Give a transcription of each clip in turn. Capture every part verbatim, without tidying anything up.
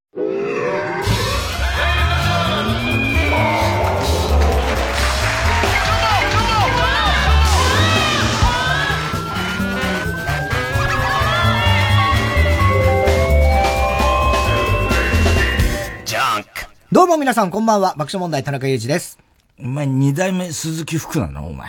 どうも皆さんこんばんは。爆笑問題田中裕二です。 お前二代目鈴木福なのお前。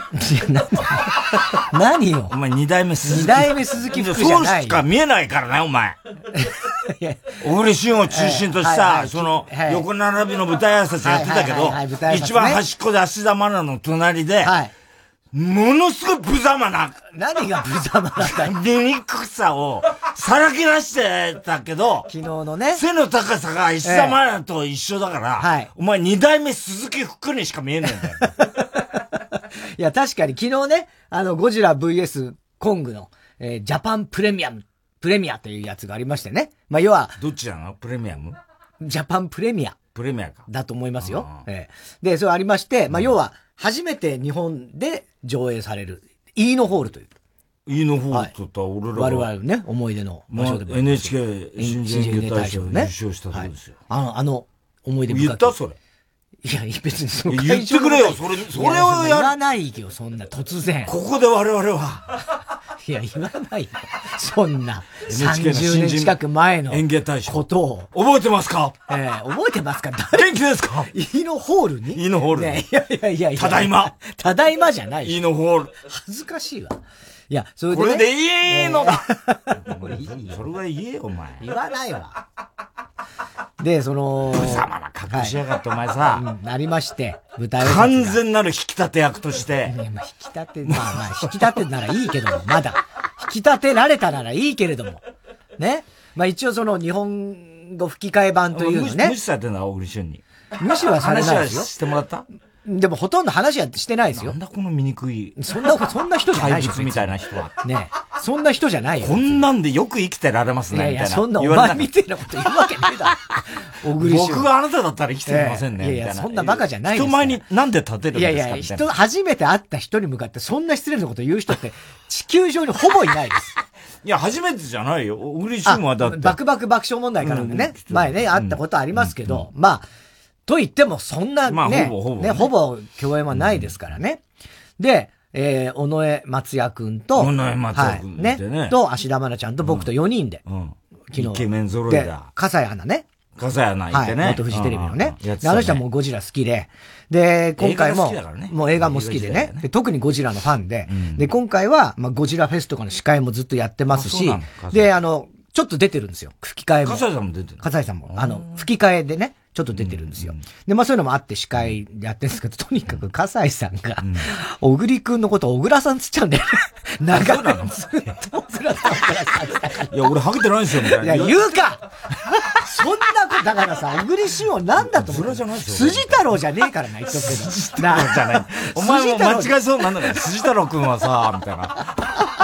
何よ。 お前二代目鈴木福。 二代目鈴木福じゃない。 そうしか見えないからね、お前。小栗旬を中心とした、はいはい、その、はい、横並びの舞台挨拶やってたけど、一番端っこで芦田愛菜の隣で、はい、ものすごい無様な。 何が無様なんだよ。 醜さをさらけ出してたけど、 昨日のね。 背の高さが石田愛菜と一緒だから、はい、お前二代目鈴木福にしか見えないんだよ。 いや、確かに昨日ね、あの、ゴジラ ブイエス コングの、えー、ジャパンプレミアム、プレミアというやつがありましてね。まあ、要は。 どっちなのプレミアムジャパンプレミア。 プレミアか。 だと思いますよ。えー、で、それありまして、まあ、要は、初めて日本で上映される、イーノホールという。 イーノホールって言ったら俺らが、 はい、我々ね、思い出の場所でも、 まあ、エヌエイチケー 新人演芸大賞で受賞したところですよ。 はい、あの、あの、思い出深い。 言ったそれ。 いや、別にその言ってくれよ、それ、それをやる。 言わないよ、そんな、突然。 ここで我々は。 いや、言わないよ。そんな、さんじゅうねん近く前の演芸大賞ことを。 覚えてますかええー、覚えてますか元気ですかイーノホールにイーノホールに。 ね、いやいやいやいや。 ただいま。 ただいまじゃないイーノホール。 恥ずかしいわ。いや、それで、ね。 これでいいのだ。それは言えよ、お前。 言わないわ。で、その、 無様な格好しやがって、はい、お前さ、 うん、なりまして、舞台完全なる引き立て役として。 ね、まあ、引き立て、まあまあ、引き立てならいいけども、まだ。引き立てられたならいいけれども。ね。まあ一応その日本語吹き替え版というのね。 無視されてんだ、小栗旬に。 無視はされないですよ。 話はしてもらったでもほとんど話はしてないですよ。 なんだこの醜い。 そんな、そんな人じゃない怪物みたいな人は。 ねそんな人じゃないよ。 こんなんでよく生きてられますね、みたいな。いやいや、 そんなお前みたいなこと言うわけねえだろ。小栗旬。 僕があなただったら生きていませんね、みたいな。 いやいや、そんなバカじゃないです人前になんで立てるんですか。 いやいや、人、初めて会った人に向かってそんな失礼なこと言う人って地球上にほぼいないです。 いや、初めてじゃないよ。小栗旬はだって。 バクバク爆笑問題からもね、うん、前ね、会ったことありますけど、うん、まあ、と言ってもそんなね、まあ、ほぼほぼね、ね、ほぼ共演はないですからね。うん、で、えー、尾上松也くんと、 尾上松也くんでね、 はい、ね、と、芦田愛菜ちゃんと僕とよにんで、 うん、 昨日。 イケメン揃いだ。 で、笠井花ね。 笠井花いてね。 はい、元フジテレビのね。で、あの人はもうゴジラ好きで、で、今回も、ね、もう映画も好きでね、で、特にゴジラのファンで、うん、で、今回は、まあ、ゴジラフェスとかの司会もずっとやってますし、で、あの、ちょっと出てるんですよ。吹き替えも。 笠井さんも出てる。 笠井さんも。あの、吹き替えでね、ちょっと出てるんですよ。うん、で、まあそういうのもあって司会でやってるんですけど、とにかく笠井さんが、小栗くんのことを小倉さんつっちゃうんだよね。長いのずっと小倉さん、小倉さんつったから。 いや、俺ハゲてないんですよ、みたいな。 いや、言うかそんなこと、だからさ、小栗旬をなんだと思う。 それじゃないですよ。 筋太郎じゃねえからな、言っとくけど。 筋太郎じゃない。お前も間違いそうなんだよ。筋太郎くんはさ、みたいな。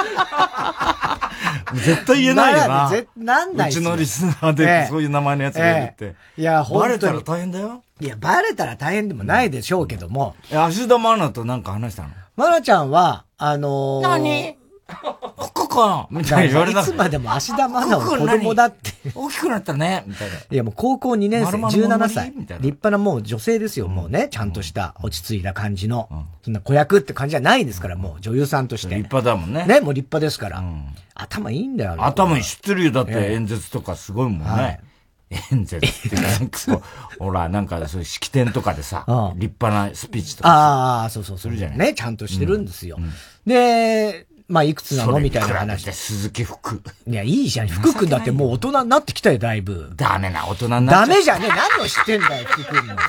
絶対言えないよな。 絶なんない。 うちのリスナーでそういう名前のやつがいるって。 ええ、いや、 バレたら大変だよ。 いや、バレたら大変でもないでしょうけども。 え、芦田愛菜となんか話したの？ 愛菜ちゃんは、あのー、 何ここかみたいな言われた。 いつまでも芦田愛菜は子供だって。 大きくなったねみたいな。 いや、もう高校にねん生、じゅうななさい。立派なもう女性ですよ、もうね。ちゃんとした落ち着いた感じの。そんな子役って感じじゃないですから、もう女優さんとして。 立派だもんね。 ね、もう立派ですから。頭いいんだよ。 頭知ってるよ。だって演説とかすごいもんね。演説ってなんかこう、ほら、なんかそういう式典とかでさ、立派なスピーチとかああ、そうそう、するじゃない。ね、ちゃんとしてるんですよ。で、まあ、いくつなのみたいな話で。 鈴木福。 いや、いいじゃん。福君だってもう大人になってきたよ、だいぶ。 ダメな大人になっちゃダメじゃねえ。何を知ってんだよ、福君の。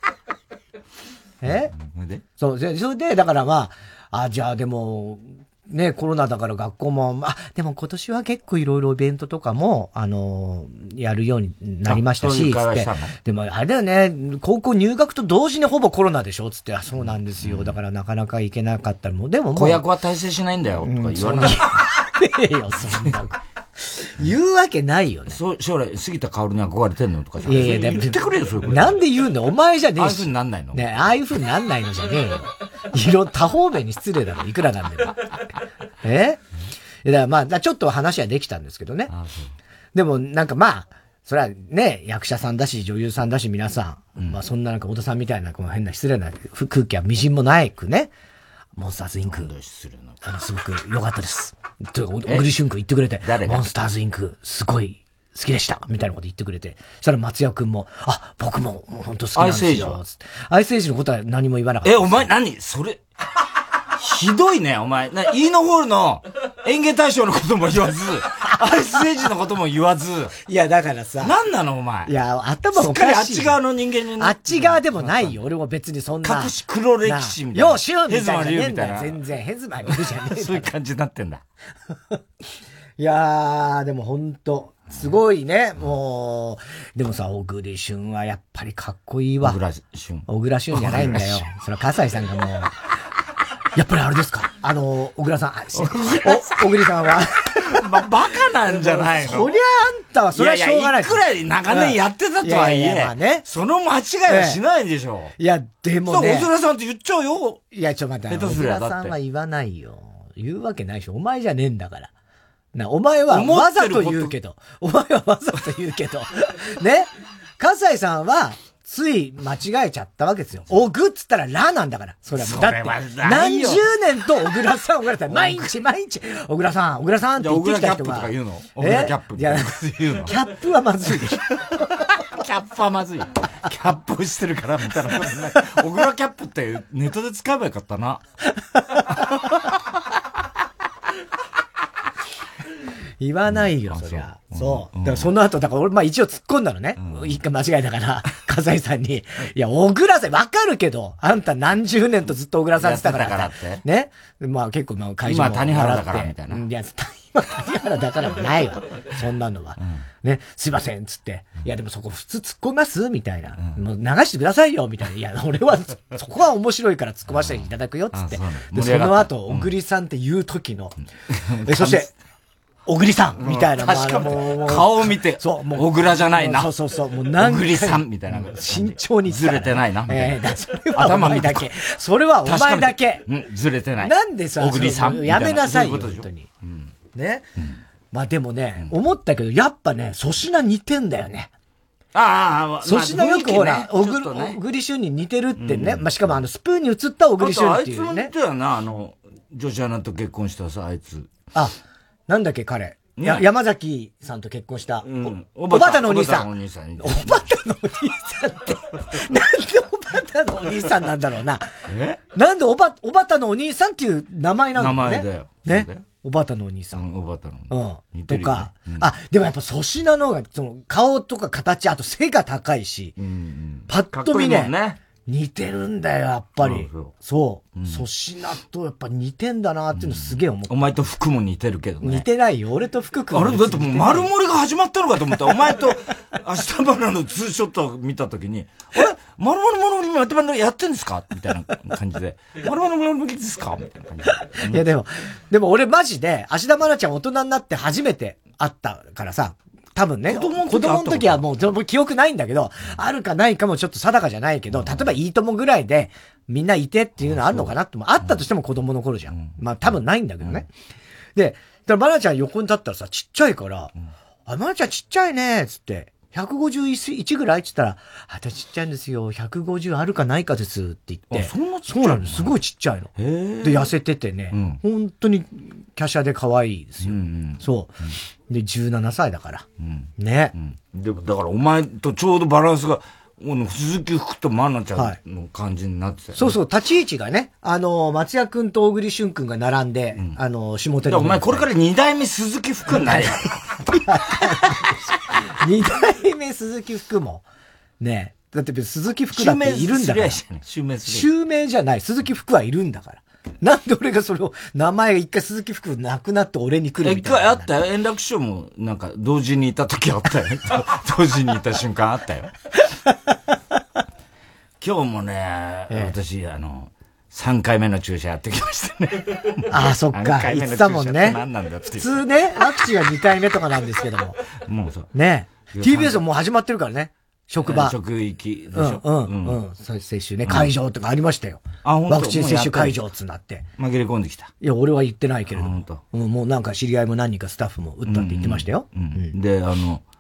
えそう、それで、だからまあ、あ、じゃあでも、ね、コロナだから学校も、あ、でも今年は結構いろいろイベントとかも、あのー、やるようになりましたし、つって。でもあれだよね、高校入学と同時にほぼコロナでしょつって、あ、そうなんですよ。うん、だからなかなか行けなかったらもう、でももう。 子役は大成しないんだよ、とか言われない。うん、 えよ、そんな。言うわけないよね。 そう、将来、杉田薫に憧れてんのとかじゃいやいや、 言ってくれよ、そういうこと。 なんで言うんだよ、お前じゃねえし。 ああいう風になんないのね、ああいう風になんないのじゃねえよ。いろ、多方面に失礼だろ、いくらなんでも。えだからまあ、ちょっと話はできたんですけどね。ああでも、なんかまあ、 それはね、役者さんだし、女優さんだし、皆さん。うん、まあそんななんか、小田さんみたいな、この変な失礼な空気はみじんもないくね。モンスターズインク。あの、すごく良かったです。と、小栗旬君言ってくれて、モンスターズインク、すごい好きでした。みたいなこと言ってくれて。そしたら松也君も、あ、僕も本当好きなんですよ。アイスエイジのことは何も言わなかった。 え、お前何それ、ひどいね、お前。な、イーノホールの演芸大賞のことも言わず、アイスエイジのことも言わず。 いや、だからさ。 何なの、お前。 いや、頭おかしい。 しっかりあっち側の人間にあっち側でもないよ。俺も別にそんな。 隠し黒歴史みたいな。 ようしようみたいな。ヘズマリュウみたいな。全然、ヘズマリュウじゃねえ。 そういう感じになってんだ。 いやー、でもほんと、すごいね、もう。でもさ、小栗旬はやっぱりかっこいいわ。 小倉旬。 小倉旬じゃないんだよ。それは笠井さんがもう。やっぱりあれですかあの、小倉さん、お、小栗さんは。 ま、バカなんじゃないのそりゃあんたはそれはしょうがない。 いやいや、いくら長年やってたとはいえ、いやいやまあね、その間違いはしないでしょ。 いや、でもね。 小倉さんって言っちゃうよ。 いや、ちょ、待って、小倉さんは言わないよ。言うわけないし、お前じゃねえんだから。な、お前はわざと言うけど、お前はわざと言うけど、ね。笠井さんは、つい間違えちゃったわけですよ。おぐっつったらラなんだから。それはもう。だって、何十年と小倉さん、小倉さん、毎日毎日、小倉さん、小倉さんって言ってきた人が。 小倉キャップとか言うの小倉キャップって言うのキャップはまずいでしょ。 キャップはまずい。キャップしてるから、みたいな。小倉キャップってネットで使えばよかったな。 言わないよ、そりゃ。そう。だからその後、だから俺、まあ一応突っ込んだのね。一回間違いだから、笠井さんに。いや、小倉さん、わかるけど、あんた何十年とずっと小倉さんって言ったから。ね。まあ結構、まあ会社も。 今谷原だから、みたいな。 いや、今谷原だからもないわ。そんなのは。ね。すいません、つって。いや、でもそこ普通突っ込みますみたいな。もう流してくださいよ、みたいな。いや、俺は、そこは面白いから突っ込ませていただくよ、つって。で、その後、小栗さんって言う時の。そして、小栗さんみたいな。 確かもう、顔を見て、そう、もう、小倉じゃないな。 そうそうそう、もう何小栗さんみたいな。 慎重にずれてないな。 ええ、それはお前だけ。それはお前だけ。 うん、ずれてない。 なんでさ、 小栗さんやめなさいよ、本当に。ね。まあでもね、思ったけど、やっぱね、粗品似てんだよね。 ああ、 粗品よくほら、小栗旬に似てるってね。まあしかもあの、スプーンに映った小栗旬っていうね。 あいつも似てたな、あの、女子アナと結婚したさ、あいつ。 あ、なんだっけ、彼。や、山崎さんと結婚した。うん。おばたのお兄さん。おばたのお兄さん。おばたのお兄さんって、なんでおばたのお兄さんなんだろうな。えなんでおば、おばたのお兄さんっていう名前なんだろうね。 名前だよ。 ね。おばたのお兄さん。 うん、おばたの。 うん。とか。あ、でもやっぱ粗品の方が、その、顔とか形、あと背が高いし。うん。パッと見ね。似てるんだよ、やっぱり。そう。粗品とやっぱ似てんだなっていうのすげえ思った。 お前と服も似てるけどね。 似てないよ。俺と福君。 あれだってもう丸盛りが始まったのかと思った。お前と明日バナのツーショット見たときに、あれ丸々丸々やってやってんですかみたいな感じで。丸々丸々ですかみたいな感じで。 いやでも、でも俺マジで、芦田愛菜ちゃん大人になって初めて会ったからさ、多分ね、子供の時はもう記憶ないんだけど、あるかないかもちょっと定かじゃないけど、例えばいいともぐらいでみんないてっていうのあるのかなっても、あったとしても子供の頃じゃん。まあ多分ないんだけどね。で、だから愛菜ちゃん横に立ったらさ、ちっちゃいから、あ、愛菜ちゃんちっちゃいねつって、ひゃくごじゅういちぐらいって言ったら、あたちっちゃいんですよ、ひゃくごじゅうあるかないかですって言って。 そんなちっちゃいそうなの、すごいちっちゃいの。で、痩せててね、うん、本当に華奢で可愛いですよ。うんうん、そう、うん。で、じゅうななさいだから。うん、ね、 うん。で、だからお前とちょうどバランスが、鈴木福と愛菜ちゃんの感じになってたよね、はい、そうそう、立ち位置がね、あの、松也くんと小栗旬くんが並んで、うん、あの、下手で。お前これから二代目鈴木福になれよ。 二代目鈴木福も。ねえ。だって別に鈴木福だっているんだから。 襲名する。 襲名じゃない。鈴木福はいるんだから。なんで俺がそれを、名前が一回鈴木福なくなって俺に来るみたいな。 一回あったよ。円楽師匠もなんか同時にいた時あったよ。同時にいた瞬間あったよ。今日もね、ええ、私、あの、さんかいめの注射やってきましたね。 ああ、そっか。言ってたもんね。 何なんだって普通ね、ワクチンはにかいめとかなんですけども。もうそう。ね。ティービーエス ももう始まってるからね。職場。 職域でしょ。うん、うん、うん。そういう接種ね。会場とかありましたよ。あ、本当。ワクチン接種会場つなって。 紛れ込んできた。 いや、俺は言ってないけれども。本当。もうなんか知り合いも何人かスタッフも打ったって言ってましたよ。 うん。で、あの、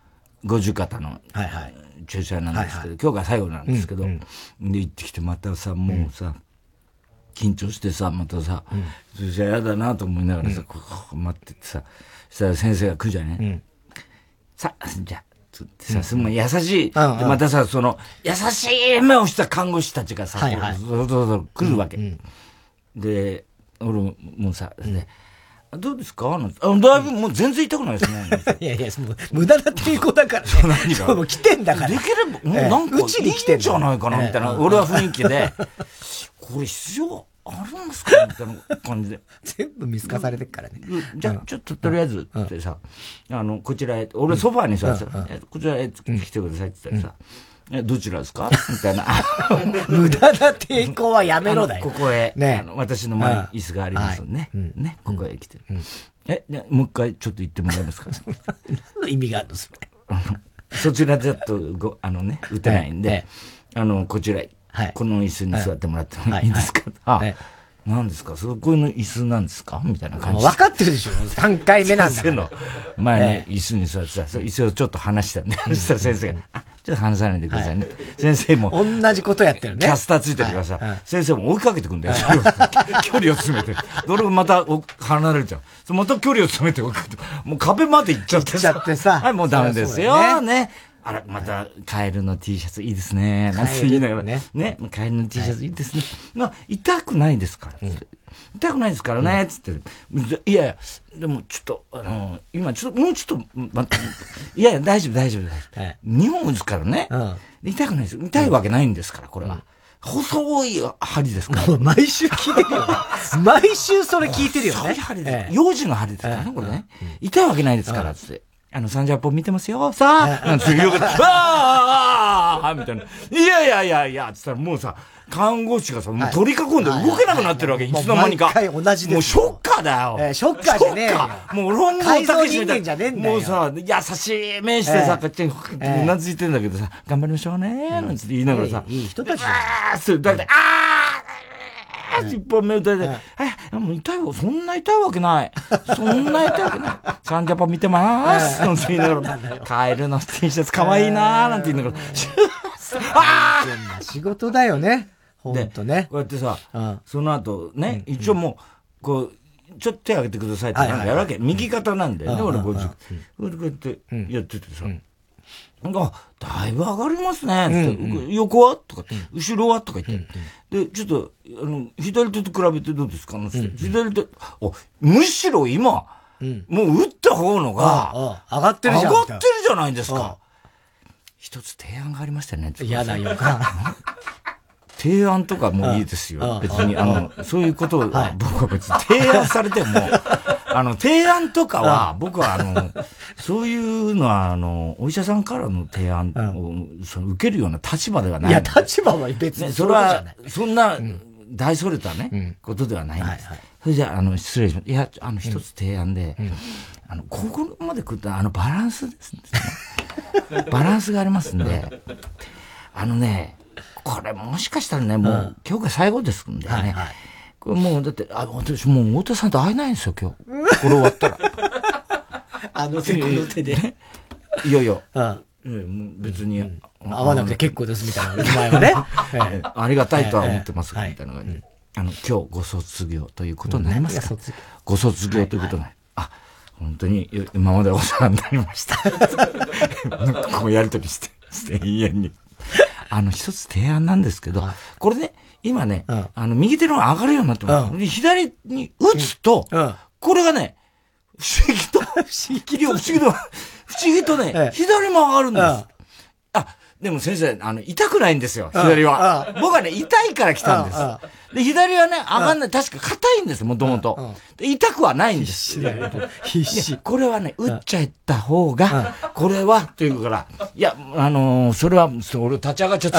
五十肩の注射なんですけど、今日が最後なんですけど、で行ってきてまたさ、もうさ、緊張してさ、またさ、注射やだなと思いながらさ、こう待っててさ、そしたら先生が来るじゃね。さ、じゃあ、つってさ、すごい優しい。で、またさ、その、優しい目をした看護師たちがさ、そろそろ来るわけ。で、俺もさ、どうですかあだいぶもう全然痛くないですね。 いやいや、無駄な抵抗だからね。何がもう来てんだから。 できれば、もうなんか、うちに来てんじゃないかな、みたいな。俺は雰囲気で、これ必要あるんですかみたいな感じで。 全部見透かされてっからね。 じゃあ、ちょっととりあえず、ってさ、あの、こちらへ、俺ソファーにさ、こちらへ来てくださいって言ったらさ、え、どちらですかみたいな。 無駄な抵抗はやめろだよ。 ここへ、ね、あの私の前に椅子がありますね。ね、ここへ来て。え、もう一回ちょっと言ってもらえますか意味があるんですそちらでちょっとご、あのね、打てないんで、あの、こちらへ、この椅子に座ってもらってもいいですかあ、何ですかそれ、こういうの椅子なんですかみたいな感じ。 分かってるでしょ ?さん 回目なんだから。 先生の前に椅子に座ってさ、椅子をちょっと離したんで、そしたら先生が、あ、ちょっと離さないでくださいね。先生も。 同じことやってるね。 キャスターついてるからさ、先生も追いかけてくんだよ。距離を詰めて。どれもまた離れるじゃん。また距離を詰めて追いかけて、もう壁まで行っちゃってさ。行っちゃってさ。 はい、もうダメですよ。ね。あら、また、カエルの T シャツいいですね。なんて言いながらね。ね。カエルの T シャツいいですね。まあ、痛くないですから。痛くないですからね。つって。いやいや、でもちょっと、あの、今ちょっと、もうちょっと、待って。いやいや、大丈夫、大丈夫、大丈夫。日本ですからね。痛くないです。痛いわけないんですから、これは。細い針ですから。 毎週聞いてるよね。毎週それ聞いてるよね。 細い針です。幼児の針ですからね、これね。痛いわけないですから、つって。あの、サンジャポ見てますよ、さあなんて言うから、ああみたいな。いやいやいやいや、つったらもうさ、看護師がさ、もう取り囲んで動けなくなってるわけ、いつの間にか。 毎回同じです。 もうショッカーだよ。 えー、ショッカーじゃねえよ。 もうロング改造人間じゃねえんだよ。 もうさ、優しい目してさ、こうやってうなずいてんだけどさ、頑張りましょうね、なんつって言いながらさ、 いい人たちだ。 あーって、だいたい、あー一本目打たれて、え、もう痛いわ、そんな痛いわけない。そんな痛いわけない。サンジャポ見てまーす。なんて言いながら、カエルの T シャツ可愛いなーなんて言いながら、 あー仕事だよね。ほんとね。 こうやってさ、その後ね、一応もう、こう、ちょっと手挙げてくださいってやるわけ。右肩なんだよね、俺ごじゅう。こうやってやっててさ、あ、だいぶ上がりますね。って横はとか、後ろはとか言って。で、ちょっと、あの、左手と比べてどうですか左手、むしろ今、もう打った方のが、 上がってるじゃん。 上がってるじゃないですか。一つ提案がありましたね。 嫌だよか。 提案とかもいいですよ。別に、あの、そういうことを、僕は別に提案されても、あの、提案とかは、僕は、あの、そういうのは、あの、お医者さんからの提案を、その、受けるような立場ではない。 いや、立場は別にそれは、そんな、大それたね、ことではないんです。それじゃあ、あの、失礼します。いや、あの、一つ提案で、あの、ここまで来ると、あの、バランスですね。バランスがありますんで、あのね、これもしかしたらね、もう、今日が最後ですんでね。これもう、だって、あ、私もう、太田さんと会えないんですよ、今日。これ終わったら。 あの手、この手で。 いやいや。別に。 会わなくて結構ですみたいな、前はね。 ありがたいとは思ってます、みたいな感じで。あの、今日ご卒業ということになりますか？ご卒業ということになる。あ、本当に今までお世話になりました。こうやりとりして、して、永遠に。あの、一つ提案なんですけど、これね、今ね、あの、右手の方が上がるようになってます。左に打つと、これがね、不思議と、不思議と、不思議と、不思議とね、左も上がるんです。あ、でも先生、あの、痛くないんですよ、左は。僕はね、痛いから来たんです。で、左はね、上がんない。確か硬いんです、もともと。痛くはないんです。必死。これはね、打っちゃった方が、これは、っていうから、いや、あのー、それは、俺立ち上がっちゃった。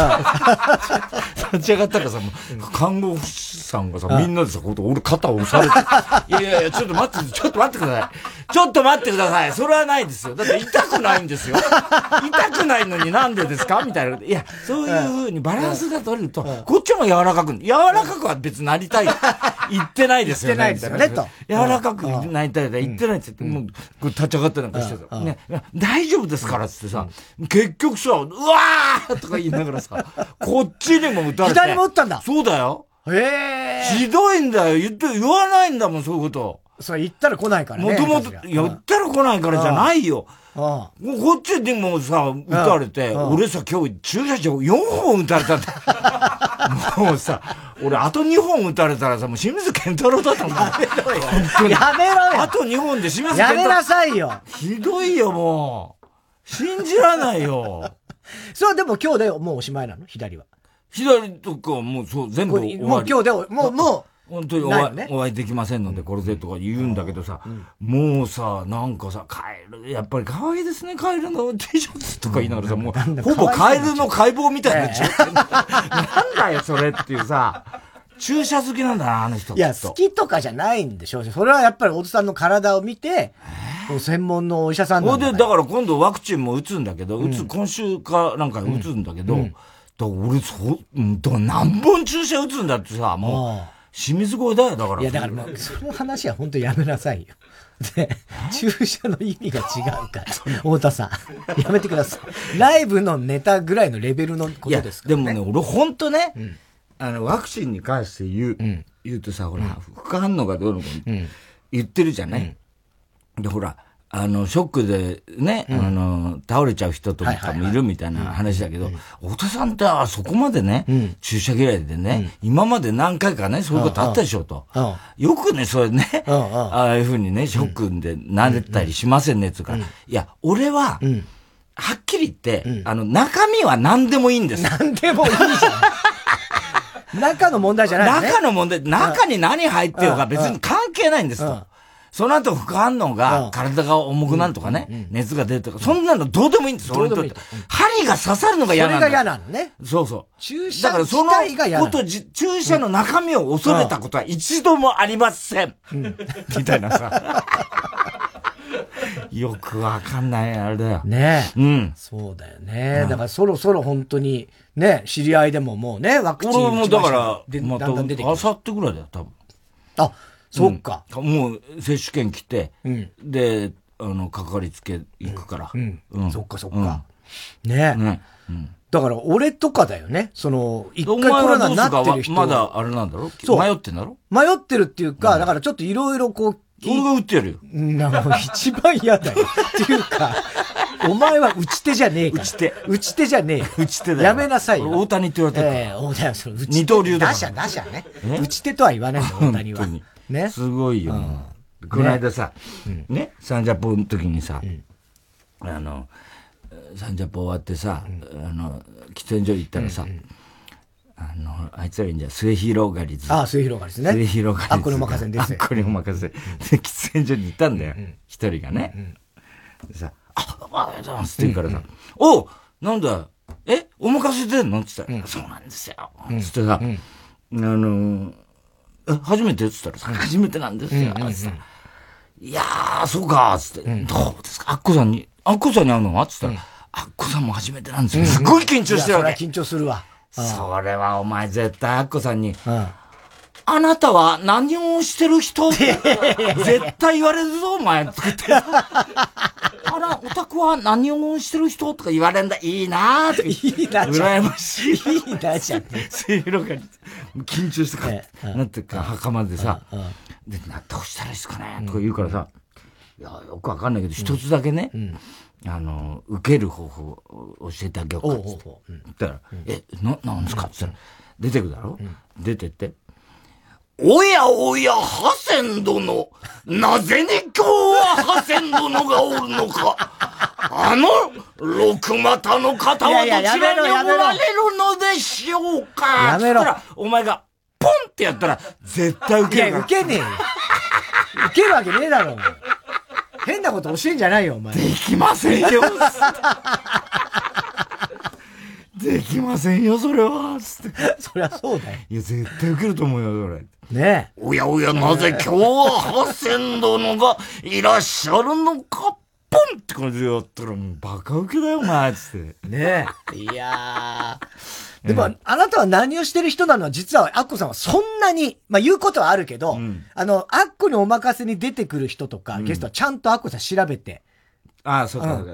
立ち上がったからさ、看護婦さんがさ、みんなでさ、俺肩を押されて、いやいやいや、ちょっと待って、ちょっと待ってください。ちょっと待ってください。それはないですよ。だって痛くないんですよ。痛くないのになんでですかみたいな。いや、そういう風にバランスが取れると、こっちも柔らかく、柔らかくは別になりたい。言ってないですよね。 言ってないですよね、と。 柔らかくなりたい。言ってないって言って、もう、立ち上がってなんかしてた。ね、大大丈夫ですからってさ、うん、結局さ、うわーとか言いながらさ、こっちにも撃たれて。 左も撃ったんだ。 そうだよ。 へー。 ひどいんだよ。言って、言わないんだもん、そういうこと。 それ言ったら来ないからね。 もともと、言ったら来ないからじゃないよ。ああもうこっちでもさ、撃たれて、俺さ、今日駐車場よんほん撃たれたんだ。もうさ、俺あとにほん撃たれたらさ、もう清水健太郎だったんだ。 やめろよ。やめろよ。 あとにほんで清水健太郎。やめなさいよ。 ひどいよ、もう。信じらないよ。 そう、でも今日でもうおしまいなの左は。 左とかもうそう、全部終わり。 もう今日で、もう、もう。 本当にお会い、ね、お会いできませんので、これでとか言うんだけどさ、うん、もうさ、なんかさ、カエル、やっぱり可愛いですね、カエルの T シャツとか言いながらさ、もう、ほぼカエルの解剖みたいな。なんだよ、それっていうさ、注射好きなんだな、あの人。 いや、好きとかじゃないんでしょう。それはやっぱりおじさんの体を見て、専門のお医者さんなんだ。 ほんで、だから今度ワクチンも打つんだけど、うん、打つ、今週かなんか打つんだけど、うんうん、だ俺、そう、だ何本注射打つんだってさ、もう、清水声だよ、だから。 いや、だからもう、その話は本当やめなさいよ。で、注射の意味が違うから、太田さん。やめてください。ライブのネタぐらいのレベルのことですからね。 いや、でもね、俺本当ね、うん、あの、ワクチンに関して言う、うん、言うとさ、ほら、うん、副反応がどうのこうの、うん、言ってるじゃない、うん、で、ほら、あの、ショックでね、うん、あの、倒れちゃう人とかもいるみたいな話だけど、太田さんってそこまでね、うん、注射嫌いでね、うん、今まで何回かね、そういうことあったでしょと。よくね、それね、ああいうふうにね、ショックで慣れたりしませんね、つうから、うん、いや、俺は、うん、はっきり言って、うん、あの、中身は何でもいいんです。 何でもいいじゃん。中の問題じゃないね。 中の問題、中に何入ってようが別に関係ないんですと。その後副反応が、体が重くなるとかね、うんうん、熱が出るとか、そんなのどうでもいいんですよ、俺にとって。針が刺さるのが嫌なんだ。 それが嫌なのね。 そうそう。 注射自体が嫌なの。 だからそのこと、注射の中身を恐れたことは一度もありません。うん、みたいなさ。よくわかんない、あれだよ。 ねえ。うん。 そうだよね。うん、だからそろそろ本当に、ね、知り合いでももうね、ワクチン。 俺もだから、また、あさってぐらいだよ、多分。 あ、そっか、 うん。もう、接種券来て、うん、で、あの、かかりつけ行くから。 うん。うん、そっかそっか。うん、ねえ。ね、うん。だから、俺とかだよね。その、一回コロナになってる人。 まだあれなんだろそう。迷ってんだろ迷ってるっていうか、うん、だからちょっといろいろこう、 俺が打ってやるよ。 なんか一番嫌だよ。っていうか、お前は打ち手じゃねえから。 打ち手。 打ち手じゃねえよ。 打ち手だよ。 やめなさいよ。 大谷って言われてるから。ええー、大谷その打ち手。二刀流だから。 打者、打者ね。打ち手とは言わないんだよ、大谷は。本当に。ね。 すごいよ。うん、この間さ、ね、ねサンジャポの時にさ、うん、あの、サンジャポ終わってさ、うん、あの、喫煙所行ったらさ、うんうん、あの、あいつらいいんじゃん、末広がりず。 ああ、末広がりずね。 末広がりず。 あっこにお任せです。 あっこにお任せ。で、喫煙所に行ったんだよ。一、うん、人がね。うん、でさ、あ、ありがとうございますって言うからさ、うんうん、おうなんだ、えお任せてんのって言ったら、うん、そうなんですよ。つってさ、うん、あの、え、初めてって言ったらさ、初めてなんですよ。うんうん、つっていやー、そうかつって、うん、どうですかアッコさんに、アッコさんに会うのはつったら、うん、アッコさんも初めてなんですよ。すごい緊張してるわけ。 それは緊張するわ。 それはお前絶対アッコさんに、うん、あなたは何をしてる人絶対言われるぞ、お前。作って。あら、オタクは何をしてる人とか言われんだ。いいなーって。 いいなじゃん。羨ましい。 いいなじゃん。 末広がり。緊張してか、ええ、なんていうか、袴でさ、で、な、どうしたらいいですかねとか言うからさ、いや、よくわかんないけど、一つだけね、うんあの、受ける方法を教えてあげようかって言ったら、え、な、なんですかって言ったら、出てくだろ、うん、出てって、おやおや、ハセン殿、なぜに今日はハセン殿がおるのか。あの、六股の方はどちらにおられるのでしょうかやめろ。 って言ったら、お前が、ポンってやったら、絶対受けるから。 いや、受けねえよ。受けるわけねえだろ。変なこと教えんじゃないよ、お前。 できませんよ。できませんよ、それは。つって。 そりゃそうだよ。 いや、絶対受けると思うよ、それ。 ねえ。 おやおや、なぜ今日はハセン殿がいらっしゃるのか、ポンって感じでやったら、もうバカ受けだよ、お前、つって。 ねえ。いやー。でも、あなたは何をしてる人なのは、実は、アッコさんはそんなに、まあ言うことはあるけど、うん、あの、アッコにお任せに出てくる人とか、うん、ゲストはちゃんとアッコさん調べて。 ああ、そうか、 うん、ね。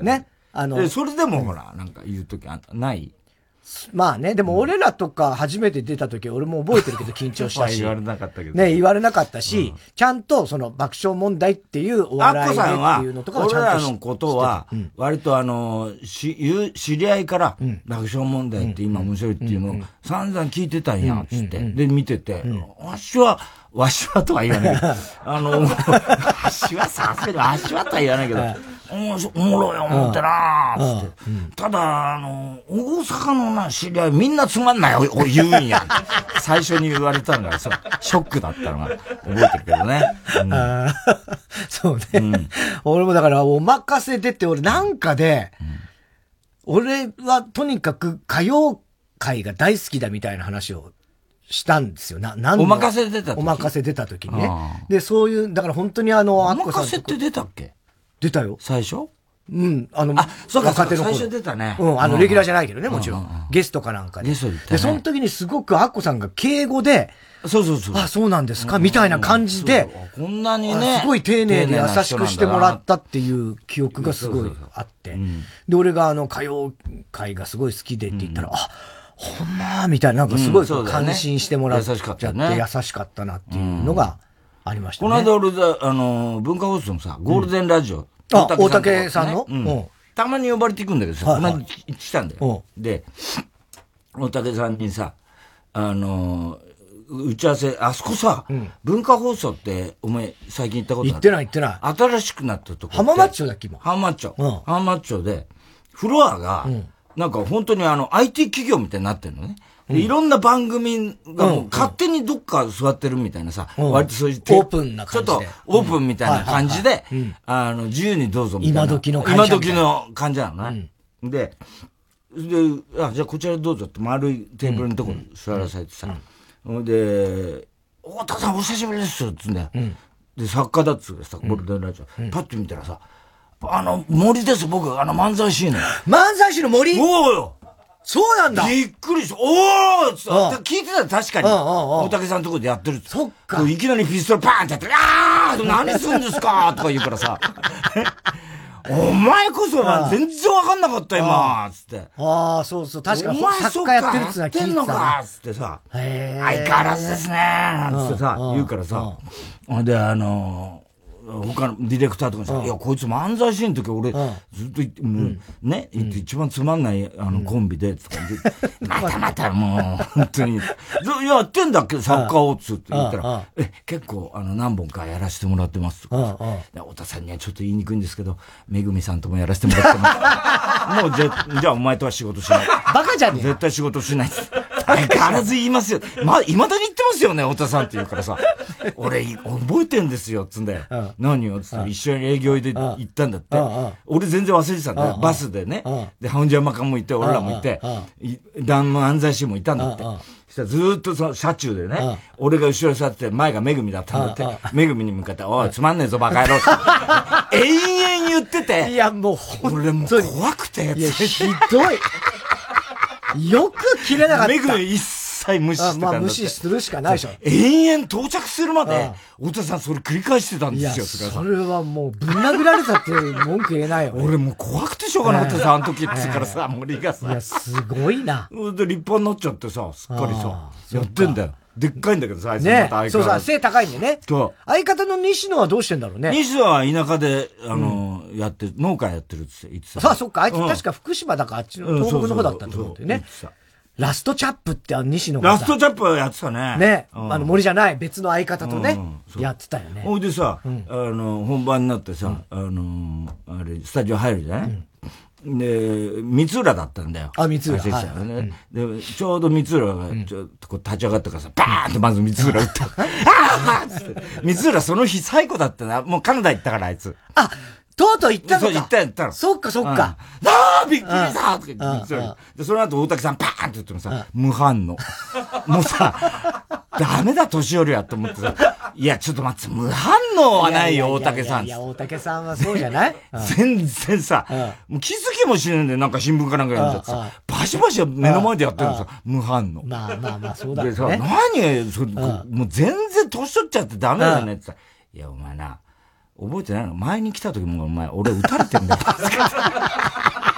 あの。 それでもほら、なんか言うときないまあね、でも俺らとか初めて出た時、俺も覚えてるけど緊張したし。 言われなかったけど。 ね、言われなかったし、うん、ちゃんとその爆笑問題っていうお笑いでっていうのとかはちゃんと。 俺らのことは、割とあの、し、知り合いから爆笑問題って今面白いっていうのを散々聞いてたんや、つって。で、見てて、わしは、わしはとは言わないけど、あの、わしはさすがにわしはとは言わないけど、おもろい思ってなーつって、うんうん。ただ、あの、大阪のな、知り合いみんなつまんないよ、言うんや。最初に言われたのが、そう、ショックだったのが覚えてるけどね。 うん、あそうね、うん。俺もだから、お任せでって俺なんかで、うん、俺はとにかく歌謡界が大好きだみたいな話をしたんですよ。な、なんお任せ出た時お任せ出た時にね。で、そういう、だから本当にあの、 アッコさん。お任せって出たっけ出たよ。 最初うん。あの、 あ、そうか、若手の最初出たね。 うん。あの、レギュラーじゃないけどね、もちろん。ゲストかなんかで。 ゲストで、ね。 で、その時にすごくアッコさんが敬語で、 そうそうそう。 あ、そうなんですか、みたいな感じで、 こんなにね。 すごい丁寧で優しくしてもらったっていう記憶がすごいあって。で、俺があの、歌謡界がすごい好きでって言ったら、あ、ほんまーみたいな、なんかすごい感心してもらっちゃって、優しかったなっていうのがありましたね。 この間俺、あの、文化放送のさ、ゴールデンラジオ。 あ、大竹さんの、うん、 たまに呼ばれていくんだけどさ、この間来たんだよ。で、大竹さんにさ、あの、打ち合わせ、あそこさ、文化放送って、お前最近行ったことある？ 行ってない行ってない。 新しくなったとこ。 浜松町だっけ今。 浜松町。浜松町で、フロアが、なんか本当にあの、アイティー 企業みたいになってるのね。いろんな番組がもう勝手にどっか座ってるみたいなさ、割とそういうオープンな感じで。 ちょっとオープンみたいな感じで、あの、自由にどうぞみたいな。 今時の感じ。今時の感じなのね。で、で、あ、じゃあこちらどうぞって丸いテーブルのとこに座らされてさ、で、大田さんお久しぶりですよ、つんだよ。で、作家だっつうかさ、ゴールデンラジオ。パッと見たらさ、あの、森です、僕、あの、漫才師の。 漫才師の森？ おーよそうなんだ。 びっくりした。おーって聞いてたら確かに。大竹さんのところでやってる。 そっか。 いきなりピストルパーンってやって、あー何するんですかとか言うからさ。お前こそ全然わかんなかった今つって。 ああ、そうそう。確かに作家やってるっつうのは聞いてた。やってんのかつってさ。相変わらずですねなんつってさ、言うからさ。で、あの、他のディレクターとかにさ、いや、こいつ漫才師の時俺、ずっと言って、もう、ね、一番つまんない、あの、コンビで、つって、またまたもう、本当に、やってんだっけ、作家を、つって言ったら、え、結構、あの、何本かやらせてもらってます、とか。太田さんにはちょっと言いにくいんですけど、めぐみさんともやらせてもらってます。もう、じゃ、じゃあお前とは仕事しない。 バカじゃねえ。 絶対仕事しないです。相変わらず言いますよ。ま、未だに言ってますよね、太田さんって言うからさ。俺、覚えてんですよ、つんだよ。何よ、つって、一緒に営業で行ったんだって。俺全然忘れてたんだよ。バスでね。で、ハウンジャマカンもいて、俺らもいて、ダンム漫才師もいたんだって。そしたらずーっとその車中でね、俺が後ろに座って前がめぐみだったんだって。めぐみに向かって、おい、つまんねえぞ、バカ野郎って。延々言ってて。 いや、もう俺もう怖くて。 いや、ひどい。よく切れなかった。 めぐみ一切無視してたんだって。 まあ無視するしかないでしょ。 延々到着するまで、太田さんそれ繰り返してたんですよ、 それはもうぶん殴られたって文句言えないよ。 俺もう怖くてしょうがなかったさ、あの時ってからさ、森がさ。 いや、すごいな。 で、立派になっちゃってさ、すっかりさ、やってんだよ。でっかいんだけどさ、あいつまた相方。ね、そうそう、背高いんでね。 そう。 相方の西野はどうしてんだろうね。 西野は田舎で、あの、やってる、農家やってるって言ってた。 さあ、そっか、あいつ確か福島だかあっちの東北の方だったと思ってね。ラストチャップってあの西野がラストチャップやってたね。 ね。あの森じゃない別の相方とね、やってたよね。 ほいでさ、あの、本番になってさ、あの、あれ、スタジオ入るじゃないで、三浦だったんだよ。 あ、三浦。 で、ちょうど三浦が、ちょっとこう立ち上がったからさ、バーンってまず三浦打った。ああつって。三浦その日最後だったな。もうカナダ行ったから、あいつ。 あ、とうとう行ったのか。 そう、行った行ったの。 そっかそっか。 ああびっくりしたとか言って、で、その後大竹さんパーンって言ってもさ、無反応。もうさ、ダメだ、年寄りやと思ってさ、いや、ちょっと待って、無反応はないよ、大竹さん。 いや、大竹さんはそうじゃない全然さ、もう気づきもしないんで、なんか新聞かなんか読んじゃってさ、バシバシ目の前でやってるのさ、無反応。 まあまあまあ、そうだね。でさ、何そもう全然年取っちゃってダメだねってさ、いや、お前な、覚えてないの前に来た時もお前、俺撃たれてんだよ。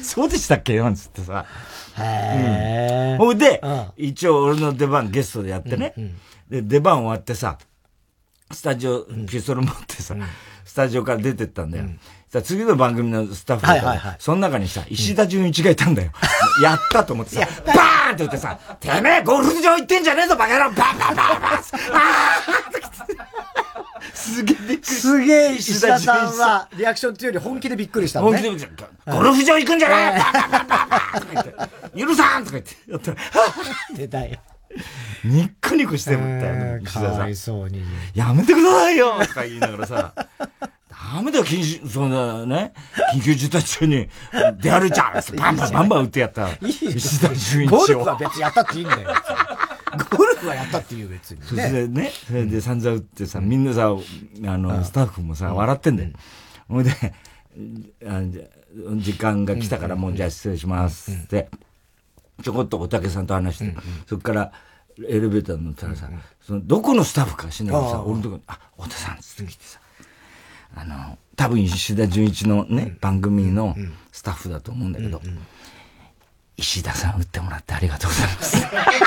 そうでしたっけなんつってさ。 へー。 ほ、うん、で、うん、一応俺の出番ゲストでやってね。うんうん、で、出番終わってさ、スタジオ、ピストル持ってさ、うん、スタジオから出てったんだよ。うん、さ次の番組のスタッフが、はいはいはい、その中にさ、石田純一がいたんだよ。うん、やったと思ってさ、バーンって言ってさ、てめえゴルフ場行ってんじゃねえぞバカ野郎バンバンバンバンあーすげえびっくりした。 すげえ石田さんはリアクションっていうより本気でびっくりしたのね。 本気でびっくりした。ゴルフ場行くんじゃねえバンバンバンバンバンとか言って、許さんとか言って、やったら、 出たよ。 ニッコニコしてもったよ、石田さん。 かわいそうに。 やめてくださいよとか言いながらさ、ダメだよ、緊急、そんなね、緊急事態中に出歩いちゃうバンバンバンバン打ってやった。石田純一を。 ゴルフは別にやったっていいんだよ。ゴルフはやったっていう別に、ね。 それでね、それで散々打ってさ、みんなさ、あの、スタッフもさ、笑ってんだよ。ほいで、時間が来たからもうじゃあ失礼しますって、ちょこっとおたけさんと話して、そっからエレベーター乗ったらさ、そのどこのスタッフか知んないけどさ、俺のとこに、あ、太田さんつって来てさ、あの、多分石田純一のね、番組のスタッフだと思うんだけど、石田さん打ってもらってありがとうございます。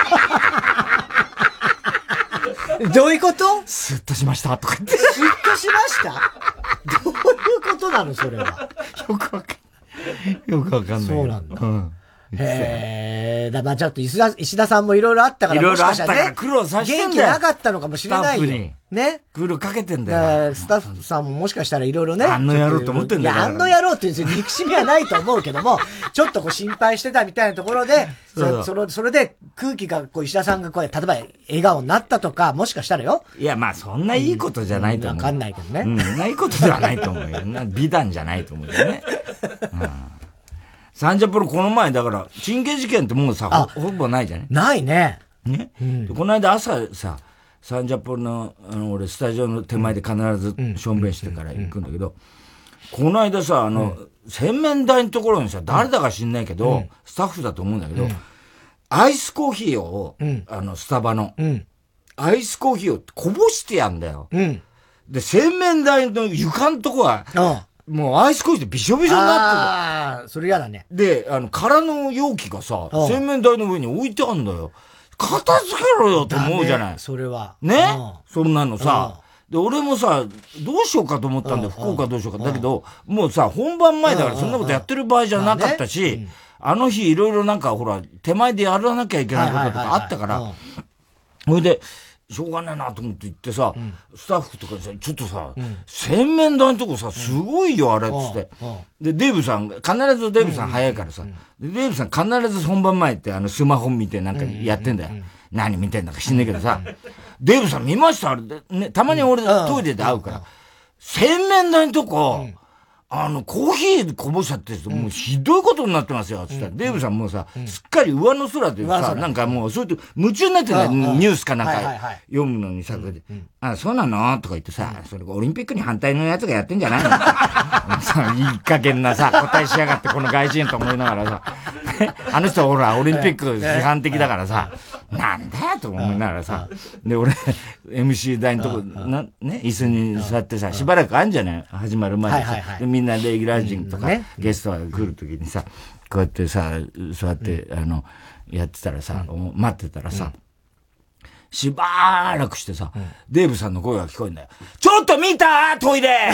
どういうこと？ スッとしましたとか言って。 スッとしましたどういうことなのそれは。 よくわかんない。よくわかんない。 そうなんだ。うん。へえ。だからちょっと石田、石田さんもいろいろあったから、 いろいろあったから苦労させてんだよ。 元気なかったのかもしれないよ。スタッフに。ね。 苦労かけてんだよ。 スタッフさんももしかしたらいろいろね。 あんのやろうと思ってんだよ。 いや、あんのやろうっていう憎しみはないと思うけども、ちょっとこう心配してたみたいなところで、そそのそれで空気がこう石田さんがこう、例えば笑顔になったとか、もしかしたらよ。 いや、まあそんないいことじゃないと思う。 わかんないけどね。 うん、そんないいことではないと思うよ。美談じゃないと思うよね。うんサンジャポのこの前、だから、チンゲ事件ってもうさ、ほ、ほぼないじゃないないね。 ね、うん、この間朝さ、サンジャポの、あの、俺、スタジオの手前で必ず正面してから行くんだけど、この間さ、あの、うん、洗面台のところにさ、誰だか知んないけど、うん、スタッフだと思うんだけど、うん、アイスコーヒーを、うん、あの、スタバの、うん、アイスコーヒーをこぼしてやんだよ。うん、で、洗面台の床のとこは、もうアイスコーヒーでびしょびしょになってる。 ああ、それ嫌だね。 で、あの、空の容器がさ、洗面台の上に置いてあんだよ。片付けろよと思うじゃない。 それは。 ね、そんなのさ。で、俺もさ、どうしようかと思ったんだよ。福岡どうしようか。だけど、もうさ、本番前だからそんなことやってる場合じゃなかったし、あの日いろいろなんかほら、手前でやらなきゃいけないこととかあったから、それで、しょうがないなと思って行ってさ、うん、スタッフとかにさ、ちょっとさ、うん、洗面台のとこさ、すごいよ、あれっつって。で、デーブさん、必ずデーブさん早いからさ、でデーブさん必ず本番前ってあのスマホ見てなんかやってんだよ。何見てんだか知んないけどさ、デーブさん見ましたあれで、ね、たまに俺トイレで会うから、洗面台のとこ、あの、コーヒーこぼしちゃってると、もうひどいことになってますよ、つったら、デーブさんもうさ、すっかり上の空でさ、なんかもう、そういうと、夢中になってんだよ、ニュースかなんか読むのにさ、あ、そうなのとか言ってさ、それオリンピックに反対のやつがやってんじゃないのさ、いい加減なさ、答えしやがって、この外人と思いながらさ、あの人ほら、オリンピック批判的だからさ、なんだよと思いながらさ、で、俺、エムシー 台のとこ、な、ね、椅子に座ってさ、しばらくあんじゃない始まる前にさ。で、みんなレギュラー陣とか、ゲストが来るときにさ、こうやってさ、座って、あの、やってたらさ、待ってたらさ、しばらくしてさ、デーブさんの声が聞こえんだよ。ちょっと見たトイレ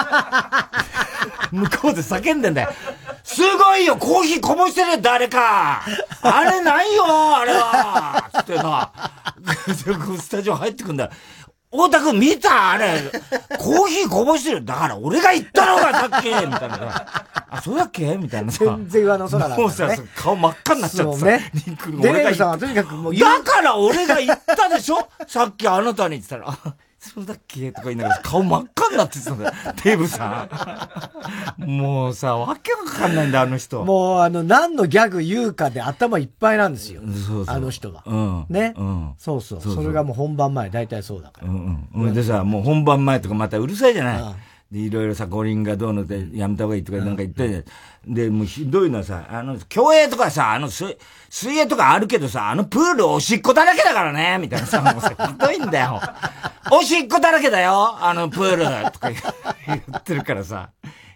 向こうで叫んでんだよ。すごいよコーヒーこぼしてるよ誰かあれないよあれはつってさ、スタジオ入ってくんだよ。太田くん見たあれ、コーヒーこぼしてる。だから俺が言ったのがさっきみたいなさ。あ、そうだっけみたいなさ。 全然上の空だった、ね。もうさ、 顔真っ赤になっちゃってさ。 ね。デレーさんはとにかくもうだから俺が言ったでしょさっきあなたに言ってたら、あ、そうだっけとか言いながら顔真っ赤になってたんだよ。デーブさん。もうさ、わけわかんないんだ、あの人。 もうあの、何のギャグ言うかで頭いっぱいなんですよ。 そうそうあの人は。 うん。 ね。 うん。 そうそう。そうそうそれがもう本番前、大体そうだから。 うんうん。でさ、もう本番前とかまたうるさいじゃない。うんで、いろいろさ、五輪がどうのってやめた方がいいとかなんか言って、うん、で、もうひどいのはさ、あの、競泳とかさ、あの水、水泳とかあるけどさ、あのプールおしっこだらけだからね、みたいなさ、もうさ、ひどいんだよ。おしっこだらけだよ、あのプールとか言ってるからさ、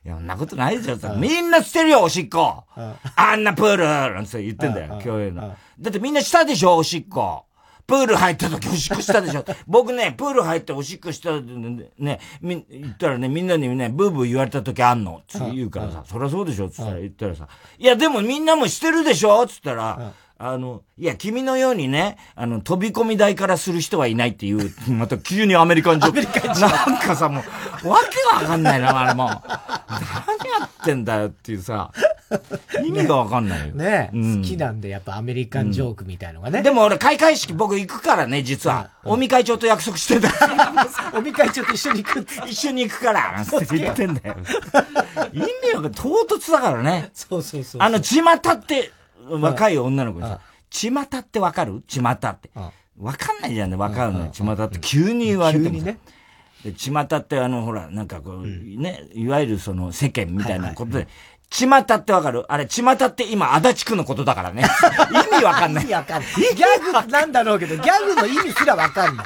いや、そんなことないですよ。みんな捨てるよ、おしっこ。あんなプールなんて言ってんだよ、競泳の。だってみんなしたでしょ、おしっこ。プール入った時おしっこしたでしょ。僕ね、プール入っておしっこしたね、み、言ったらね、みんなにね、ブーブー言われた時あんのって言うからさ、そりゃそうでしょって言ったら、言ったらさ、いやでもみんなもしてるでしょって言ったら、あの、いや、君のようにね、あの、飛び込み台からする人はいないっていう、また急にアメリカンジョーク。なんかさ、もう、わけがわかんないな、あれもう。何やってんだよっていうさ、意味がわかんないよ。 ねえ、うん、好きなんで、やっぱアメリカンジョークみたいのがね。 うん、でも俺、開会式僕行くからね、実は。うん、尾身会長と約束してた。 尾身会長と一緒に行く一緒に行くから、なんて言ってんだよ。意味が唐突だからね。 そうそうそう。 あの、ちまたって、若い女の子にさ、ちまたってわかる？ちまたって。わかんないじゃんね、わかんない。ちまたって急に言われても。急にね。で、ちまたってあの、ほら、なんかこう、ね、いわゆるその世間みたいなことで、ちまたってわかる？あれ、ちまたって今、足立区のことだからね。意味わかんない。 意味わかんない。ギャグなんだろうけど、ギャグの意味すらわかんない。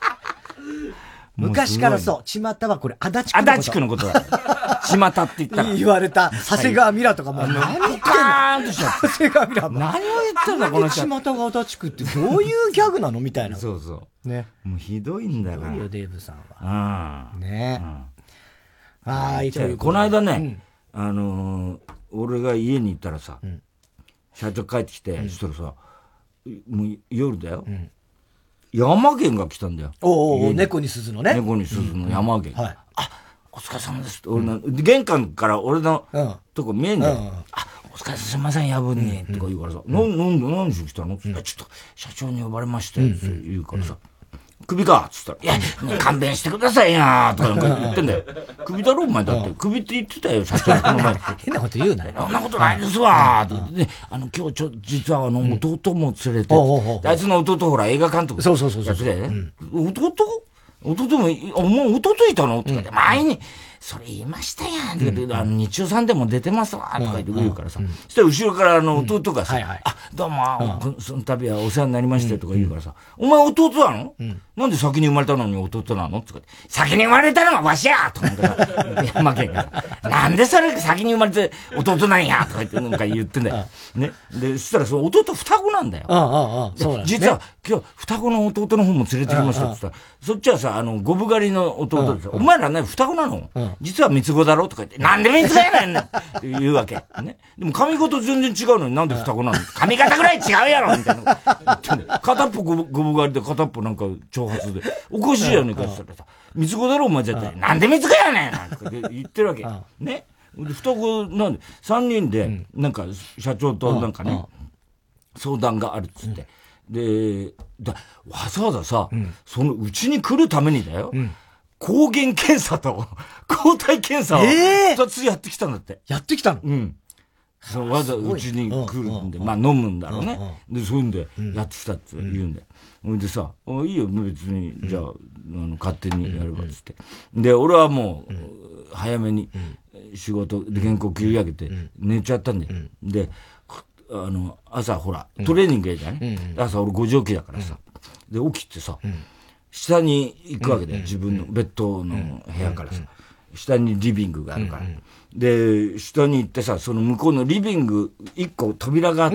昔からそう、ちまたはこれ、足立区のこと。 足立区のことだ。ちまたって言ったら。 言われた、長谷川ミラとかも、 何かーんとしちゃって。 長谷川ミラも。 何を言ってんだ、この人。 ちまたが足立区ってどういうギャグなのみたいな。 そうそう。 ね。 もうひどいんだから。 ひどいよ、デーブさんは。 うん。ね。ああ、いいというこの間ね、あの、俺が家に行ったらさ、社長帰ってきて、そしたらさ、もう夜だよ。山源が来たんだよ。 おお、猫に鈴のね。 猫に鈴の山源。はい。あ、お疲れ様です。俺の、玄関から俺のとこ見えんだよ。あ、お疲れすいません、夜分に。とか言うからさ、なん、なんで、何しに来たのって言ったら、ちょっと、社長に呼ばれまして、って言うからさ、首かっつったら、いや、勘弁してくださいよーとかなんか言ってんだよ。首だろお前だって。首って言ってたよ、社長。この前。 変なこと言うなよ。 そんなことないですわーで、あの、今日ちょ、実はあの、弟も連れて、あいつの弟ほら映画監督。 そうそうそう。 やってたよね。弟弟も、お前弟いたのとかって、前に、それ言いましたやん。うん、あの、日曜さんでも出てますわ。とか言って言うからさ。そしたら後ろからあの、弟がさ、あ、どうも、その度はお世話になりましてとか言うからさ、お前弟なのなんで先に生まれたのに弟なのとか先に生まれたのはわしやとか山県が。なんでそれ先に生まれて弟なんやとか言ってなんか言ってんだよ。ね。で、そしたらその弟双子なんだよ。実は今日双子の弟の方も連れてきましたって言ったら、そっちはさ、あの、ゴブ狩りの弟でさ、お前らね、双子なの実は三つ子だろとか言って、なんで三つ子やねんって言うわけ。ね。でも髪型全然違うのになんで双子なの髪型ぐらい違うやろみたいな。片っぽゴブ狩りで片っぽなんか長髪で。おかしいやねんかって言ったらさ、三つ子だろお前絶対。なんで三つ子やねんなんて言ってるわけ。ね。で、双子なんで、三人で、なんか社長となんかね、相談があるっつって。で、だわざわざさ、そのうちに来るためにだよ。抗原検査と抗体検査を二つやってきたんだって。 やってきたのうん。そう、わざわざうちに来るんで、まあ飲むんだろうね。で、そういうんで、やってきたって言うんで。ほんでさ、いいよ、別に、じゃあ、あの、勝手にやるわ、つって。で、俺はもう、早めに仕事で原稿切り上げて、寝ちゃったんだよ。で、あの、朝ほら、トレーニングやじゃね。朝俺ごじ起きだからさ。で、起きてさ、下に行くわけだよ、自分のベッドの部屋からさ。下にリビングがあるから。で、下に行ってさ、その向こうのリビング一個扉があって、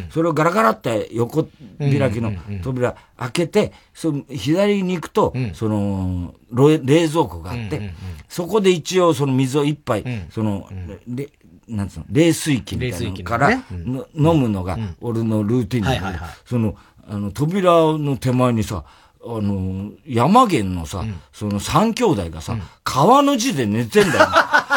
それをガラガラって横開きの扉開けて、その左に行くと、その、冷蔵庫があって、そこで一応その水を一杯、その、なんつうの、冷水器みたいなのから飲むのが俺のルーティンだけど、その、あの、扉の手前にさ、あの、山源のさ、うん、その三兄弟がさ、うん、川の字で寝てんだよ。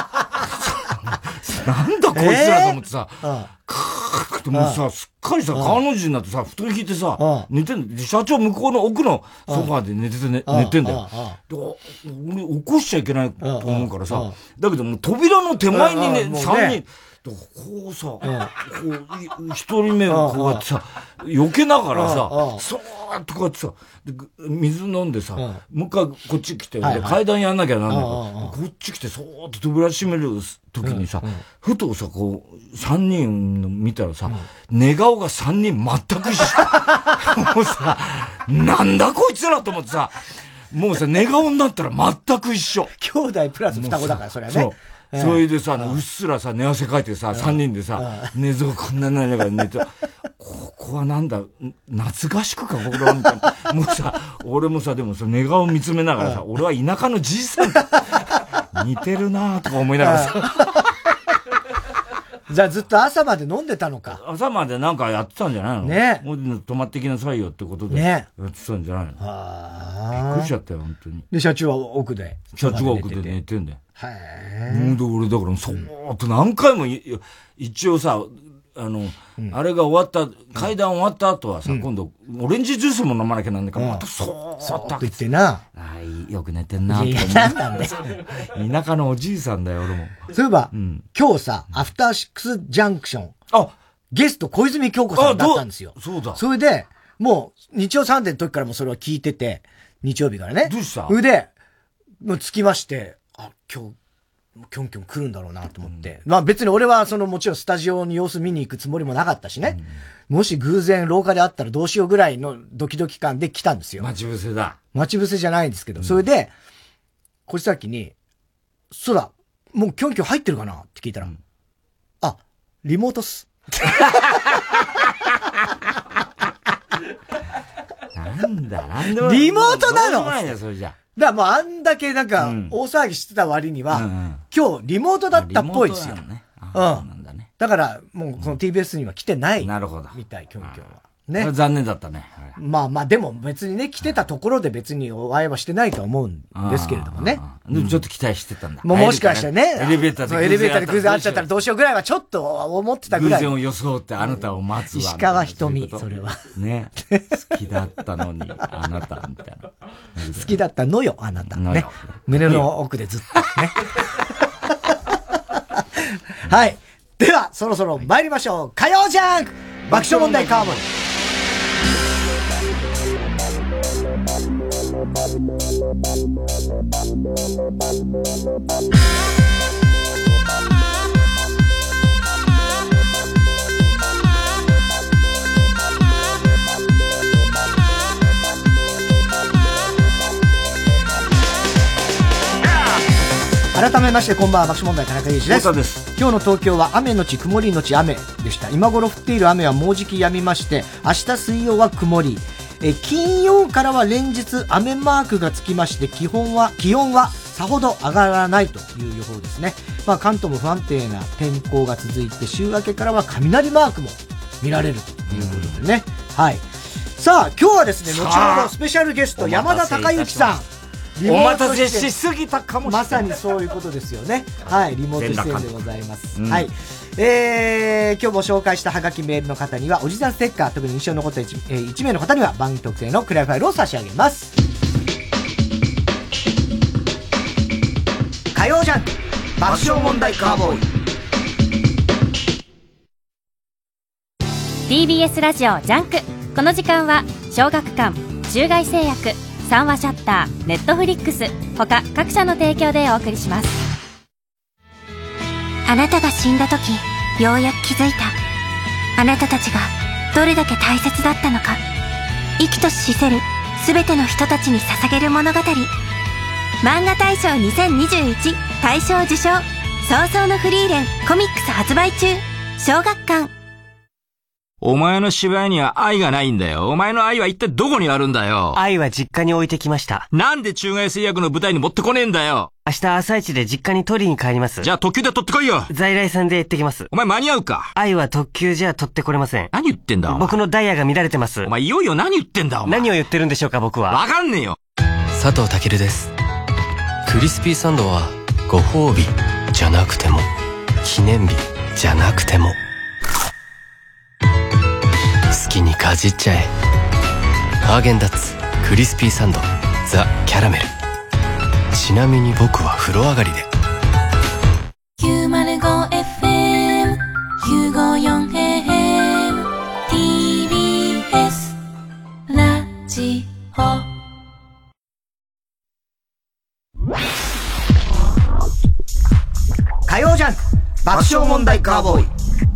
なんだこいつらと思ってさ、えー、カーってもうさ、すっかりさ、川の字になってさ、布団引いてさ、寝てんだよ。社長向こうの奥のソファーで寝てて、ね、寝てんだよ。で、俺起こしちゃいけないと思うからさ、だけどもう扉の手前にね、三人、こうさ、こう、一人目をこうやってさ、避けながらさ、そーっとこうやってさ、水飲んでさ、もう一回こっち来て、階段やんなきゃなんないから、こっち来てそーっと扉閉める時にさ、ふとさ、こう、三人見たらさ、寝顔が三人全く一緒。もうさ、なんだこいつらと思ってさ、もうさ、寝顔になったら全く一緒。 兄弟プラス双子だから、それはね。 それでさ、うっすらさ、寝汗かいてさ、三人でさ、寝相こんなになりながら寝て、ここはなんだ、夏合宿か、これは、みたいな。もうさ、俺もさ、でもさ、寝顔見つめながらさ、俺は田舎のじいさん似てるなぁとか思いながらさ。 じゃあずっと朝まで飲んでたのか。 朝までなんかやってたんじゃないのね。 もう泊まってきなさいよってことで。ね。やってたんじゃないの。 はあ。びっくりしちゃったよ、本当に。 で、社長は奥で。 社長は奥で寝てんだよ。 へぇー。俺だから、そーっと何回も、一応さ、あの、うん、あれが終わった、階段終わった後はさ、うん、今度、オレンジジュースも飲まなきゃなんないから、うん、またそーっと言ってな。 ああ、よく寝てんなって思う。 なんなんだよ。 田舎のおじいさんだよ、俺も。 そういえば、うん、今日さ、アフターシックスジャンクション。あゲスト小泉京子さんだったんですよ。 そうだ。 それで、もう、日曜サンデーの時からもそれは聞いてて、日曜日からね。 どうしたそれで、もう着きまして、あ、今日、キョンキョン来るんだろうなと思って。うん、まあ別に俺はそのもちろんスタジオに様子見に行くつもりもなかったしね。うん、もし偶然廊下で会ったらどうしようぐらいのドキドキ感で来たんですよ。 待ち伏せだ。 待ち伏せじゃないんですけど。うん、それで、小崎に、そうだ、もうキョンキョン入ってるかなって聞いたら、うん、あ、リモートっす。 なんだ、なんでもリモートなの？ ないね、それじゃ。 だからもうあんだけなんか、大騒ぎしてた割には、うんうん、今日リモートだったっぽいですよ。ね、うん。なんだね。だから、もうこの ティービーエス には来てない。 なるほど。 みたい、キョンキョンは。ね。 残念だったね。 まあまあ、でも別にね、来てたところで別にお会いはしてないとは思うんですけれどもね。 でもちょっと期待してたんだ。 もうもしかしてね。 エレベーターで偶然。 エレベーターで偶然会っちゃったらどうしようぐらいはちょっと思ってたぐらい。 偶然を装ってあなたを待つわ。 石川瞳、それは。 ね。好きだったのに、あなた、みたいな。 好きだったのよ、あなた。ね。胸の奥でずっとね。はい。では、そろそろ参りましょう。火曜ジャンク爆笑問題カーボーイ。改めましてこんばんは、爆笑問題田中裕二です。 です。 今日の東京は雨のち曇りのち雨でした。今頃降っている雨はもうじき止みまして、明日水曜は曇り、え金曜からは連日雨マークがつきまして、基本は気温はさほど上がらないという予報ですね。まあ関東も不安定な天候が続いて、週明けからは雷マークも見られるということでね。はい。さあ今日はですね、後ほどスペシャルゲスト山田孝之さん。 お待たせしすぎたかもしれない。 まさにそういうことですよね。はい、リモート出演でございます。うん、はい。えー、今日も紹介したハガキメールの方には、おじさんステッカー、特に印象に残った 1,、えー、いち名の方には番組特製のクライファイルを差し上げます。火曜ジャンク爆笑問題カーボーイ。 ティービーエス ラジオジャンク。この時間は小学館、中外製薬、三話シャッター、ネットフリックス他各社の提供でお送りします。 あなたが死んだ時、ようやく気づいた。あなたたちがどれだけ大切だったのか。生きとし死せる全ての人たちに捧げる物語。漫画大賞にせんにじゅういち大賞受賞。早々のフリーレンコミックス発売中。小学館。 お前の芝居には愛がないんだよ。お前の愛は一体どこにあるんだよ。 愛は実家に置いてきました。 なんで中外製薬の舞台に持ってこねえんだよ。 明日朝一で実家に取りに帰ります。 じゃあ特急で取ってこいよ。 在来線で行ってきます。 お前間に合うか。 愛は特急じゃ取ってこれません。 何言ってんだ。 僕のダイヤが乱れてます。 お前いよいよ何言ってんだ。お前何を言ってるんでしょうか。僕はわかんねえよ。 佐藤健です。クリスピーサンドはご褒美じゃなくても記念日じゃなくても好きにかじっちゃえ。ハーゲンダッツクリスピーサンドザ・キャラメル。ちなみに僕は風呂上がりできゅうまるごエフエム きゅうごよんエフエム ティービーエス ラジオ。 火曜ジャンク爆笑問題カーボーイ。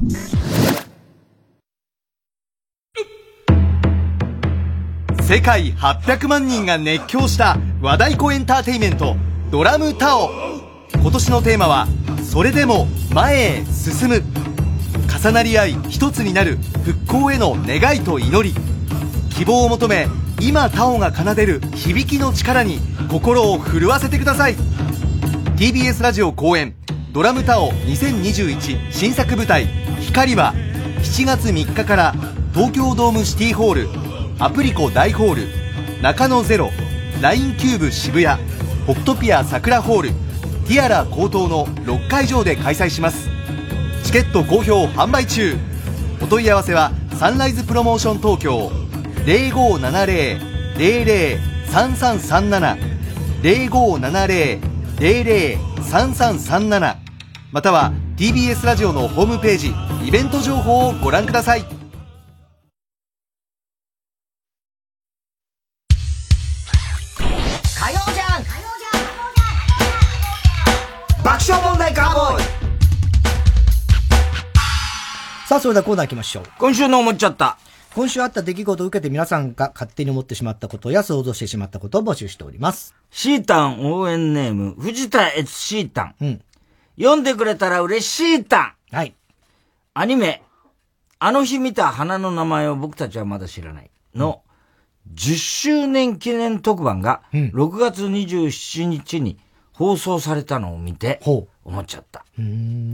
世界はっぴゃくまん人が熱狂した和太鼓エンターテイメントドラムタオ。今年のテーマはそれでも前へ進む。重なり合い一つになる復興への願いと祈り、希望を求め今タオが奏でる響きの力に心を震わせてください。 ティービーエス ラジオ公演ドラムタオにせんにじゅういち新作舞台光はしちがつみっかから東京ドームシティホール、アプリコ大ホール、中野ゼロ、ラインキューブ渋谷、北トピア桜ホール、ティアラ高等のろっかいじょうで開催します。チケット好評販売中。お問い合わせはサンライズプロモーション東京 ゼロごーななゼロ ゼロゼロ さんさんさんなな ゼロごーななゼロ ゼロゼロ さんさんさんなな、または ティービーエス ラジオのホームページイベント情報をご覧ください。 火曜じゃん爆笑問題カーボーイ。さあ、それではコーナー行きましょう。 今週の思っちゃった。 今週あった出来事を受けて皆さんが勝手に思ってしまったことや想像してしまったことを募集しております。 シータン応援ネーム、藤田悦シータン。 うん。 読んでくれたら嬉しいタン。 はい。 アニメ、あの日見た花の名前を僕たちはまだ知らないの、うん、じゅっしゅうねん記念特番がろくがつにじゅうしちにちに放送されたのを見て、思っちゃった。 うん、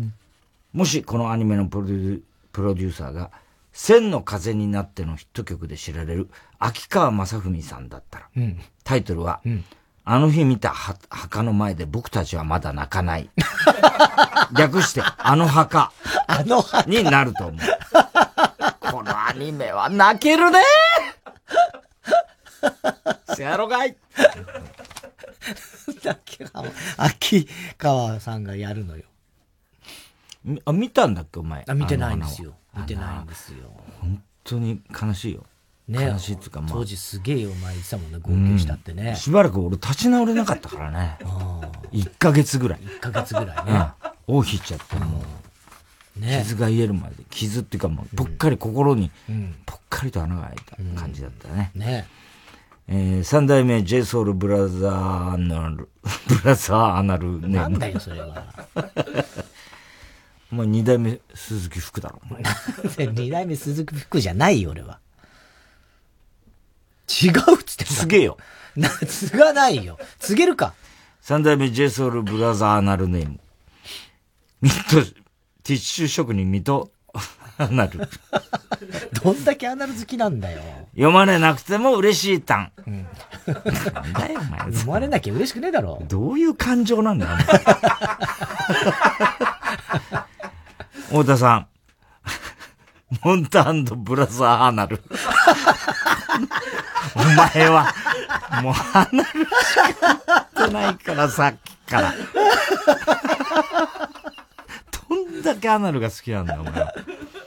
もしこのアニメのプロデュプロデューサーが千の風になってのヒット曲で知られる秋川雅史さんだったら、うん、タイトルは、うん、あの日見た墓の前で僕たちはまだ泣かない。略して、あの墓。 あの墓。 になると思う。このアニメは泣けるねせやろがい。 秋川さんがやるのよ。 あ、見たんだっけお前。 あ、見てないんですよ。見てないんですよ。 本当に悲しいよ。ね、悲しいっていうか、まあ、 当時すげえよ、お前言ってたもんね、号泣したってね、 うん。しばらく俺立ち直れなかったからね。いっかげつぐらい。 いっかげつぐらいね。 尾を引いちゃって、もう、ね、傷が癒えるまで。傷っていうかもう、ぽっかり心に、ぽっかりと穴が開いた感じだったね。 うん、ねえー、三代目 J ソウルブラザーアナル、ブラザーアナルね。 なんだよ、それは。 お前二代目鈴木福だろ。 二代目鈴木福じゃないよ、俺は。違うっつってんだ。 すげえよ。 な、継がないよ。継げるか。 三代目 J ソウルブラザーアナルネーム。ミット、ティッシュ職人ミトアナル。 どんだけアナル好きなんだよ。 読まれなくても嬉しいタン。うん、なんだよ、お前。 読まれなきゃ嬉しくねえだろ。 どういう感情なんだよ、太田さん。モンタ&ブラザーアナル。お前は、もうアナルしか言ってないから、さっきから。どんだけアナルが好きなんだ、お前は。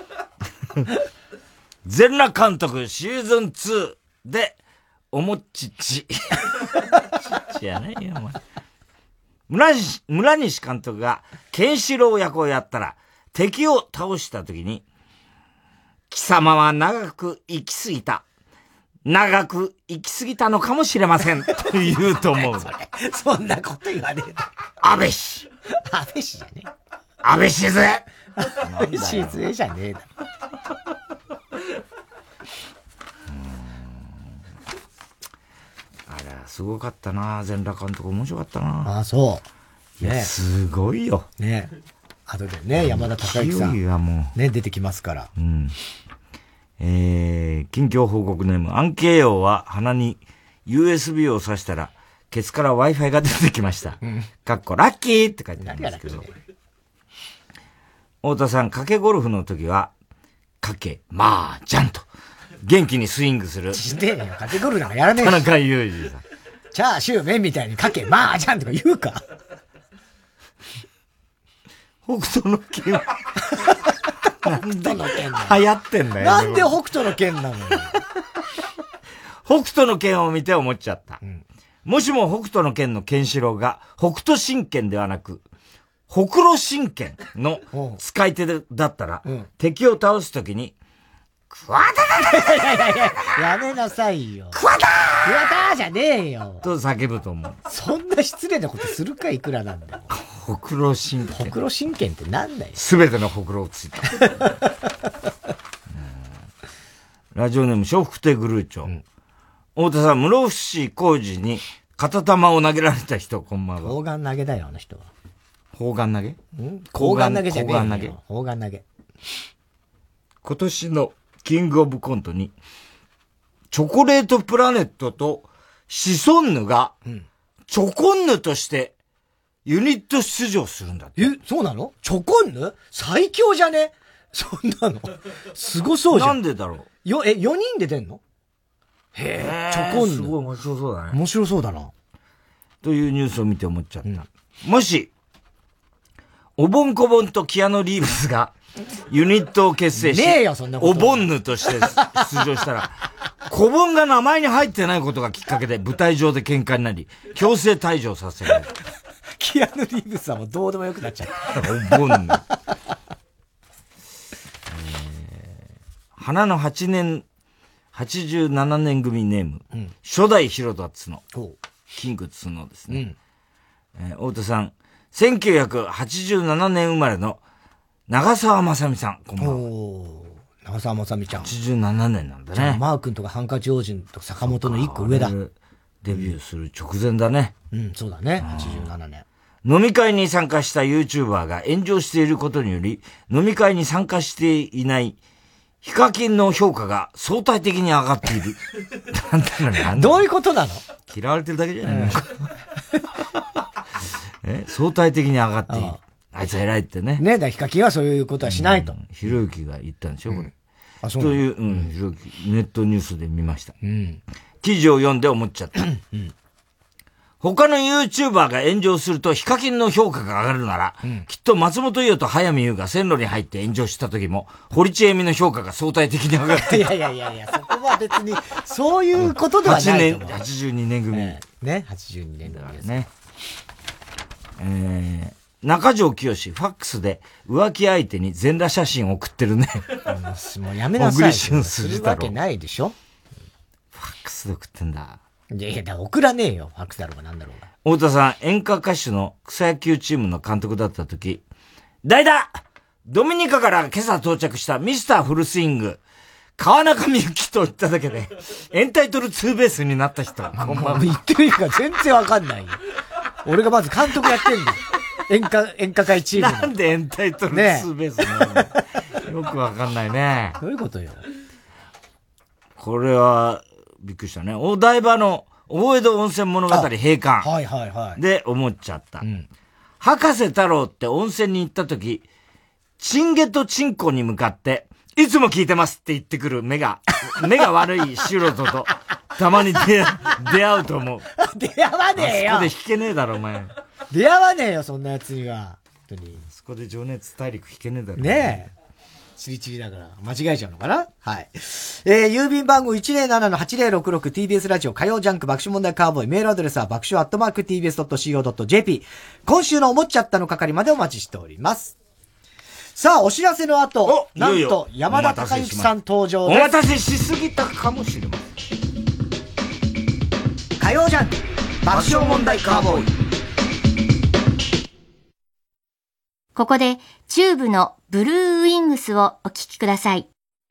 全裸監督シーズンツーで、おもちち。ちっちやないよ、お前。村西、村西監督が、ケンシロウ役をやったら、敵を倒した時に、貴様は長く生きすぎた。長く生きすぎたのかもしれません。と言うと思う。 そ, そんなこと言われる。 安倍氏。 安倍氏じゃねえ。 安倍静江。 安倍静江じゃねえだ。 あれ、すごかったな。全裸監督面白かったな。 ああ、そう。 ね、いや、すごいよ。 ねあとでね、山田孝之さん。 がもう。ね、出てきますから。 うん。えー、近況報告ネーム、アンケイヨウは鼻に ユーエスビー を挿したら、ケツから Wi-Fi が出てきました。うん、かっこ、ラッキーって書いてあるんですけど。太田さん、賭けゴルフの時は、賭け、まあ、じゃんと、元気にスイングする。 してえよ、賭けゴルフなんかやらねえし。田中裕二さん。 チャーシュー麺みたいに賭け、まあ、じゃんとか言うか。 北斗の拳はなんでの剣流行ってんだよ。 なんで北斗の拳なのよ。 北斗の拳を見て思っちゃった。うん、もしも北斗の拳のケンシロウが北斗神拳ではなく、ほくろ神拳の使い手だったら、うん、敵を倒すときに、クワタだいやいやいや、やめなさいよ。 クワタークワターじゃねえよ。 と叫ぶと思う。 そんな失礼なことするかいくらなんだよ。 ほくろ神経。 ほくろ神経ってなんだよ。 すべてのほくろをついた。ラジオネーム、笑福亭グルーチョ。うん、太田さん、室伏浩二に片玉を投げられた人、こんばんは。 砲丸投げだよ、あの人は。 砲丸投げん砲丸投げじゃねえよ。 砲丸投げ砲丸投げ。 今年のキングオブコントに、チョコレートプラネットとシソンヌが、チョコンヌとしてユニット出場するんだって。 え、そうなの？チョコンヌ最強じゃね？そんなの。すごそうじゃん。 なんでだろう。 よ、え、よにんで出んの？へえ、チョコンヌ。 すごい面白そうだね。 面白そうだな。 というニュースを見て思っちゃった。うん、もし、おぼんこぼんとキアヌ・リーブスがユニットを結成し、 ねえよ、そんなこと。 おぼんぬとして出場したら、こぼんが名前に入ってないことがきっかけで舞台上で喧嘩になり、強制退場させられる。 キアヌ・リーブスはもうどうでもよくなっちゃう。おぼんぬ。花のはちねん、はちじゅうななねん組ネーム、うん、初代広田つの、キングつのですね。うんえー、太田さん、せんきゅうひゃくはちじゅうななねん生まれの長澤まさみさん、こんばんは。 お長澤まさみちゃん。 はちじゅうななねんなんだね。 マー君とかハンカチ王子と坂本の一個上だ。 デビューする直前だね。 うん、そうだね。はちじゅうななねん。飲み会に参加した YouTuber が炎上していることにより、飲み会に参加していないヒカキンの評価が相対的に上がっている。なんだろうね。 どういうことなの？ 嫌われてるだけじゃないの、うん、え相対的に上がっている。あ, あいつ偉いってね。 ねえ、だヒカキンはそういうことはしないと。 ひろゆきが言ったんでしょ、これ。うん、 あ、そうという、うん、ひろゆき、ネットニュースで見ました。うん、記事を読んで思っちゃった。うん他の YouTuber が炎上するとヒカキンの評価が上がるなら、うん、きっと松本伊代と早見優が線路に入って炎上した時も、堀ちえみの評価が相対的に上がっている。いやいやいやいや、そこは別に、そういうことではないと思う。はちねん、 はちじゅうにねん組。 えー、ね、はちじゅうにねん組ですね。えー、中条きよし、ファックスで浮気相手に全裸写真を送ってるね。 もうやめなさい。 小栗旬するわけないでしょ。 ファックスで送ってんだ。 いやいや、送らねえよ。ファックスだろうがなんだろうが。 太田さん、演歌歌手の草野球チームの監督だった時、代打ドミニカから今朝到着したミスターフルスイング、川中美幸と言っただけで、エンタイトルツーベースになった人。こんばんは。言ってる意味が全然わかんないよ。俺がまず監督やってんだよ。演歌、演歌会チーム。 なんでエンタイトルツーベースになるの、ね、よくわかんないね。 どういうことよ。 これは、びっくりしたね。お台場の大江戸温泉物語閉館。 はいはいはい。 で思っちゃった。うん、博士太郎って温泉に行った時、チンゲとチンコに向かって、いつも聞いてますって言ってくる目が、目が悪い素人と、たまに出、出会うと思う。 出会わねえよ。 そこで弾けねえだろ、お前。 出会わねえよ、そんな奴には。本当に。 そこで情熱大陸弾けねえだろ。 ねえ。チリチリだから、間違えちゃうのかなはい。えー、郵便番号 いちまるななのはちまるろくろく ティービーエス ラジオ火曜ジャンク爆笑問題カーボーイメールアドレスは爆笑アットマーク ティービーエスドットシーオードットジェーピー 今週の思っちゃったの係までお待ちしております。さあ、お知らせの後、なんと山田孝之さん登場です。 お待たせしすぎたかもしれません。 火曜ジャンク爆笑問題カーボーイ。 ここでチューブのブルーウィングスをお聴きください。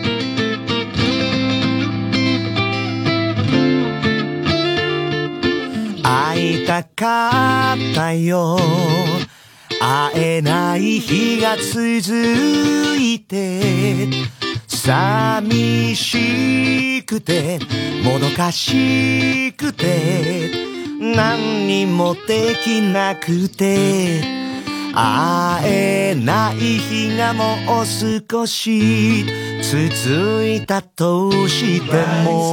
会いたかったよ、会えない日が続いて、寂しくてもどかしくて何にもできなくて、会えない日がもう少し続いたとしても、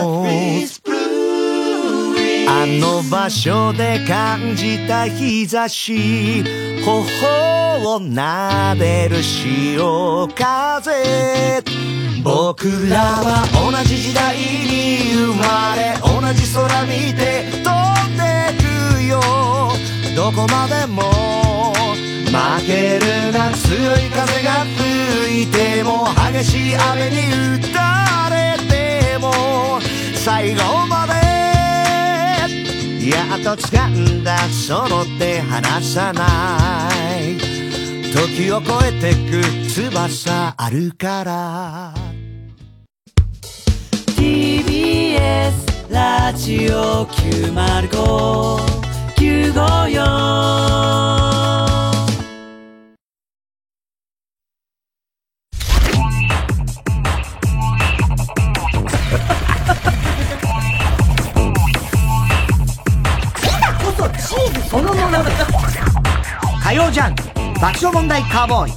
あの場所で感じた日差し、頬を撫でる潮風、僕らは同じ時代に生まれ、同じ空見て飛んでくよ、どこまでも負けるな、強い風が吹いても激しい雨に打たれても最後までやっと掴んだその手離さない時を超えてく翼あるからティービーエス ラジオきゅうまるご きゅうごよんチーズそのもの火曜ジャンク爆笑問題カーボーイ。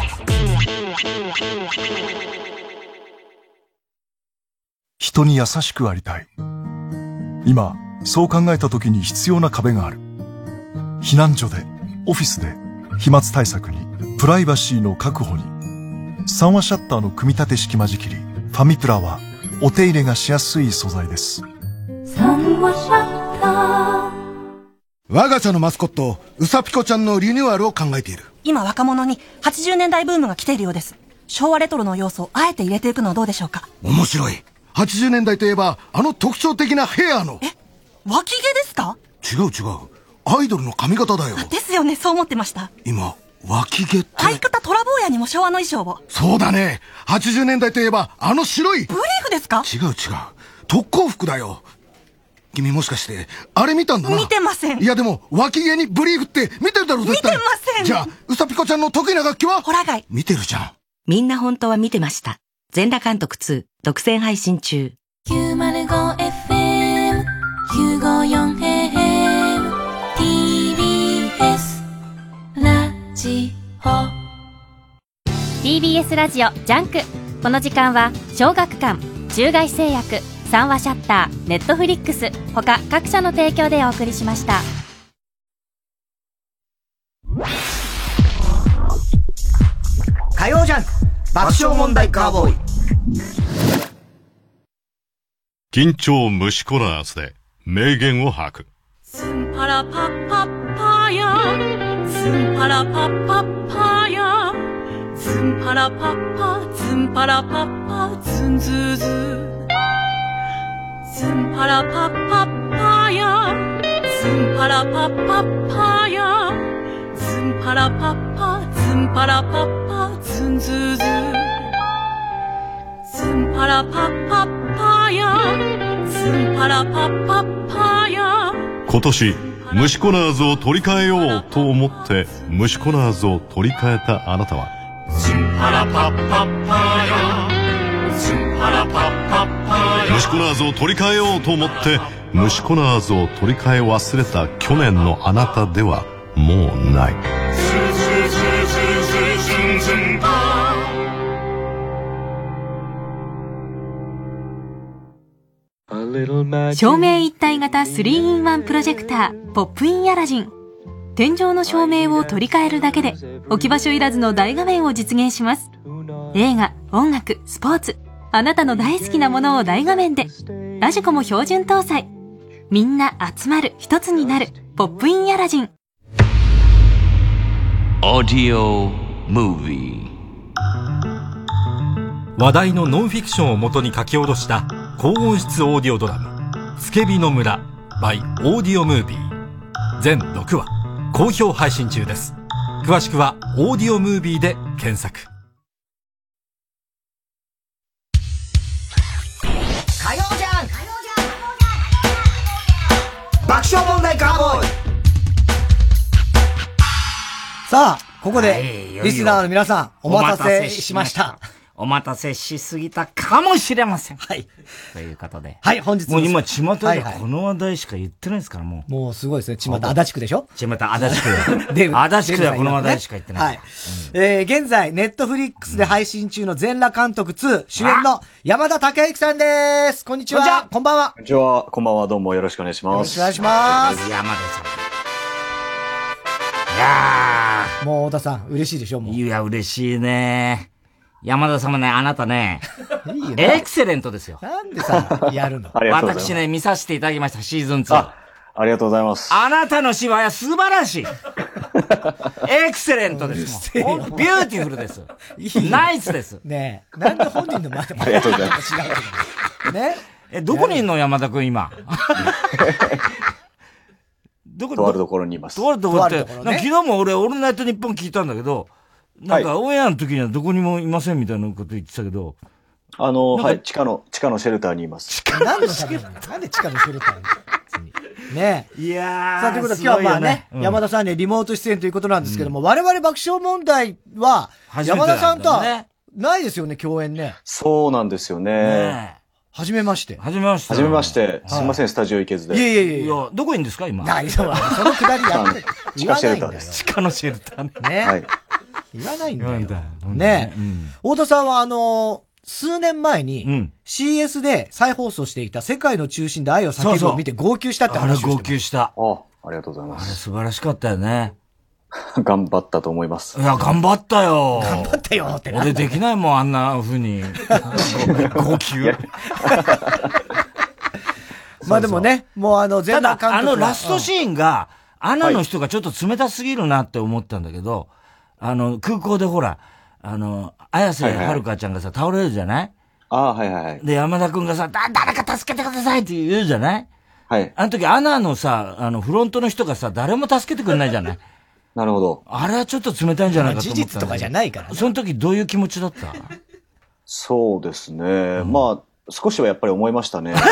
人に優しくありたい。今そう考えた時に必要な壁がある。避難所で、オフィスで、飛沫対策に、プライバシーの確保に。三話シャッターの組み立て式間仕切りファミプラはお手入れがしやすい素材です。 三話シャッター。 我が社のマスコットうさぴこちゃんのリニューアルを考えている。 今若者にはちじゅうねんだいブームが来ているようです。昭和レトロの要素をあえて入れていくのはどうでしょうか。 面白い。はちじゅうねんだいといえばあの特徴的なヘアの。 え、脇毛ですか。 違う違う、アイドルの髪型だよ。 ですよね、そう思ってました。 今脇毛って相方トラ坊やにも昭和の衣装を。 そうだね、はちじゅうねんだいといえばあの白いブリーフですか。 違う違う、特攻服だよ。君もしかしてあれ見たんだな。 見てません。 いやでも脇毛にブリーフって見てるだろ絶対。 見てません。 じゃあうさぴこちゃんの得意な楽器は。 ホラガイ。 見てるじゃん。 みんな本当は見てました。全裸監督ツー独占配信中。 きゅうまるごエフエム きゅうごよんエーエム ティービーエス ラジオティービーエス ラジオジャンク。この時間は小学館、中外製薬、三話シャッター、ネットフリックス他各社の提供でお送りしました。 火曜ジャンク爆笑問題カーボーイ。 緊張虫コナーズで名言を吐く。 スンパラパッパッパーヤスンパラパッパッパーヤスンパラパッパスンパラパッパズンズーズースンパラパッパッパーヤスンパラパッパッパーヤスンパラパッパスンパラパッパズンズーズースンパラパッパッパーヤスンパラパッパッパーヤ。 今年虫コナーズを取り替えようと思って虫コナーズを取り替えたあなたはスンパラパッパッパーヤスンパラパッパッパーヤ。 虫コナーズを取り替えようと思って虫コナーズを取り替え忘れた去年のあなたではもうない。 照明一体型 スリーインワン プロジェクターポップインアラジン。天井の照明を取り替えるだけで置き場所いらずの大画面を実現します。映画、音楽、スポーツ、あなたの大好きなものを大画面で。ラジコも標準搭載。みんな集まる、一つになるポップインアラジン。 オーディオムービー。 話題のノンフィクションをもとに書き下ろした高音質オーディオドラマつけびの村 by オーディオムービー。全ろくわ好評配信中です。詳しくはオーディオムービーで検索。 火曜ジャンク爆笑問題カーボーイ。さあここでリスナーの皆さんお待たせしました。 お待たせしすぎたかもしれません。 はい。 ということで。 はい、本日もう今、巷でこの話題しか言ってないですから、もう。もうすごいですね。巷、足立区でしょ巷、足立区で。足立区ではこの話題しか言ってない。 はい。えー、現在、ネットフリックスで配信中の全裸監督ツー、主演の山田孝之さんです。こんにちは。こんばんは。 こんにちは。こんばんは。どうもよろしくお願いします。 よろしくお願いします。 山田さん。いやー。もう太田さん、嬉しいでしょもう。 いや、嬉しいね。山田様ね、あなたね、いいエクセレントですよ。 なんでさ、やるの私ね、見させていただきました、シーズンツー。 あ、ありがとうございます。 あなたの芝居は素晴らしい。エクセレントですもん。ビューティフルです。ナイスです。 ねえ、なんで本人の前でもありがとうございます。 ねえ、どこにいんの山田くん今。 どこ、 とあるところにいます。 とあるところって、昨日も俺、オールナイトニッポン聞いたんだけど、なんか、オンエアの時にはどこにもいませんみたいなこと言ってたけど、 あの、はい、地下の、地下のシェルターにいます。 地下のシェルターなんで地下のシェルターにねえ。 いやー。 さあ、ということで今日はまあね、うん、山田さんにリモート出演ということなんですけども、うん、我々爆笑問題は、山田さんとはないですよね、共演ね。 そうなんですよね。ねはじめまして。 はじめまして。 はじめまして。すいません、スタジオ行けずで。 いやいやいやいや。 どこいいんですか、今。 ない、そのくだりやって。 地下シェルターです。 地下のシェルターね。 ね。はい。言わないんだよ。ねえ。太田さんはあの、数年前に シーエス で再放送していた世界の中心で愛を叫ぶを見て号泣したって話をしてあれ号泣した。 あ、ありがとうございます。 あれ素晴らしかったよね。 頑張ったと思います。 いや、頑張ったよ。 頑張ったよって俺できないもん、あんな風に。号泣。 まあでもね、もうあの、 全部ただ、あのラストシーンが、アナの人がちょっと冷たすぎるなって思ったんだけど、あの、空港でほら、あの、綾瀬はるかちゃんがさ、倒れるじゃない？ ああ、はいはいはい。 で、山田くんがさ、だ、誰か助けてくださいって言うじゃない？ はい。 あの時、アナのさ、あの、フロントの人がさ、誰も助けてくれないじゃない？ なるほど。 あれはちょっと冷たいんじゃないかと思った。 事実とかじゃないからね。 その時どういう気持ちだった？ そうですね。うん、まあ、少しはやっぱり思いましたね。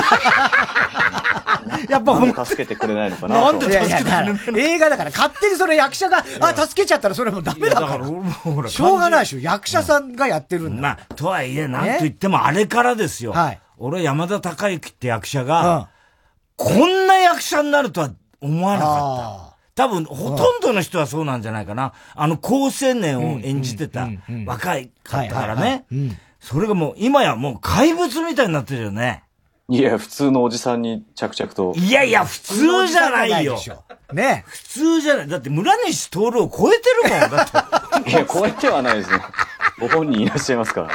やっぱほんと助けてくれないのかな。 なんで助けてくれないの？映画だから勝手にそれ役者が、あ、助けちゃったらそれもダメだから。しょうがないでしょ。役者さんがやってるんだ。 まあ、とはいえ、なんと言ってもあれからですよ。はい。俺、山田孝之って役者が、こんな役者になるとは思わなかった。多分、ほとんどの人はそうなんじゃないかな。あの、高青年を演じてた、若いかったからね。それがもう、今やもう怪物みたいになってるよね。 いや、普通のおじさんに着々と。 いやいや、普通じゃないよ。 ね。 普通じゃない。だって村西徹を超えてるもん、だって。いや、超えてはないですね。ご本人いらっしゃいますから。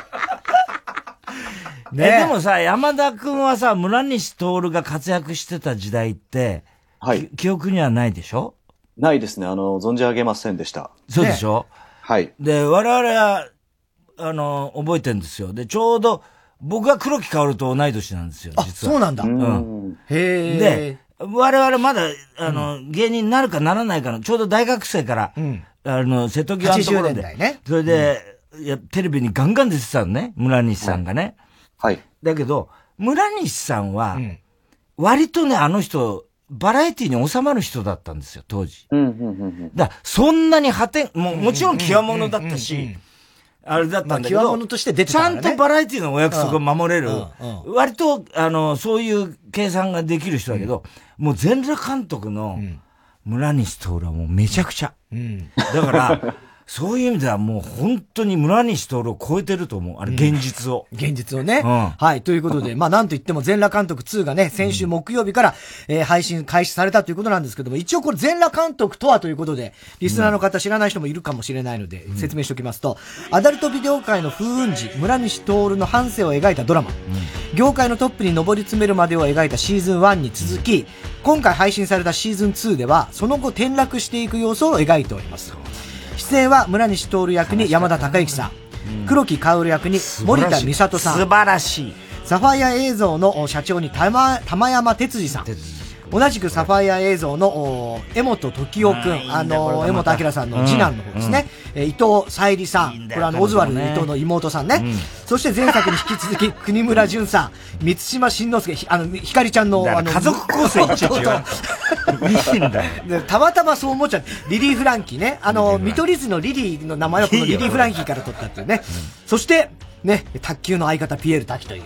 ね。え、でもさ、山田くんはさ、村西徹が活躍してた時代って、はい。記憶にはないでしょ？ ないですね。あの、存じ上げませんでした。 そうでしょ？ はい。 で、我々は、あの、覚えてるんですよ。で、ちょうど、僕が黒木薫と同い年なんですよ、実は。あ、そうなんだ。 うん。へえ。で、我々まだ、あの、うん、芸人になるかならないかの、ちょうど大学生から、うん、あの、瀬戸際のところで。はちじゅうねんだいね。それで、うん、いや、テレビにガンガン出てたのね、村西さんがね。 はい。 だけど、村西さんは、うん、割とね、あの人、バラエティに収まる人だったんですよ、当時。 うん、うん、うん。 だそんなに破天、もう、もちろん極物だったし、あれだったんだけど、 極物として出てたからね、 ちゃんとバラエティのお約束を守れる、うんうん、割と、あの、そういう計算ができる人だけど、うん、もう全裸監督の村西徹はもうめちゃくちゃ。うん、だから、そういう意味ではもう本当に村西徹を超えてると思う。あれ、現実を。 うん、現実をね。うん、はい。ということで、まあなんと言っても全裸監督ツーがね、先週木曜日から、えー、配信開始されたということなんですけども、一応これ全裸監督とはということで、リスナーの方知らない人もいるかもしれないので、説明しておきますと、うん、アダルトビデオ界の風雲児、村西徹の半生を描いたドラマ、うん、業界のトップに上り詰めるまでを描いたシーズンワンに続き、今回配信されたシーズンツーでは、その後転落していく様子を描いております。出演は村西徹役に山田孝之さん、うん、黒木薫役に森田美里さん、 素晴らしい。 サファイア映像の社長に玉山哲司さん、同じくサファイア映像の江本時夫くん、あの江本明さんの次男の方ですね、うんうん、伊藤沙莉さん、これあのオズワルド伊藤の妹さんね、うん、そして前作に引き続き国村淳さん、満島真之介、あのひかりちゃんのあの家族構成一応いいんだよ。 たまたまそう思っちゃう。リリー・フランキーね、あの見取り図のリリーの名前をこのリリー・フランキーから取ったっていうね、うん、そしてね、卓球の相方ピエール滝という。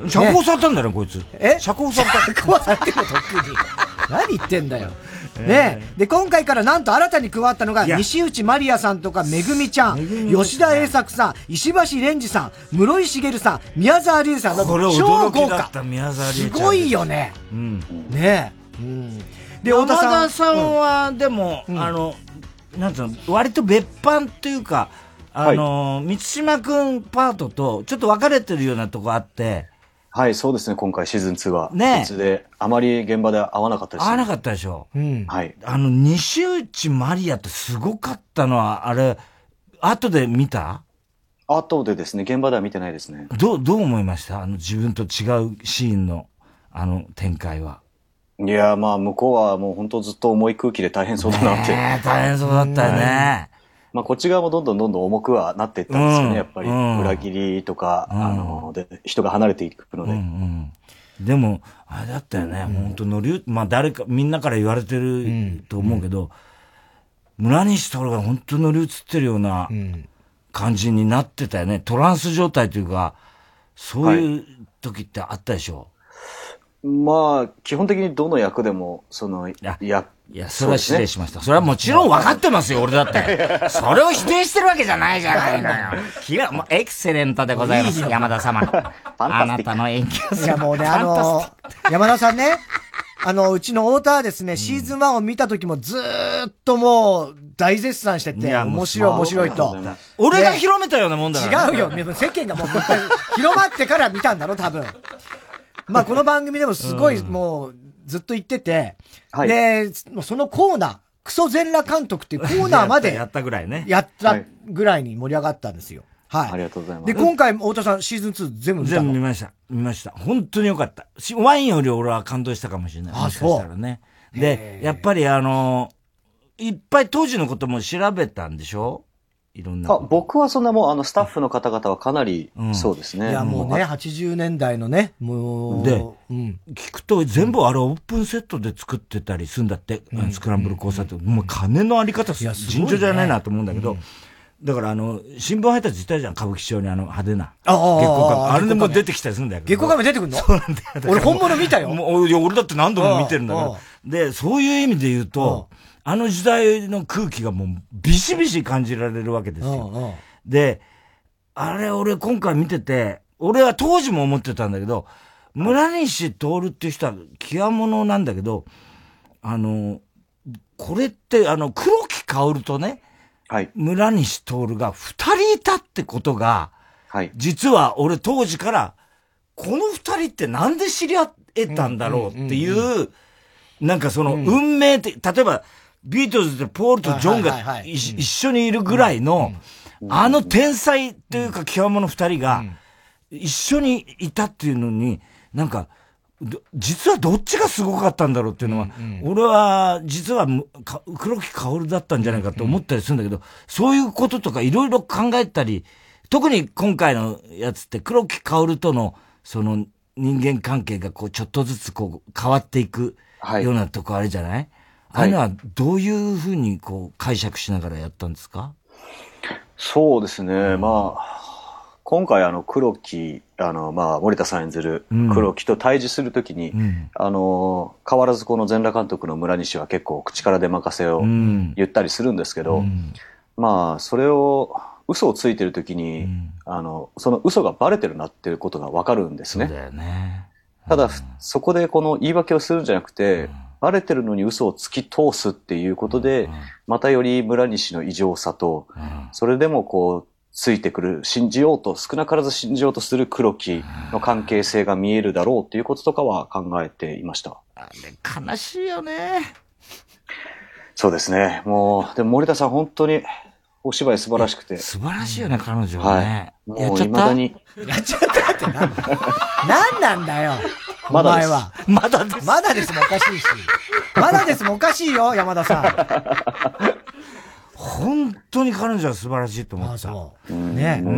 釈放されたんだよね、こいつ。 え釈放された。 釈放されてるの、とっくに。何言ってんだよ。ねえ。で、今回からなんと新たに加わったのが、西内まりやさんとかめぐみちゃん、吉田栄作さん、石橋蓮司さん、室井茂さん、宮沢りえさん、 これ驚きだった宮沢りえちゃん。 すごいよね。 うん。 ねえ。うん。 で、山田さんは、でも、あの、なんつうの、割と別班というか、あの、はい、満島くんパートとちょっと分かれてるようなとこあって。 はい、そうですね、今回シーズンツーは。 ね。 別で、あまり現場で会わなかったです、ね。 会わなかったでしょ。 うん。 はい。 あの、西内まりやってすごかったのは、あれ、後で見た？ 後でですね、現場では見てないですね。 どう、どう思いました？あの、自分と違うシーンの、あの、展開は。 いや、まあ、向こうはもう本当ずっと重い空気で大変そうだなって。 ねえ、大変そうだったよね。 まあ、こっち側もどんどんどんどん重くはなっていったんですよね、 うんやっぱり。 うん、 裏切りとか、うん、あの、で、人が離れていくので。うんうんでも、あれだったよね、うん、本当乗り、まあ誰か、みんなから言われてると思うけど、うん、村西徹が本当乗り移ってるような感じになってたよね。トランス状態というか、そういう時ってあったでしょ、はいまあ、基本的にどの役でも、その、いや、いや、それは失礼しました。それはもちろん分かってますよ、俺だって。それを否定してるわけじゃないじゃないのよ。きら、もうエクセレントでございます、山田様。あなたの演技をする。 いや、もうね、あの、山田さんね、あの、うちの太田はですね、シーズンワンを見た時もずーっともう、大絶賛してて、面白い面白いと。 俺が広めたようなもんだから。違うよ、世間がもう、広まってから見たんだろ、多分。まあこの番組でもすごいもうずっと言ってて、うん、で、そのコーナー、クソ全裸監督っていうコーナーまでやったぐらいね。 やったぐらいに盛り上がったんですよ。はい。 ありがとうございます。 で、今回太田さんシーズンツー全部見たの？ 全部見ました。見ました。本当によかった。ワインより俺は感動したかもしれない。 あ、そう。もしかしたらね。で、やっぱりあの、いっぱい当時のことも調べたんでしょ？いろんな。 あ、僕はそんなもう、あの、スタッフの方々はかなり、うん、そうですね。 いや、もうね、はちじゅうねんだいのね、もう。 で、うん、聞くと全部あれオープンセットで作ってたりするんだって、うん、スクランブル交差点。うん、もう金のあり方、尋常じゃないなと思うんだけど、うん、だからあの、新聞配達自体じゃん、歌舞伎町にあの派手な。 ああ、 月光仮面。あれでも出てきたりするんだよ。 月光仮面出てくるの？ そうなんだよ。 俺本物見たよ。 もう、いや、俺だって何度も見てるんだから。で、そういう意味で言うと、あの時代の空気がもうビシビシ感じられるわけですよ。うんうん、で、あれ俺今回見てて、俺は当時も思ってたんだけど、村西徹っていう人は極物なんだけど、あの、これってあの黒木薫とね、 はい、 村西徹が二人いたってことが、 はい、 実は俺当時から、この二人ってなんで知り合えたんだろうっていう、うんうんうんうん、なんかその運命的、例えば、ビートルズでポールとジョンが一緒にいるぐらいの、あの天才というか極物二人が一緒にいたっていうのに、なんか、実はどっちがすごかったんだろうっていうのは、俺は実は黒木薫だったんじゃないかと思ったりするんだけど、そういうこととかいろいろ考えたり、特に今回のやつって黒木薫とのその人間関係がこうちょっとずつこう変わっていくようなとこあるじゃない？あれはどういうふうにこう解釈しながらやったんですか？ そうですね。うん、まあ、今回あの黒木、あの、まあ、森田さん演ずる黒木と対峙するときに、うん、あの、変わらずこの全裸監督の村西は結構口から出任せを言ったりするんですけど、うん、まあ、それを、嘘をついてるときに、うん、あの、その嘘がバレてるなっていうことがわかるんですね。 そうだよね。 うん、ただ、そこでこの言い訳をするんじゃなくて、うんバレてるのに嘘を突き通すっていうことで、またより村西の異常さと、それでもこう、ついてくる、信じようと、少なからず信じようとする黒木の関係性が見えるだろうっていうこととかは考えていました。 あれ、悲しいよね。 そうですね。もう、でも森田さん本当にお芝居素晴らしくて。 素晴らしいよね、彼女はね。 はい。もう未だに。 やっちゃったって何何なんだよ。お前は。 まだです。 まだですもおかしいし。まだですもおかしいよ、山田さん。 本当に彼女は素晴らしいと思った。あ、 そう。 ね、うん。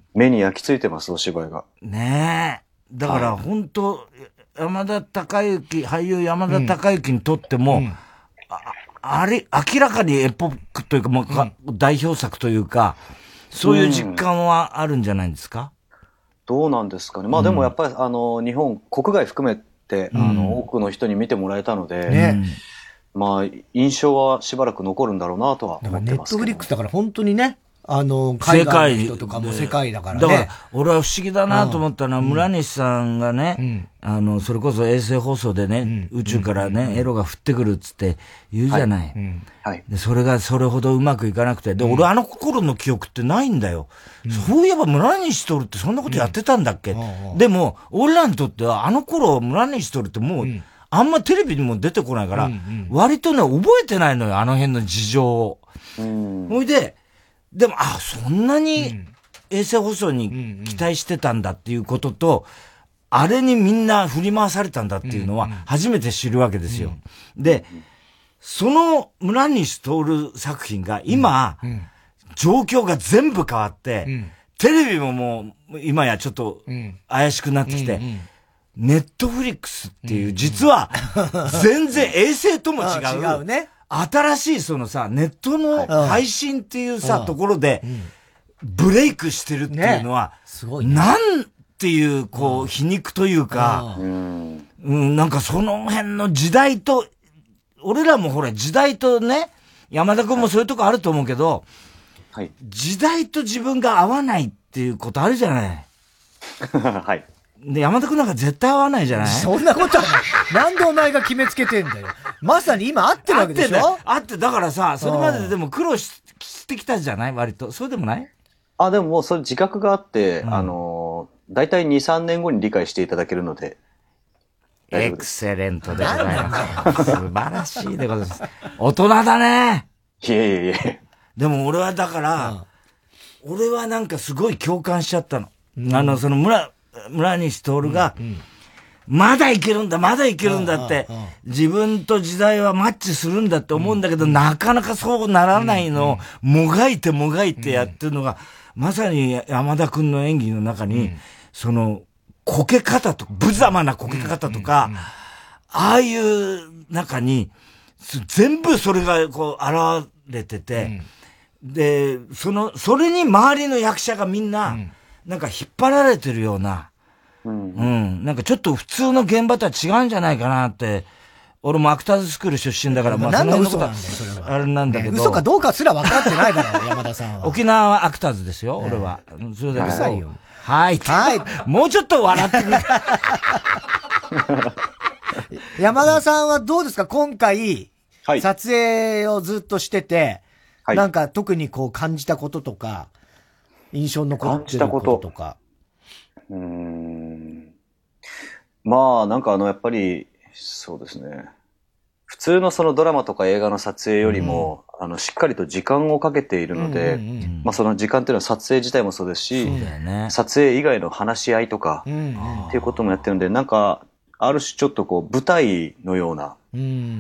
目に焼き付いてます、お芝居が。 ねえ。だから本当、はい、山田孝之、俳優山田孝之にとっても、うん、あ, あれ、明らかにエポックというか、もうか、うん、代表作というか、そういう実感はあるんじゃないですか？ どうなんですかね。まあでもやっぱり、うん、あの、日本、国外含めて、うん、あの、多くの人に見てもらえたので、ね、まあ、印象はしばらく残るんだろうなとは思ってますけど。 ネットフリックスだから本当にね、あの、海外の人とかも世界だからね。だから、 俺は不思議だなと思ったのは、村西さんがね、うん、あの、それこそ衛星放送でね、うん、宇宙からね、うん、エロが降ってくるっつって言うじゃない。はいうんはい、でそれがそれほどうまくいかなくて。で、俺あの頃の記憶ってないんだよ。うん、そういえば村西徹ってそんなことやってたんだっけ、うん、でも、俺らにとってはあの頃村西徹ってもう、うんあんまテレビにも出てこないから、うんうん、割とね、覚えてないのよ、あの辺の事情を。ほ、うん、いで、でも、あ、そんなに衛星放送に期待してたんだっていうことと、 あれにみんな振り回されたんだっていうのは初めて知るわけですよ。で、その村西徹作品が今、状況が全部変わって、テレビももう今やちょっと怪しくなってきて、ネットフリックスっていう実は全然衛星とも違う。 違うね。 新しいそのさ、ネットの配信っていうさ、ところで、ブレイクしてるっていうのは、 すごいね。 なんていう、こう、皮肉というか、うん、なんかその辺の時代と、俺らもほら、時代とね、山田くんもそういうとこあると思うけど、 はい、 時代と自分が合わないっていうことあるじゃない。 はい。 で、山田くんなんか絶対合わないじゃない。 そんなことはない。なんでお前が決めつけてんだよ。まさに今合ってるわけでしょ。 合って合って、だからさ、それまででも苦労ししてきたじゃない割と。そうでもない？ あ、でももうそれ自覚があって、うん、あの、だいたいに、さんねんごに理解していただけるので。 エクセレントでございます。素晴らしいでございます。大人だね。 いえいえいえ。 でも俺はだから、うん、俺はなんかすごい共感しちゃったの。うん、あの、その村、村西徹が、うんうん、まだいけるんだ、まだいけるんだって、自分と時代はマッチするんだって思うんだけど、うん、なかなかそうならないのを、もがいてもがいてやってるのが、まさに山田くんの演技の中に、うん、その、こけ方とか、無様なこけ方とか、うんうんうん、ああいう中に、全部それがこう、現れてて、うん、で、その、それに周りの役者がみんな、うん、なんか引っ張られてるような、うん、うん。なんかちょっと普通の現場とは違うんじゃないかなって、俺もアクターズスクール出身だから、まあ、 何の嘘なんだよ、それは。 あれなんだけど。 嘘かどうかすら分かってないだろ、山田さんは。 沖縄はアクターズですよ、俺は。それだけさいよ。はい。 はい。 もうちょっと笑ってくれ。 山田さんはどうですか今回、はい、撮影をずっとしてて、はい、なんか特にこう感じたこととか、印象に残ってることとか。 うーん。まあ、なんかあの、やっぱり、そうですね。普通のそのドラマとか映画の撮影よりも、うん、あの、しっかりと時間をかけているので、うんうんうん、まあその時間っていうのは撮影自体もそうですし、 そうだよね、 撮影以外の話し合いとか、うんうん、っていうこともやってるんで、なんか、ある種ちょっとこう、舞台のような。 うん、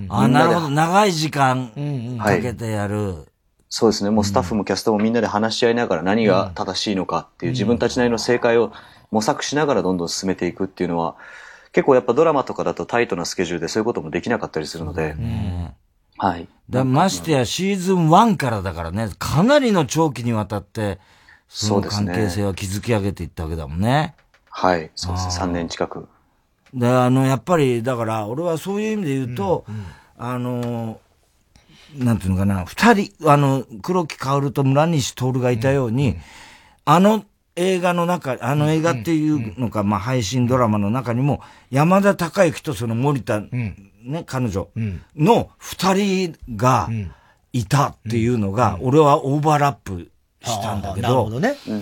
あ、なるほど。長い時間かけてやる、うんうんはい。 そうですね。もうスタッフもキャストもみんなで話し合いながら何が正しいのかっていう自分たちなりの正解を模索しながらどんどん進めていくっていうのは、結構やっぱドラマとかだとタイトなスケジュールでそういうこともできなかったりするので。ね、はい。 だましてやシーズンワンからだからね、かなりの長期にわたって、その関係性は築き上げていったわけだもんね。 はい。そうですね。さんねん近く。 で、あの、やっぱり、だから、俺はそういう意味で言うと、うんうん、あの、なんていうのかな、二人、あの、黒木薫と村西徹がいたように、うんうん、あの、映画の中、あの映画っていうのか、まあ配信ドラマの中にも、山田孝之とその森田、ね、彼女の二人がいたっていうのが、俺はオーバーラップしたんだけど、なるほどね。うん。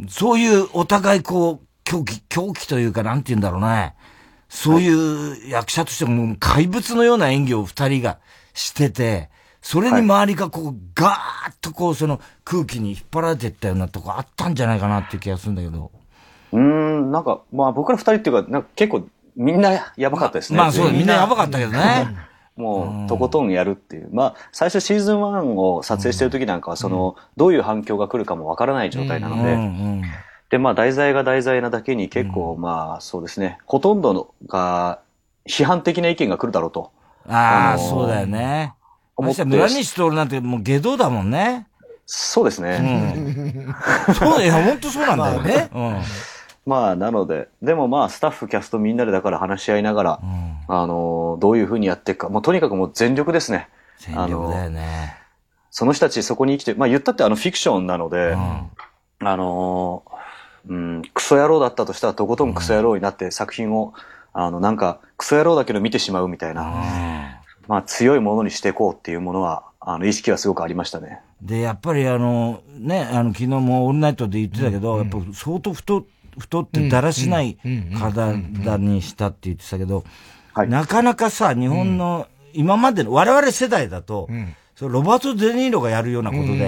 そういうお互いこう、狂気、狂気というかなんて言うんだろうね。そういう役者としてももう怪物のような演技を二人がしてて、それに周りがこう、ガーッとこう、その空気に引っ張られていったようなとこあったんじゃないかなっていう気がするんだけど。 うーん、なんか、まあ僕ら二人っていうか、なんか結構みんなやばかったですね。 まあ、まあそう、みんなやばかったけどね。 もう、とことんやるっていう。まあ、最初シーズンワンを撮影してる時なんかは、その、どういう反響が来るかもわからない状態なので、うんうん、で、まあ題材が題材なだけに結構、まあそうですね、ほとんどが批判的な意見が来るだろうと。 ああ、そうだよね。思って村西徹なんてもう下道だもんね。 そうですね。 うん、そう、いや、本当そうなんだよね。 うん、まあ、なので、でもまあ、スタッフ、キャストみんなでだから話し合いながら、うん、あの、どういう風にやっていくか、もうとにかくもう全力ですね。 全力だよね。 その人たちそこに生きて、まあ言ったってあのフィクションなので、うん、あの、うん、クソ野郎だったとしたらとことんクソ野郎になって作品を、あの、なんか、クソ野郎だけど見てしまうみたいな、うん、まあ強いものにしていこうっていうものは、あの、意識はすごくありましたね。 で、やっぱりあの、ね、あの、昨日もオールナイトで言ってたけど、うん、やっぱ相当太、太ってだらしない体にしたって言ってたけど、はい、なかなかさ、日本の、今までの、我々世代だと、うん、そロバート・デ・ニーロがやるようなことで、うんうんうん、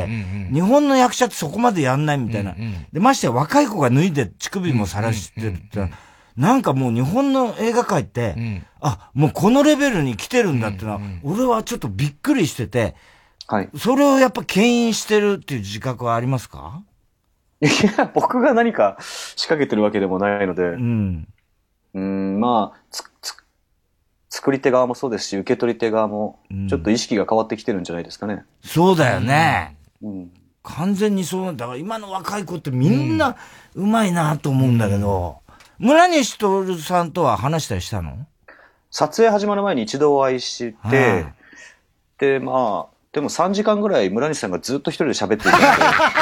日本の役者ってそこまでやんないみたいな。うんうん、で、ましてや若い子が脱いで乳首も晒してるって、うんうん、 なんかもう日本の映画界って、うん、あ、もうこのレベルに来てるんだってのは、うんうん、俺はちょっとびっくりしてて、はい。それをやっぱ牽引してるっていう自覚はありますか？ いや、僕が何か仕掛けてるわけでもないので、うん。うん、まあ、つ、つ、作り手側もそうですし、受け取り手側も、ちょっと意識が変わってきてるんじゃないですかね。 うん、そうだよね。うん。完全にそうなんだから、今の若い子ってみんなうまいなと思うんだけど、うん、村西徹さんとは話したりしたの？ 撮影始まる前に一度お会いして、はあ、で、まあ、でもさんじかんぐらい村西さんがずっと一人で喋っていたので。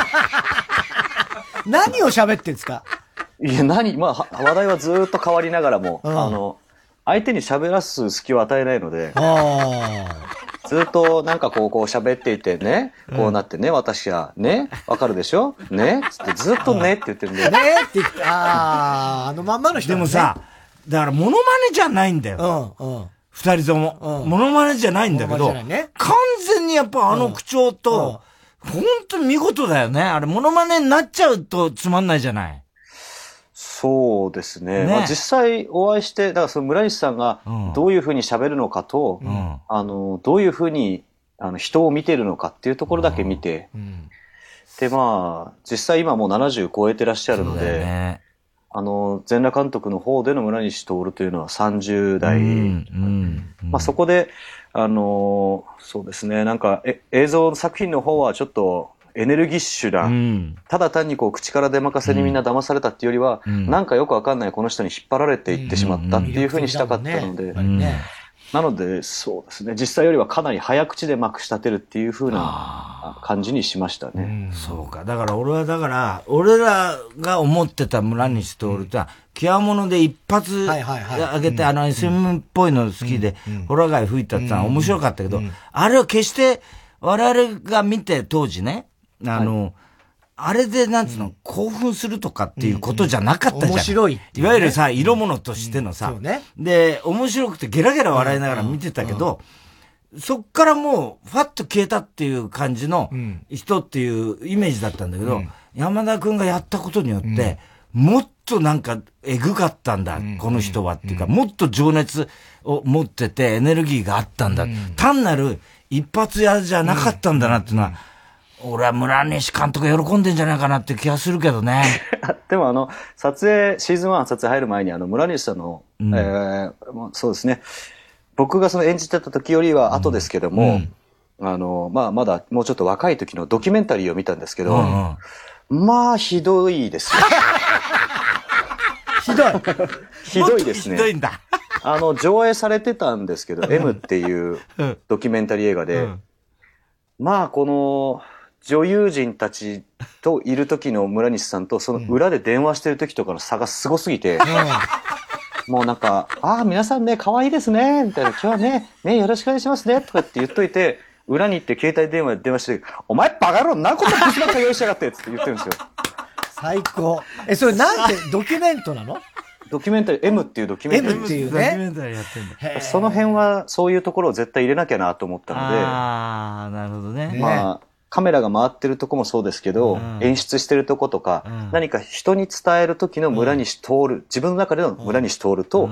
何を喋ってんですか？ いや、何、まあ、話題はずっと変わりながらも、うん、あの、相手に喋らす隙を与えないので、ずっとなんかこう、こう喋っていてね、こうなってね、うん、私は、ね、わかるでしょねつってずっとねって言ってるんで。 ねって言って、あー、あのまんまの人、ね、 でもさ、だからモノマネじゃないんだよ。うん、うん。二人とも、うん。モノマネじゃないんだけど、ね、完全にやっぱあの口調と、うんうん本当に見事だよね。あれ、モノマネになっちゃうとつまんないじゃない。 そうですね。ねまあ、実際お会いして、だからその村西さんがどういうふうに喋るのかと、うん、あの、どういうふうにあの人を見てるのかっていうところだけ見て、うんうん、で、まあ、実際今もうななじゅう超えてらっしゃるので、ね、あの、全裸監督の方での村西徹というのはさんじゅう代、うんうんうん、まあそこで、あのー、そうですね、なんか、え、映像作品の方はちょっとエネルギッシュな、うん、ただ単にこう口から出まかせにみんな騙されたっていうよりは、うん、なんかよくわかんないこの人に引っ張られていってしまったっていう風にしたかったので、うんね、なので、そうですね、実際よりはかなり早口でまくし立てるっていう風な感じにしましたね。 うん、そうか。だから俺はだから、俺らが思ってた村西徹ってのは、極物で一発上げて、あの エスエム っぽいの好きで、ホラガイ吹いたってのは面白かったけど、あれは決して我々が見て当時ね、あの、あれでなんつうの、興奮するとかっていうことじゃなかったじゃん。面白い。 いわゆるさ、色物としてのさ、で、面白くてゲラゲラ笑いながら見てたけど、そっからもう、ファッと消えたっていう感じの人っていうイメージだったんだけど、山田くんがやったことによって、もっとなんか、えぐかったんだ、うん、この人はっていうか、うん、もっと情熱を持っててエネルギーがあったんだ。うん、単なる一発屋じゃなかったんだなっていうのは、うん、俺は村西監督喜んでんじゃないかなって気がするけどね。 でもあの、撮影、シーズンワン撮影入る前にあの、村西さんの、うん、えー、そうですね、僕がその演じてた時よりは後ですけども、うん、あの、まあまだもうちょっと若い時のドキュメンタリーを見たんですけど、うんうん、まあひどいですよ。 ひどい。 ひどいですね。 ひどいんだ。 あの、上映されてたんですけど、M っていうドキュメンタリー映画で、うん、まあ、この女優陣たちといる時の村西さんと、その裏で電話してる時とかの差がすごすぎて、うん、もうなんか、ああ、皆さんね、可愛いですね、みたいな、今日はね、ね、よろしくお願いしますね、とかって言っといて、裏に行って携帯電話で電話して、お前バカ野郎、何個もブスばっか用意しやがってって言ってるんですよ。 最高。え、それなんて、ドキュメントなの？ ドキュメンタリー、M っていうドキュメンタリー。 M っていうね。 ドキュメンタリーやってんだ。 その辺は、そういうところを絶対入れなきゃなと思ったので。 ああ、なるほどね。 まあ、カメラが回ってるとこもそうですけど、うん、演出してるとことか、うん、何か人に伝える時の村西徹、うん、自分の中での村西徹と、うん、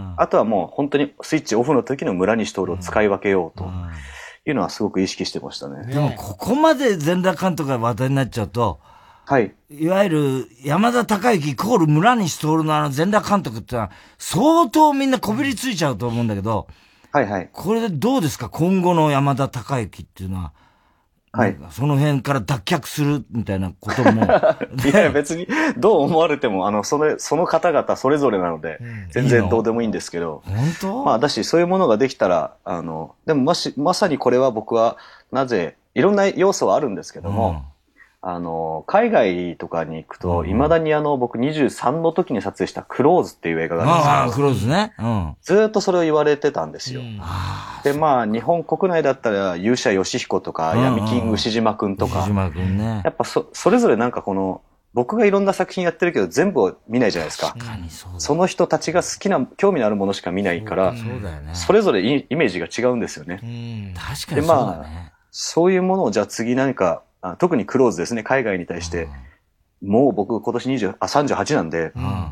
あとはもう本当にスイッチオフの時の村西徹を使い分けようと。いうのはすごく意識してましたね。 でも、ここまで全裸監督が話題になっちゃうと、 はい。 いわゆる、山田孝之イコール村西徹のあの全裸監督ってのは、相当みんなこびりついちゃうと思うんだけど、 はいはい。 これでどうですか今後の山田孝之っていうのは。はい。その辺から脱却するみたいなことも。 いや、別に、どう思われても、あの、それ、その方々それぞれなので、うん、全然どうでもいいんですけど。 本当？ まあ、だし、そういうものができたら、あの、でもまし、まさにこれは僕は、なぜ、いろんな要素はあるんですけども、うんあの、海外とかに行くと、いまだにあの、僕にじゅうさんの時に撮影したクローズっていう映画があるんですよ。 ああ、クローズね。うん。 ずーっとそれを言われてたんですよ。うん、で、まあ、日本国内だったら、勇者ヨシヒコとか、闇キング牛島くんとか。 牛島くんね。 やっぱそ、それぞれなんかこの、僕がいろんな作品やってるけど、全部を見ないじゃないですか。 確かにそうだ。 その人たちが好きな、興味のあるものしか見ないから、 そうだよね。 それぞれイメージが違うんですよね。 うん、確かにそうだね。で、まあ、 そういうものをじゃあ次何か、特にクローズですね、海外に対して。もう僕今年にじゅう、あ、さんじゅうはちなんで、うん、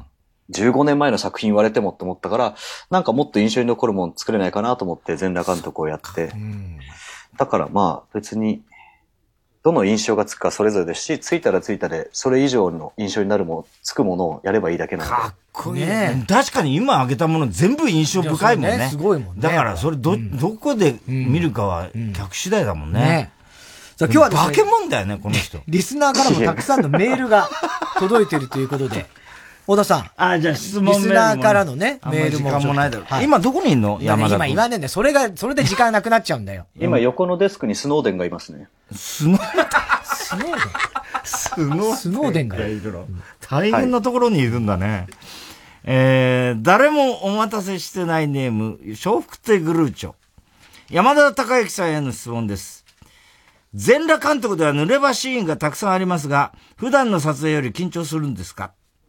じゅうごねんまえの作品言われてもって思ったから、なんかもっと印象に残るもの作れないかなと思って全裸監督をやって、うん、だからまあ別に、どの印象がつくかそれぞれですし、ついたらついたで、それ以上の印象になるもの、つくものをやればいいだけなので。 かっこいいね。確かに今挙げたもの全部印象深いもんね。 ねすごいもんね。 だからそれど、うん、どこで見るかは客次第だもんね。うんねさあ今日はですね。 化け物だよね、この人。 リスナーからもたくさんのメールが届いているということで。小田さん。 あ、じゃあ質問メールも、 リスナーからのね、メールも。 時間もないだろう。はい、今どこにいんの山田君。 今言わねえんだよ。それが、それで時間なくなっちゃうんだよ。 今横のデスクにスノーデンがいますね。 スノーデンスノーデンスノーデンスノーデンがいるの。大変なところにいるんだね。はい、えー、誰もお待たせしてないネーム、笑福亭グルーチョ。山田孝之さんへの質問です。全裸監督では濡れ場シーンがたくさんありますが、普段の撮影より緊張するんですか？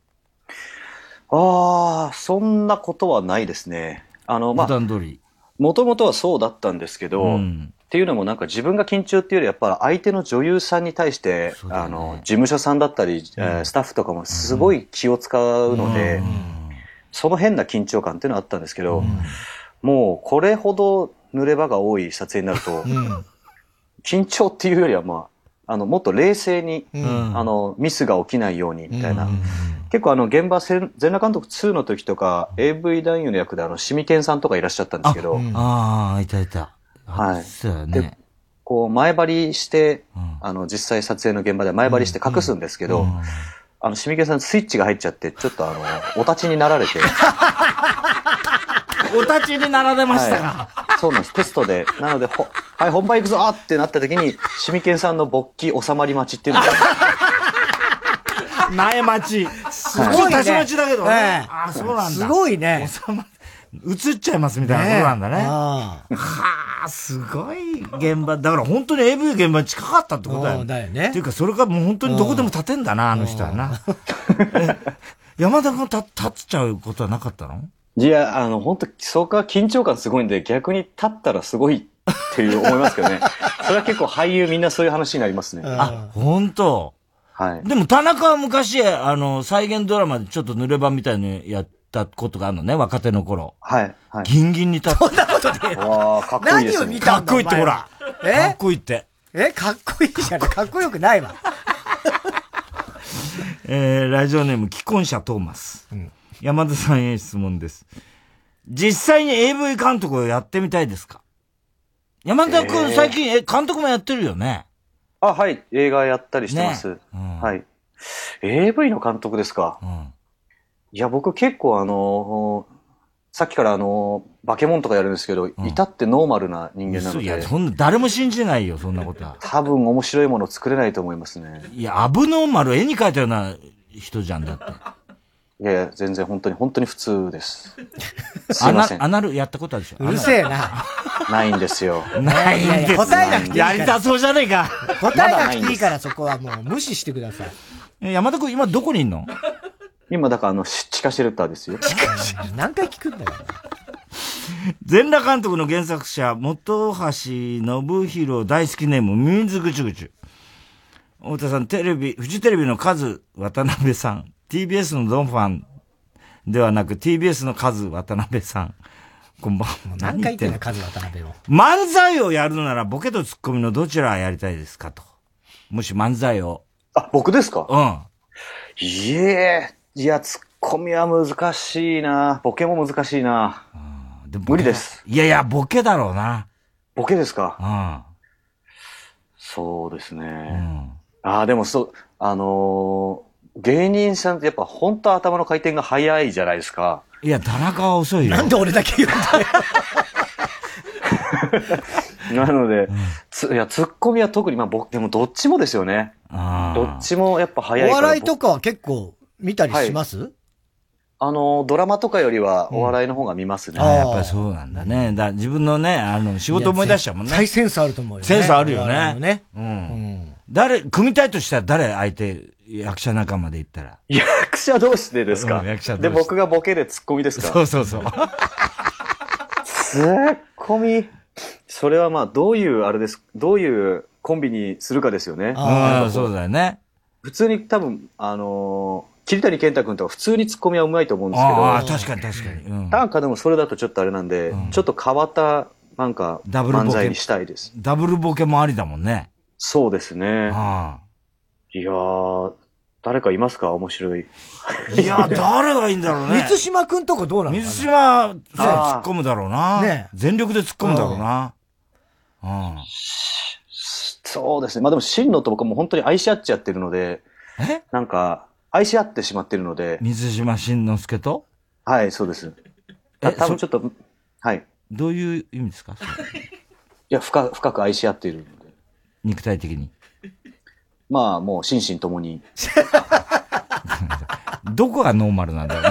ああ、そんなことはないですね。あの、まあ、 普段通り。 もともとはそうだったんですけど、うん、っていうのもなんか自分が緊張っていうよりやっぱり相手の女優さんに対して、ね、あの、事務所さんだったり、うんえー、スタッフとかもすごい気を使うので、うん、その変な緊張感っていうのはあったんですけど、うん、もうこれほど濡れ場が多い撮影になると、うん緊張っていうよりは、まあ、あの、もっと冷静に、うん、あの、ミスが起きないように、みたいな。うん、結構あの、現場、全裸監督ツーの時とか、エーブイ 男優の役であの、シミケンさんとかいらっしゃったんですけど。 ああ、いたいた。 はい。 そうだね。で、 こう、前張りして、うん、あの、実際撮影の現場で前張りして隠すんですけど、うんうん、あの、シミケンさんスイッチが入っちゃって、ちょっとあの、お立ちになられて。 お立ちになられましたか、 はい、そうなんです。テストで。なので、ほ、はい、本番行くぞってなった時に、シミケンさんの勃起収まり待ちっていうのが、 前待ち。すごいね。立ち待ちだけどね。ねあ、そうなんだ。 すごいね。 収ま、映っちゃいますみたいなことなんだね。ねはあ、すごい現場。だから本当に エーブイ 現場に近かったってことだよ。 だよね。 っていうか、それがもう本当にどこでも立てんだな、あの人はな。山田君立っちゃうことはなかったの？ いや、あの、本当そうか緊張感すごいんで、逆に立ったらすごいっていう思いますけどね。それは結構俳優みんなそういう話になりますね。 あ、本当。 はい。 でも田中は昔、あの、再現ドラマでちょっと濡れ場みたいにやったことがあるのね、若手の頃。 はい。はい。 ギンギンに立って。 そんなことで。 わー、かっこいいですね。 何を見たんだかっこいいってほら。 えかっこいいって。 えかっこいいじゃん。かっこよくないわ。 えー、ラジオネーム、既婚者トーマス。うん、山田さんへ質問です。実際に エーブイ 監督をやってみたいですか？山田くん、えー、最近、え、監督もやってるよね。 あ、はい。映画やったりしてます。ねうん、はい。エーブイ の監督ですか、うん、いや、僕結構あのー、さっきからあのー、化け物とかやるんですけど、うん、至ってノーマルな人間なので。いや、そんな、誰も信じないよ、そんなことは。 多分面白いもの作れないと思いますね。 いや、アブノーマル、絵に描いたような人じゃんだって。 いやいや、全然本当に、本当に普通です。 すいません。アナルやったことあるでしょ？ うるせえな。 ないんですよ。 ないんですよ。 答えなくていいから。 やりたそうじゃねえか。 答えなくていいから、そこはもう無視してください。山田君、今どこにいんの？ 今、だからあの、地下シェルターですよ。 地下シェルター何回聞くんだよ。 全裸監督の原作者、本橋信弘大好きネーム、ミミズぐちゅぐちゅ。太田さん、テレビ、フジテレビのカズ渡辺さん。ティービーエス のドンファンではなく ティービーエス のカズ渡辺さん。こんばんは。 何回言ってんのカズ渡辺を。 漫才をやるのならボケとツッコミのどちらやりたいですかと。もし漫才を。 あ、僕ですか？ うん。 いえ、いや、ツッコミは難しいな。ボケも難しいな。うん、で無理です。 いやいや、ボケだろうな。 ボケですか？ うん。 そうですね。 うん、 ああ、でもそう、あのー、芸人さんってやっぱ本当頭の回転が早いじゃないですか。 いや、田中は遅いよ。 なんで俺だけ言うんだよ。なので、うん、つ、いや、ツッコミは特に、まあ僕、でもどっちもですよね。どっちもやっぱ早いから。 お笑いとかは結構見たりします？はい、 あの、ドラマとかよりはお笑いの方が見ますね。 うん、ああ、やっぱりそうなんだね。だ自分のね、あの、仕事思い出しちゃうもんね。 最センスあると思うよね。 センスあるよね。 ねうん。うん。誰、組みたいとしたら誰相手、役者仲間で言ったら。 役者同士でですか？ うん、役者同士で、僕がボケでツッコミですか？ そうそうそう。 ツッコミ。それはまあ、どういう、あれです、どういうコンビにするかですよね。 ああ、そうだよね。 普通に多分、あの桐谷健太君とか普通にツッコミはうまいと思うんですけど。 ああ、確かに確かに。うん、 なんかでもそれだとちょっとあれなんで、うん、ちょっと変わった、なんか、漫才にしたいです。 ダブルボケもありだもんね。 そうですね。ああいやー、誰かいますか面白い。 いや、誰がいいんだろうね。 水島くんとかどうなの？ 水島、ね、突っ込むだろうな。ね。全力で突っ込むだろうな。 うん。そうですね。まあでも、真のと僕はもう本当に愛し合っちゃってるので、 えなんか、愛し合ってしまってるので。 水島真之介と？ はい、そうです。え、多分ちょっと、はい。 どういう意味ですか？いや、深、深く愛し合っているので。 肉体的に。 まあ、もう心身ともに。 どこがノーマルなんだろ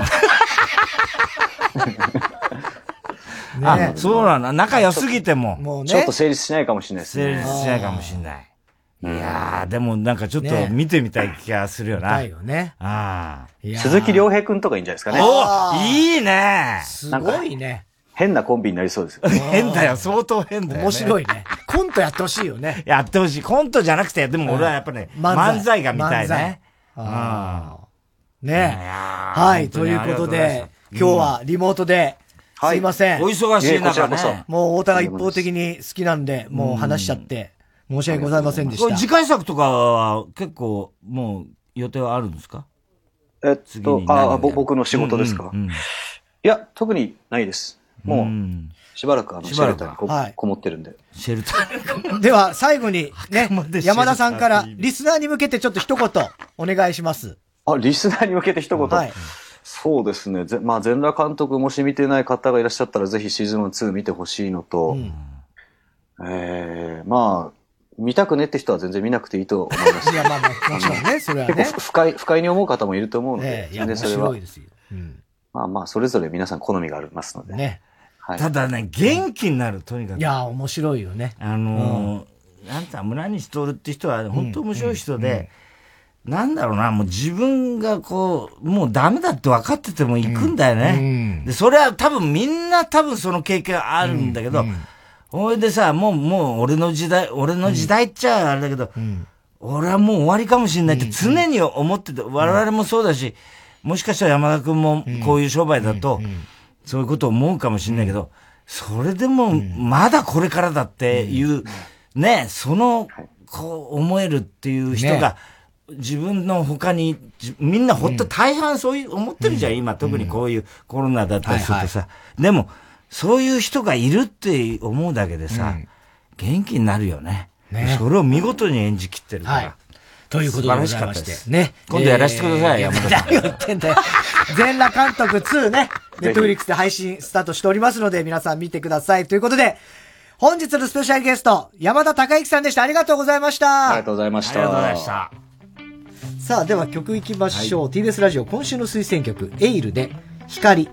うね。あ、そうなんだ。仲良すぎても。 もうね。ちょっと成立しないかもしれないですね。 成立しないかもしれない。いやー、でもなんかちょっと見てみたい気がするよな。 見たいよね。 ああ。鈴木亮平くんとかいいんじゃないですかね。 おいいねすごいね。 変なコンビになりそうですよ。 変だよ、相当変だよ、ね。 面白いね。コントやってほしいよね。 やってほしい。コントじゃなくて、でも俺はやっぱね、うん、漫才が見たいね。 あねえ。はい、ということで、今日はリモートで、うん、すいません。 お忙しい中ね。 もう太田が一方的に好きなんで、もう話しちゃって、申し訳ございませんでした。 次回作とかは結構もう予定はあるんですか？ えっと、あ、僕の仕事ですか？うんうんうん、いや、特にないです。もう、しばらくあの、シェルターに こ,、はい、こもってるんで。 シェルターでは、最後に、ね、山田さんから、リスナーに向けてちょっと一言、お願いします。 あ、リスナーに向けて一言。はい。そうですね。ぜまあ、全裸監督もし見てない方がいらっしゃったら、ぜひシーズンツー見てほしいのと、うん、えー、まあ、見たくねって人は全然見なくていいと思います。 いや、まあまあ、もちろんね、それはね。 結構不快、不快に思う方もいると思うので、 えー、いや、面白いですよ。うん、 まあまあ、それぞれ皆さん好みがありますので。 ね。 はい、 ただね、元気になる、とにかく。 いや、面白いよね。 あのー、うん、なんて村西徹って人は本当面白い人で、うんうんうん、なんだろうな、もう自分がこう、もうダメだって分かってても行くんだよね。うんうん、で、それは多分みんな多分その経験あるんだけど、ほ、うん、い、うん、でさ、もう、もう俺の時代、俺の時代っちゃあれだけど、うん、俺はもう終わりかもしれないって常に思ってて、うん、我々もそうだし、もしかしたら山田くんもこういう商売だと、うんうんうん、そういうことを思うかもしれないけど、うん、それでも、まだこれからだっていう、うん、ね、その、こう思えるっていう人が、ね、自分の他に、みんなほんと大半そういう思ってるじゃん、うん、今、特にこういうコロナだったりするとさ、はいはい。でも、そういう人がいるって思うだけでさ、うん、元気になるよね。ね。それを見事に演じきってるから。はい、 ということでございまして。ね。 今度やらせてください、えー、山田さん。 何を言ってんだよ。全裸監督ツーね。ネットフリックスで配信スタートしておりますので、皆さん見てください。ということで、本日のスペシャルゲスト、山田孝之さんでした。ありがとうございました。 ありがとうございました。 ありがとうございました。 さあ、では曲いきましょう。はい、ティービーエス ラジオ今週の推薦曲、エイルで、光。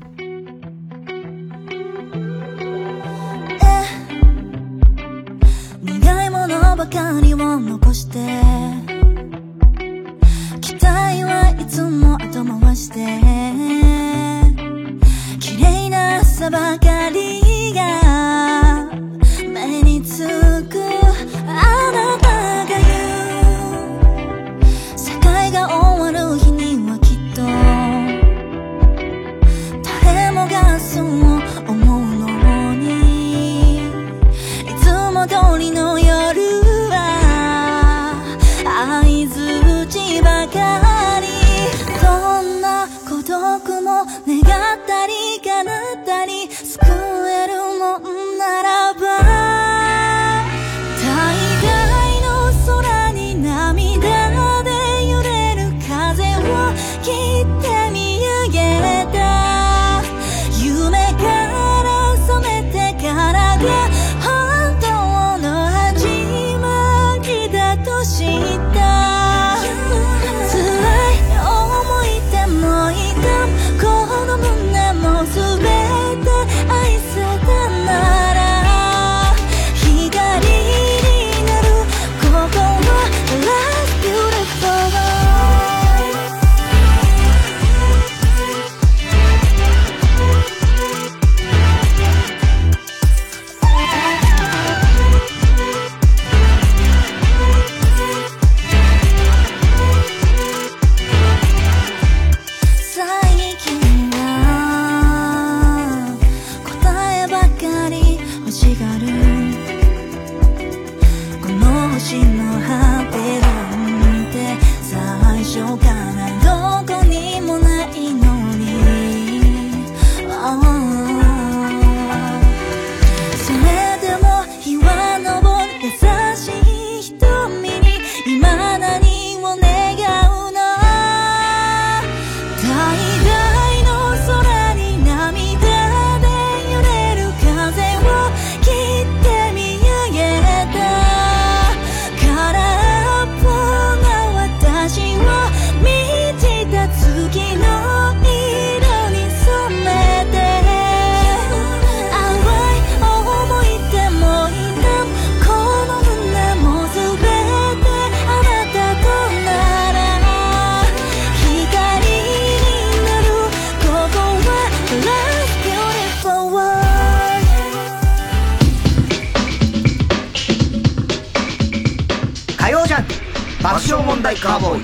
苦いものばかりを残して期待はいつも後回して綺麗な朝ばかりが目につくあなたが言う世界が終わる日にはきっと誰もがそう思うのにいつも通りの夜は合図打ばかりどんな孤独も願ったり叶ったり救えるもんならば大概の空に涙で揺れる風を切って見上げた夢から覚めてからが本当の始まりだと知った辛い思い出も痛むこの胸題カーボーイ。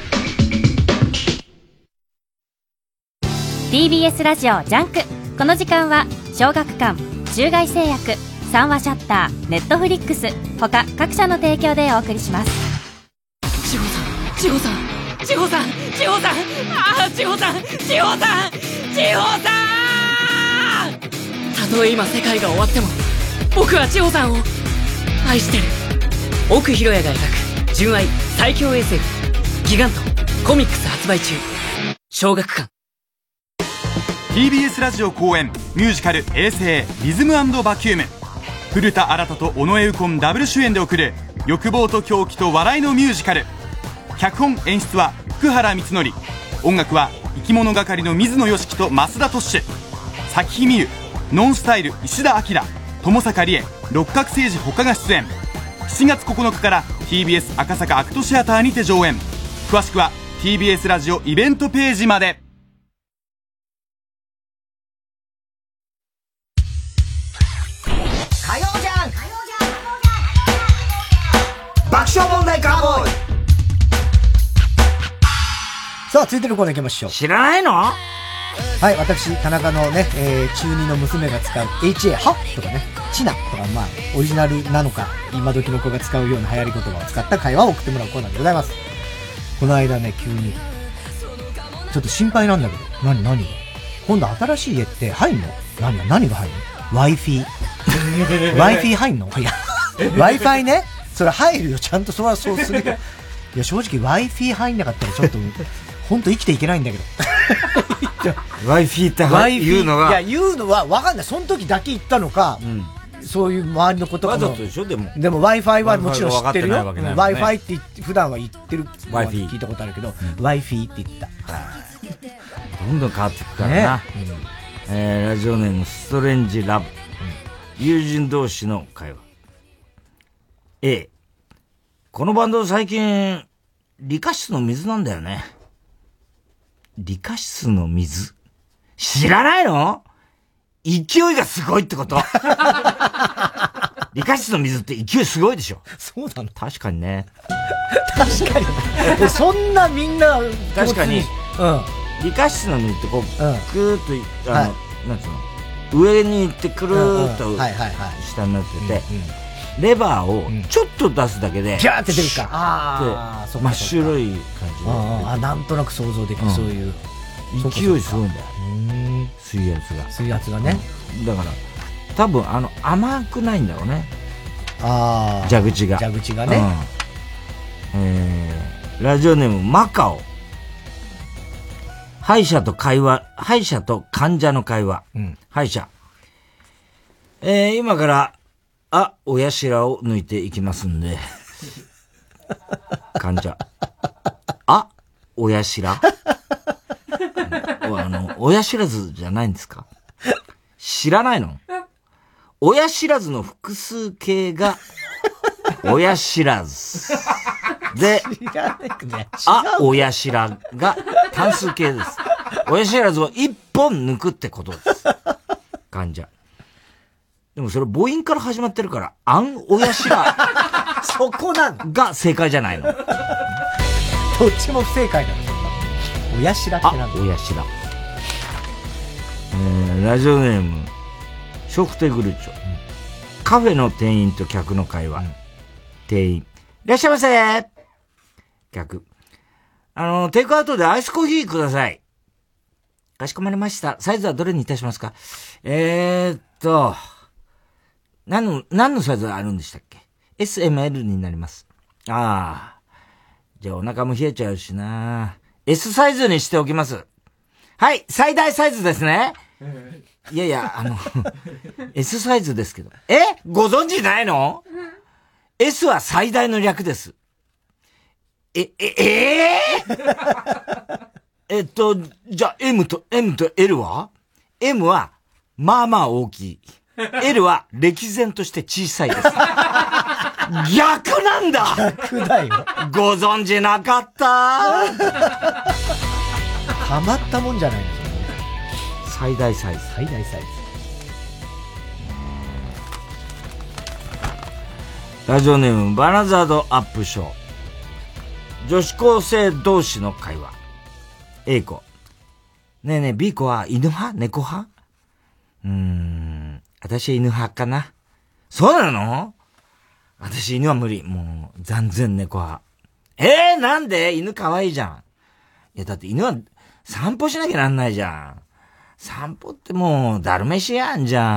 ティービーエス ラジオジャンク。この時間は小学館、中外製薬、三話シャッター、ネットフリックス他各社の提供でお送りします。 千穂さん、千穂さん、千穂さん、千穂さん、ああ千穂さん、千穂さん、千穂さん。たとえ今世界が終わっても僕は千穂さんを愛してる。奥博也が描く純愛最強 エスエフ ギガントコミックス発売中。小学館。 ティービーエス ラジオ公演ミュージカル衛星リズム&バキューム。古田新太と尾上右近ダブル主演で送る欲望と狂気と笑いのミュージカル。脚本演出は福原光則。音楽は生き物係の水野良樹と増田俊樹。咲日美優、ノンスタイル石田明、友坂理恵、六角誠治他が出演。しちがつここのかから ティービーエス 赤坂アクトシアターにて上演。詳しくは ティービーエス ラジオイベントページまで。 火曜じゃん爆笑問題カーボーイ。さあ続いてのコーナー行きましょう。 知らないの？ はい、私田中のね、えー、中二の娘が使う エイチエー はとかね、チナとか、まあオリジナルなのか今時の子が使うような流行り言葉を使った会話を送ってもらうコーナーでございます。この間ね、急にちょっと心配なんだけど、何何が今度新しい家って入んの？何が何が入んの？ Wi-Fi Wi-Fi 入んの？いやWi-Fi ね、それ入るよ、ちゃんとそれはそうするよ。いや正直 Wi-Fi 入んなかったらちょっと本当生きていけないんだけど。 Wi-Fi って言うのが、 いや言うのは分かんない。その時だけ言ったのか、うん、そういう周りのことかも。 わざとでしょ。でもでも Wi-Fi はもちろん知ってるよ。Wi-Fi って普段は言ってるのは聞いたことあるけど、うん、Wi-Fi って言った。 どんどん変わっていくからな。ね、うん、えー、ラジオネームストレンジラブ、うん、友人同士の会話。A、このバンド最近理科室の水なんだよね。理科室の水知らないの？勢いがすごいってこと。理科室の水って勢いすごいでしょ。 そうなの？ 確かにね。 確かに。そんなみんな確かに、うん、理科室の水ってこう、うん、ぐーっとあの、はい、なんつうの、上に行ってくるーっと下になってて、レバーをちょっと出すだけで、 ギャーって出るか。 ああ、真っ白い感じで。 ああ、なんとなく想像できる、そういう。 勢いすごいんだよ。水圧が。 水圧がね。 だから、多分あの、甘くないんだろうね。 ああ。 蛇口が。 蛇口がね。 えー、ラジオネームマカオ。歯医者と会話、歯医者と患者の会話。歯医者。えー、今から、あ、親白を抜いていきますんで。患者。あ、親白あの、親知らずじゃないんですか？知らないの？親知らずの複数形が、親知らず。で、あ、親白が単数形です。親知らずを一本抜くってことです。患者。でもそれ母音から始まってるから、あん親白そこなんが正解じゃないの。 どっちも不正解だろ、そんな。親白ってなんだ。 あ、親白。えー、ラジオネーム、食手グルチョ、うん。カフェの店員と客の会話。うん、店員。いらっしゃいませ。客。あの、テイクアウトでアイスコーヒーください。かしこまりました。サイズはどれにいたしますか？えーっと、何の、何のサイズがあるんでしたっけ？ エスエムエル になります。ああ。じゃあお腹も冷えちゃうしな。S サイズにしておきます。はい、最大サイズですね。いやいや、あの、S サイズですけど。え？ご存知ないの？ S は最大の略です。え、え、えー、えっと、じゃあ M と、M と L は？ M は、まあまあ大きい。L は歴然として小さいです。逆なんだ。 逆だよ。 ご存知なかった。 ハマったもんじゃないの。 最大サイズ。 最大サイズ。 ラジオネームバナザードアップショー。 女子高生同士の会話。A 子。ねえねえ、B 子は犬派？猫派？うーん、私は犬派かな。そうなの？私犬は無理。もう、残然猫派。えー、なんで？犬可愛いじゃん。いや、だって犬は散歩しなきゃなんないじゃん。散歩ってもう、ダルメシアンじゃん。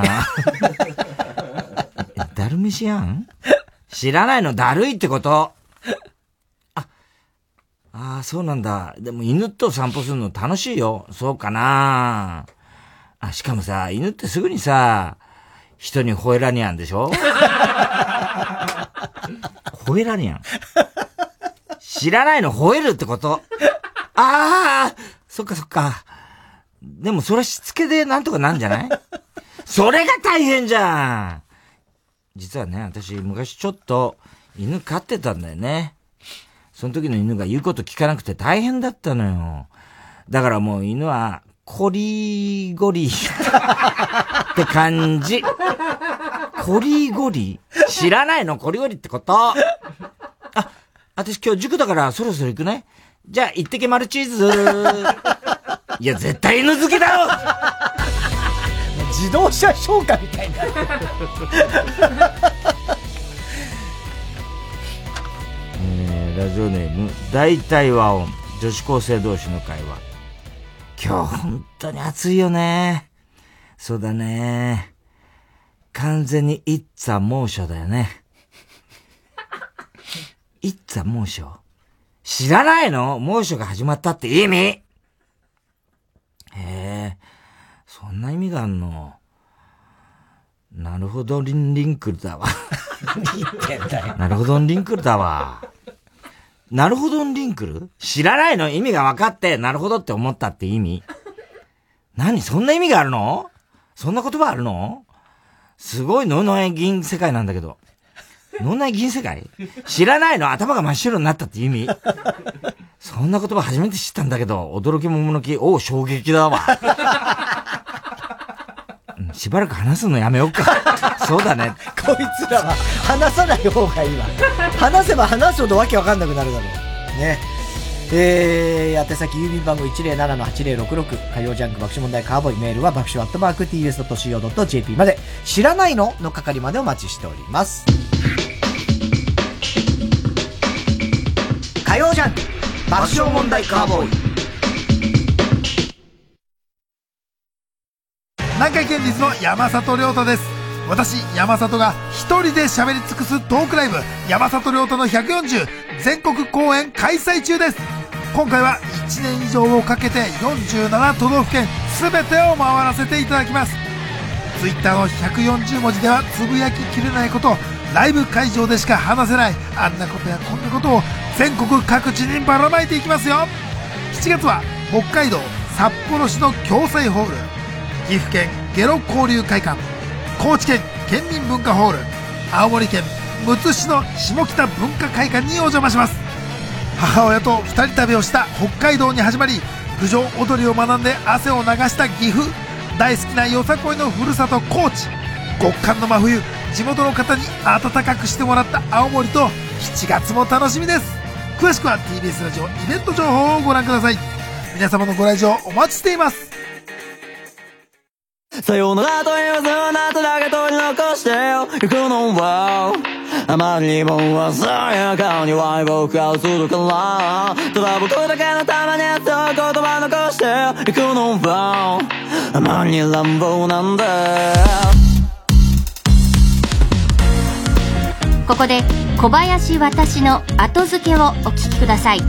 ダルメシアン？知らないの？だるいってこと。あ、ああ、そうなんだ。でも犬と散歩するの楽しいよ。そうかな。あ、しかもさ、犬ってすぐにさ、人に吠えらにゃんでしょ？吠えらにゃん。知らないの？吠えるってこと。ああ、そっかそっか。でもそれしつけでなんとかなんじゃない？それが大変じゃん。実はね、私昔ちょっと犬飼ってたんだよね。その時の犬が言うこと聞かなくて大変だったのよ。だからもう犬はコリゴリって感じ。コリゴリ？知らないの？コリゴリってこと。あ、私今日塾だからそろそろ行くね。じゃあ行ってけマルチーズ。いや絶対犬好きだろ。自動車消火みたいな。えー、ラジオネーム大体和音女子高生同士の会話。今日本当に暑いよね。そうだね。完全にいっつぁ猛暑だよね。いっつぁ猛暑。知らないの？猛暑が始まったって意味。へえ、そんな意味があんの。なるほどリンリンクルだわ。何言ってんだよ。なるほどリンクルだわ。なるほどリンクル？知らないの？意味が分かって、なるほどって思ったって意味。何？そんな意味があるの？そんな言葉あるの？すごい脳内銀世界なんだけど。脳内銀世界？知らないの？頭が真っ白になったって意味。そんな言葉初めて知ったんだけど、驚き桃の木、おう衝撃だわ。しばらく話すのやめようか。そうだね。 こいつらは話さない方がいいわ。話せば話すほどわけわかんなくなるだろう。ね。えー、宛先郵便番号 いちまるななのはちまるろくろく 火曜ジャンク爆笑問題カーボーイ。メールは爆笑アットマーク ティーエスドットシーオードットジェーピー まで。知らないのの係までお待ちしております。火曜ジャンク爆笑問題カーボーイ。 南海キャンディーズの山里亮太です。私山里が一人で喋り尽くすトークライブ、山里亮太のひゃくよんじゅう全国公演開催中です。今回はいちねん以上をかけてよんじゅうなな都道府県全てを回らせていただきます。ツイッターのひゃくよんじゅうもじではつぶやききれないこと、ライブ会場でしか話せないあんなことやこんなことを全国各地にばらまいていきますよ。しちがつは北海道札幌市の共済ホール、岐阜県下呂交流会館、高知県県民文化ホール、青森県むつ市の下北文化会館にお邪魔します。母親と二人旅をした北海道に始まり、郡上踊りを学んで汗を流した岐阜、大好きなよさこいのふるさと高知、極寒の真冬地元の方に温かくしてもらった青森としちがつも楽しみです。詳しくは ティービーエス ラジオイベント情報をご覧ください。皆様のご来場お待ちしています。 さようならと言わずあなただけ取り残してゆくのはあまりにも鮮やかには僕が映るからただ僕だけのためにそう言葉残してゆくのはあまりに乱暴なんだ。 ここで小林私の後付けをお聞きください。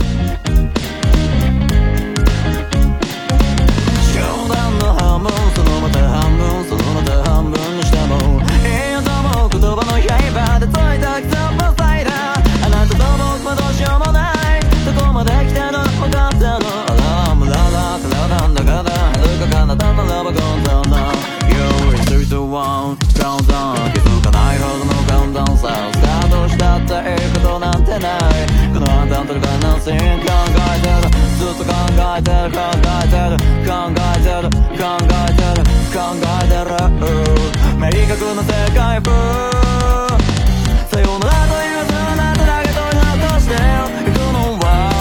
冗談の半分そのまた半分そのまた半分にしてもいいよとも言葉の刃で解いたキザパサイダー、あなたと僕はどうしようもない、どこまで来たの分かったの、あらむららからなんだから遥か彼方ならば簡単だ You is three to one カウントダウン気づかないほどのカウントダウンさスタートしたっていいことなんてない、この判断取るから何千円考えてる、ずっと考えてる考えてる考えてる考えてる考えてる明確な世界風、さようならと言わずあなただけ取り残してゆくのは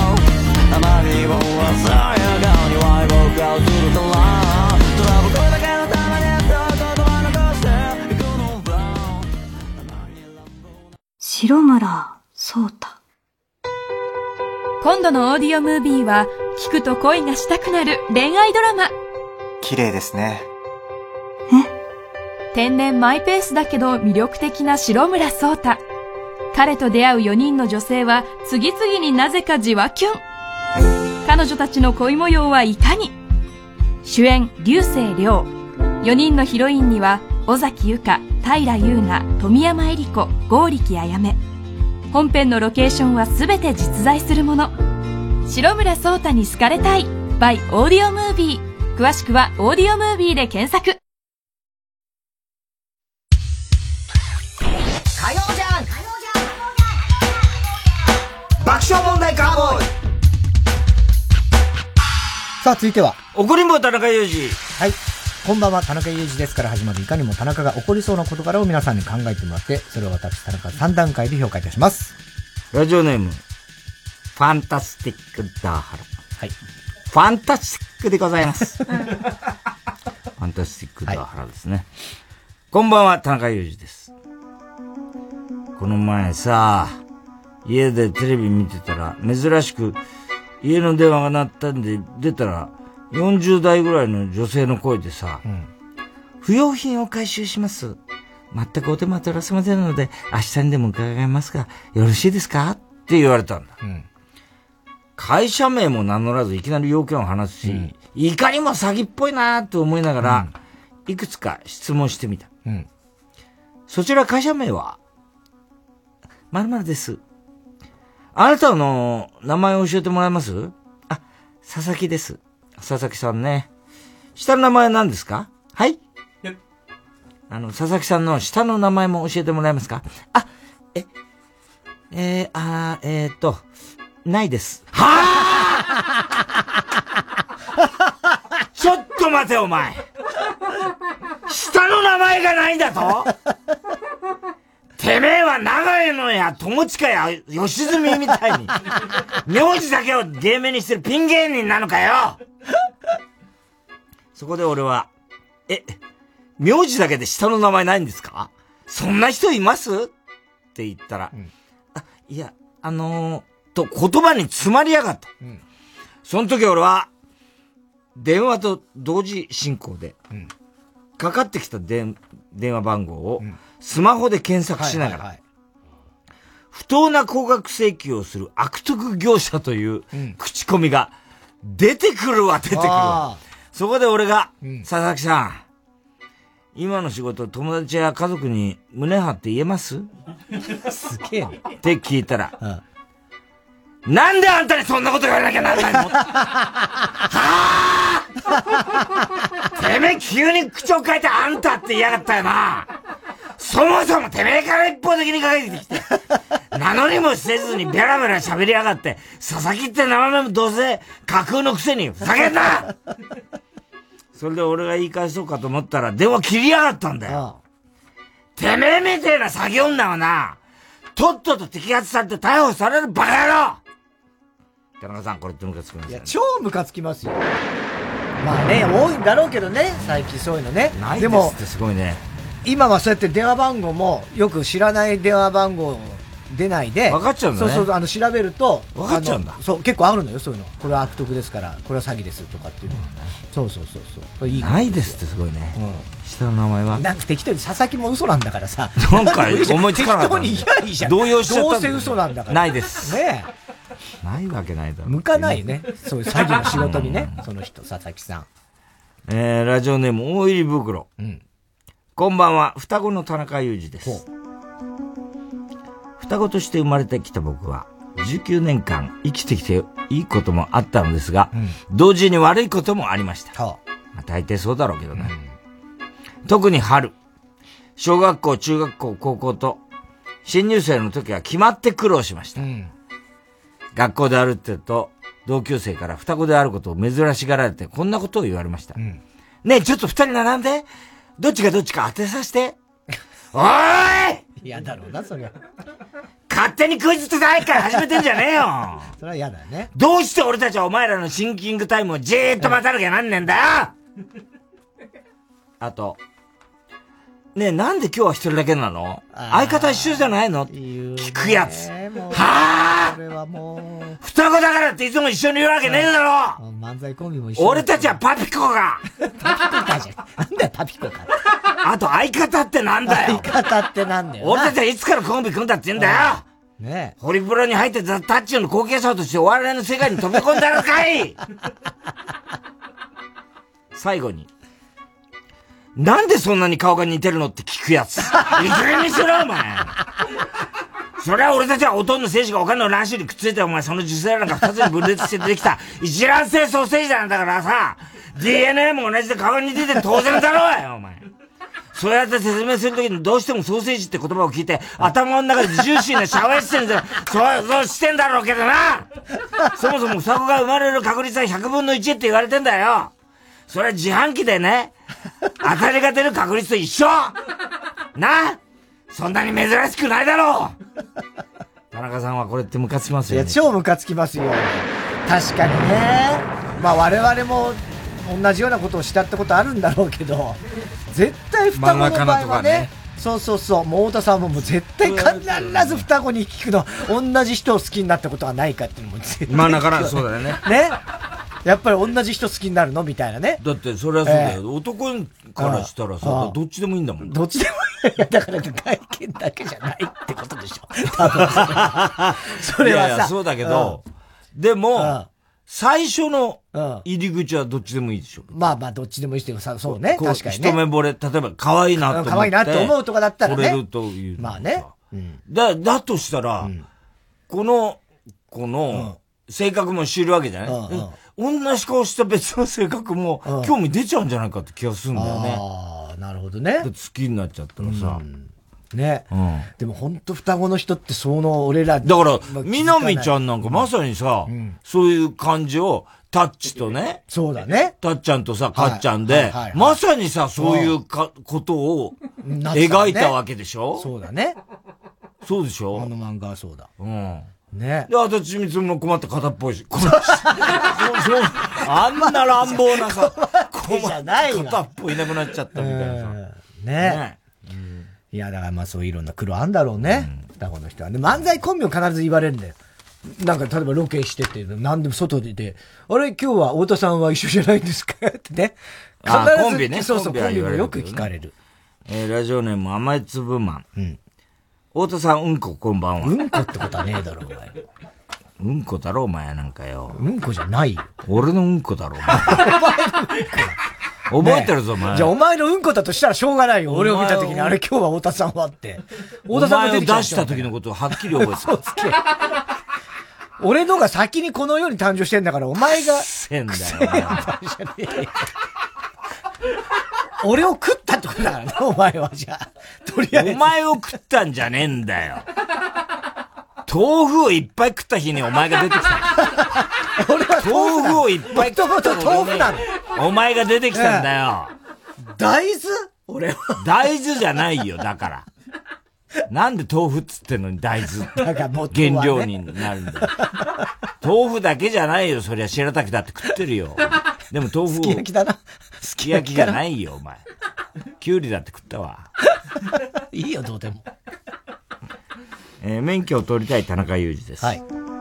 白村聡太。 今度のオーディオムービーは聞くと恋がしたくなる恋愛ドラマ。 綺麗ですね。 天然マイペースだけど魅力的な白村聡太。彼と出会うよにんの女性は次々になぜかじわキュン。彼女たちの恋模様はいかに。主演竜星涼。よにんのヒロインには尾崎由香、平優奈、富山恵里子、剛力彩芽。本編のロケーションはすべて実在するもの。白村聡太に好かれたい by オーディオムービー。詳しくはオーディオムービーで検索。 火曜じゃん爆笑問題カーボーイ。さあ続いては怒りんぼ田中裕二。 はい、こんばんは、田中裕二ですから始まるいかにも田中が起こりそうな事柄を皆さんに考えてもらって、それを私田中さん段階で評価いたします。 ラジオネームファンタスティックダーハラ。 はい、 ファンタスティックでございますファンタスティックダーハラですね、はい、こんばんは、田中裕二です。この前さ、家でテレビ見てたら珍しく家の電話が鳴ったんで出たらよんじゅう代ぐらいの女性の声でさ、うん、不要品を回収します。全くお手間取らせませんので明日にでも伺いますがよろしいですかって言われたんだ、うん、会社名も名乗らずいきなり要件を話すし、うん、いかにも詐欺っぽいなーって思いながら、うん、いくつか質問してみた、うん、そちら会社名は〇〇です。あなたの名前を教えてもらえます？あ、佐々木です。佐々木さんね。下の名前何ですか？はい。あの、佐々木さんの下の名前も教えてもらえますか？あ、え、えー、あー、えーっと、ないです。はぁちょっと待てお前。下の名前がないんだと？てめえは長江のや友近や吉住みたいに名字だけを芸名にしてるピン芸人なのかよ。そこで俺は、え、名字だけで下の名前ないんですか？そんな人います？って言ったら、うん、あ、いや、あのー、と言葉に詰まりやがった。うん、その時俺は、電話と同時進行で、うん、かかってきた電話番号を、うん、スマホで検索しながら、はいはいはい、不当な高額請求をする悪徳業者という口コミが出てくるわ、出てくるわ。そこで俺が、うん、佐々木さん、今の仕事友達や家族に胸張って言えますすげえね。 って聞いたら、うん、なんであんたにそんなこと言われなきゃなんないのはぁてめえ急に口を変えてあんたって言いやがったよな。そもそもてめえから一方的にかけてきて、名乗りもせずにベラベラ喋りやがって、佐々木って名前もどうせ架空のくせにふざけんなそれで俺が言い返そうかと思ったら電話切りやがったんだよ。ああ、てめえみてえな詐欺女はな、とっとと摘発されて逮捕されるバカ野郎。田中さん、これってムカつきますよね。 いや、超ムカつきますよ。まあね、多いんだろうけどね、最近そういうのね。 ないですってすごいね。 今はそうやって電話番号もよく知らない電話番号出ないで分かっちゃうんだね。 そうそう、あの調べると分かっちゃうんだ。 そう、結構あるのよ、そういうの。これは悪徳ですから、これは詐欺ですとかっていうの、うん、そうそうそうそう。 いいないですってすごいね、うん、下の名前はなんか適当に佐々木も嘘なんだからさ、 なんか思いつかなかった。適当に言えばいいじゃん。動揺しちゃった。 どうせ嘘なんだから。 ないですねえ、ないわけないだろう。 向かないね、そういう詐欺の仕事にねその人、佐々木さん。 えー、ラジオネーム大入り袋、うん、こんばんは、双子の田中裕二です。双子として生まれてきた僕はじゅうきゅうねんかん生きてきていいこともあったのですが、うん、同時に悪いこともありました。はあ、まあ、大抵そうだろうけどね、うん、特に春、小学校、中学校、高校と新入生の時は決まって苦労しました、うん、学校で歩ってると同級生から双子であることを珍しがられてこんなことを言われました、うん、ねえ、ちょっと二人並んで、どっちがどっちか当てさせておーい嫌だろうな、そりゃ。 勝手にクイズってないから始めてんじゃねえよそれは嫌だよね。 どうして俺たちはお前らのシンキングタイムをじーっと待たなきゃなんねんだよあと、 ねえ、なんで今日は一人だけなの？相方一緒じゃないの？聞くやつ。はぁこれはもう。 双子だからっていつも一緒にいるわけねえだろ！ 漫才コンビも一緒。 俺たちはパピコがパピコかじゃん。なんだよ、パピコか。 あと相方ってなんだよ。 相方ってなんだよ。 俺たちはいつからコンビ組んだって言うんだよ。 ねえ。 ホリプロに入ってザ・タッチの後継者としてお笑いの世界に飛び込んだのかい最後に。なんでそんなに顔が似てるのって聞くやつ。いずれにしろ、お前。そりゃ俺たちはほとんど精子がお金の卵子にくっついてお前その受精卵が二つに分裂して出てきた一卵性ソーセージなんだからさ、ディーエヌエー も同じで顔が似てて当然だろうよ、お前。そうやって説明するときにどうしてもソーセージって言葉を聞いて頭の中でジューシーなシャワーしてんだよ。そう、そうしてんだろうけどな。そもそも双子が生まれる確率はひゃくぶんのいちって言われてんだよ。それは自販機でね、当たりが出る確率と一緒な。そんなに珍しくないだろう。田中さんはこれってムカつきますよね。 いや、超ムカつきますよ。確かにね。まあ我々も同じようなことをしたってことあるんだろうけど、絶対双子の場合はね、ねそうそうそう、もう太田さんももう絶対必ず双子に聞くの、同じ人を好きになったことはないかっていうのも絶対、ね。 まあだからそうだよね。 ね。やっぱり同じ人好きになるのみたいなね。 だってそれはそうだよ。えー、男からしたらさ、どっちでもいいんだもん。 どっちでもいい。だから外見だけじゃないってことでしょ。多分それは。それはさ。いやいやそうだけど、うん、でも、うん最初の入り口はどっちでもいいでしょ。 うん、まあまあどっちでもいいっていうか、そうね。確かにね。 一目惚れ、例えば可愛いなと思って。 可愛いなって思うとかだったらね。 惚れるという。 まあね。うん、 だ、だとしたら、うん、この、この、性格も知るわけじゃない、うんうん、同じ顔した別の性格も、うん、興味出ちゃうんじゃないかって気がするんだよね。 ああ、なるほどね。 好きになっちゃったらさ。 うんね、うん、でも本当双子の人ってその俺らだからみなみちゃんなんかまさにさ、うん、そういう感じをタッチとねそうだねタッちゃんとさかっちゃんで、はいはいはいはい、まさにさそういうかことを描いたわけでしょ、 ね、そうだねそうでしょあの漫画はそうだうんねで、あとちみつも困って片っぽいし。このあんな乱暴なさ、 困ってじゃない片っぽいなくなっちゃったみたいなさ。 ねねいや、だからまあそういういろんな苦労あんだろうね。うん、双子の人は。で、漫才コンビを必ず言われるんだよ。なんか例えばロケしてて、何でも外でいて、あれ今日は太田さんは一緒じゃないんですかってね。 必ずコンビね。 そうそう、コンビもよく聞かれる。 えー、ラジオネーム甘い粒マン。うん。太田さん、うんここんばんは。 うんこってことはねえだろ、お前。 うんこだろ、お前なんかよ。 うんこじゃないよ。 俺のうんこだろ、お前。覚えてるぞ、お前。 じゃあ、お前のうんこだとしたらしょうがないよ。俺を見たときに、あれ今日は太田さんはって。 太田さんが出てきた。お前を出した時のことをはっきり覚えてる。 そうつけ。俺のが先にこの世に誕生してんだから、お前が。 せんだよ。 俺を食ったってことだからね、お前は。じゃあ。とりあえず。 お前を食ったんじゃねえんだよ。豆腐をいっぱい食った日にお前が出てきた。 俺は豆腐をいっぱい食った豆腐なの。 お前が出てきたんだよ。 大豆俺は。 大豆じゃないよ、だから。なんで豆腐っつってんのに大豆。 だからもう原料になるんだよ。豆腐だけじゃないよ、そりゃ白滝だって食ってるよ。でも豆腐を。 すき焼きだな。 すき焼きじゃないよ、お前。きゅうりだって食ったわ。 いいよ、どうでも。 えー、免許を取りたい田中裕二です。はい。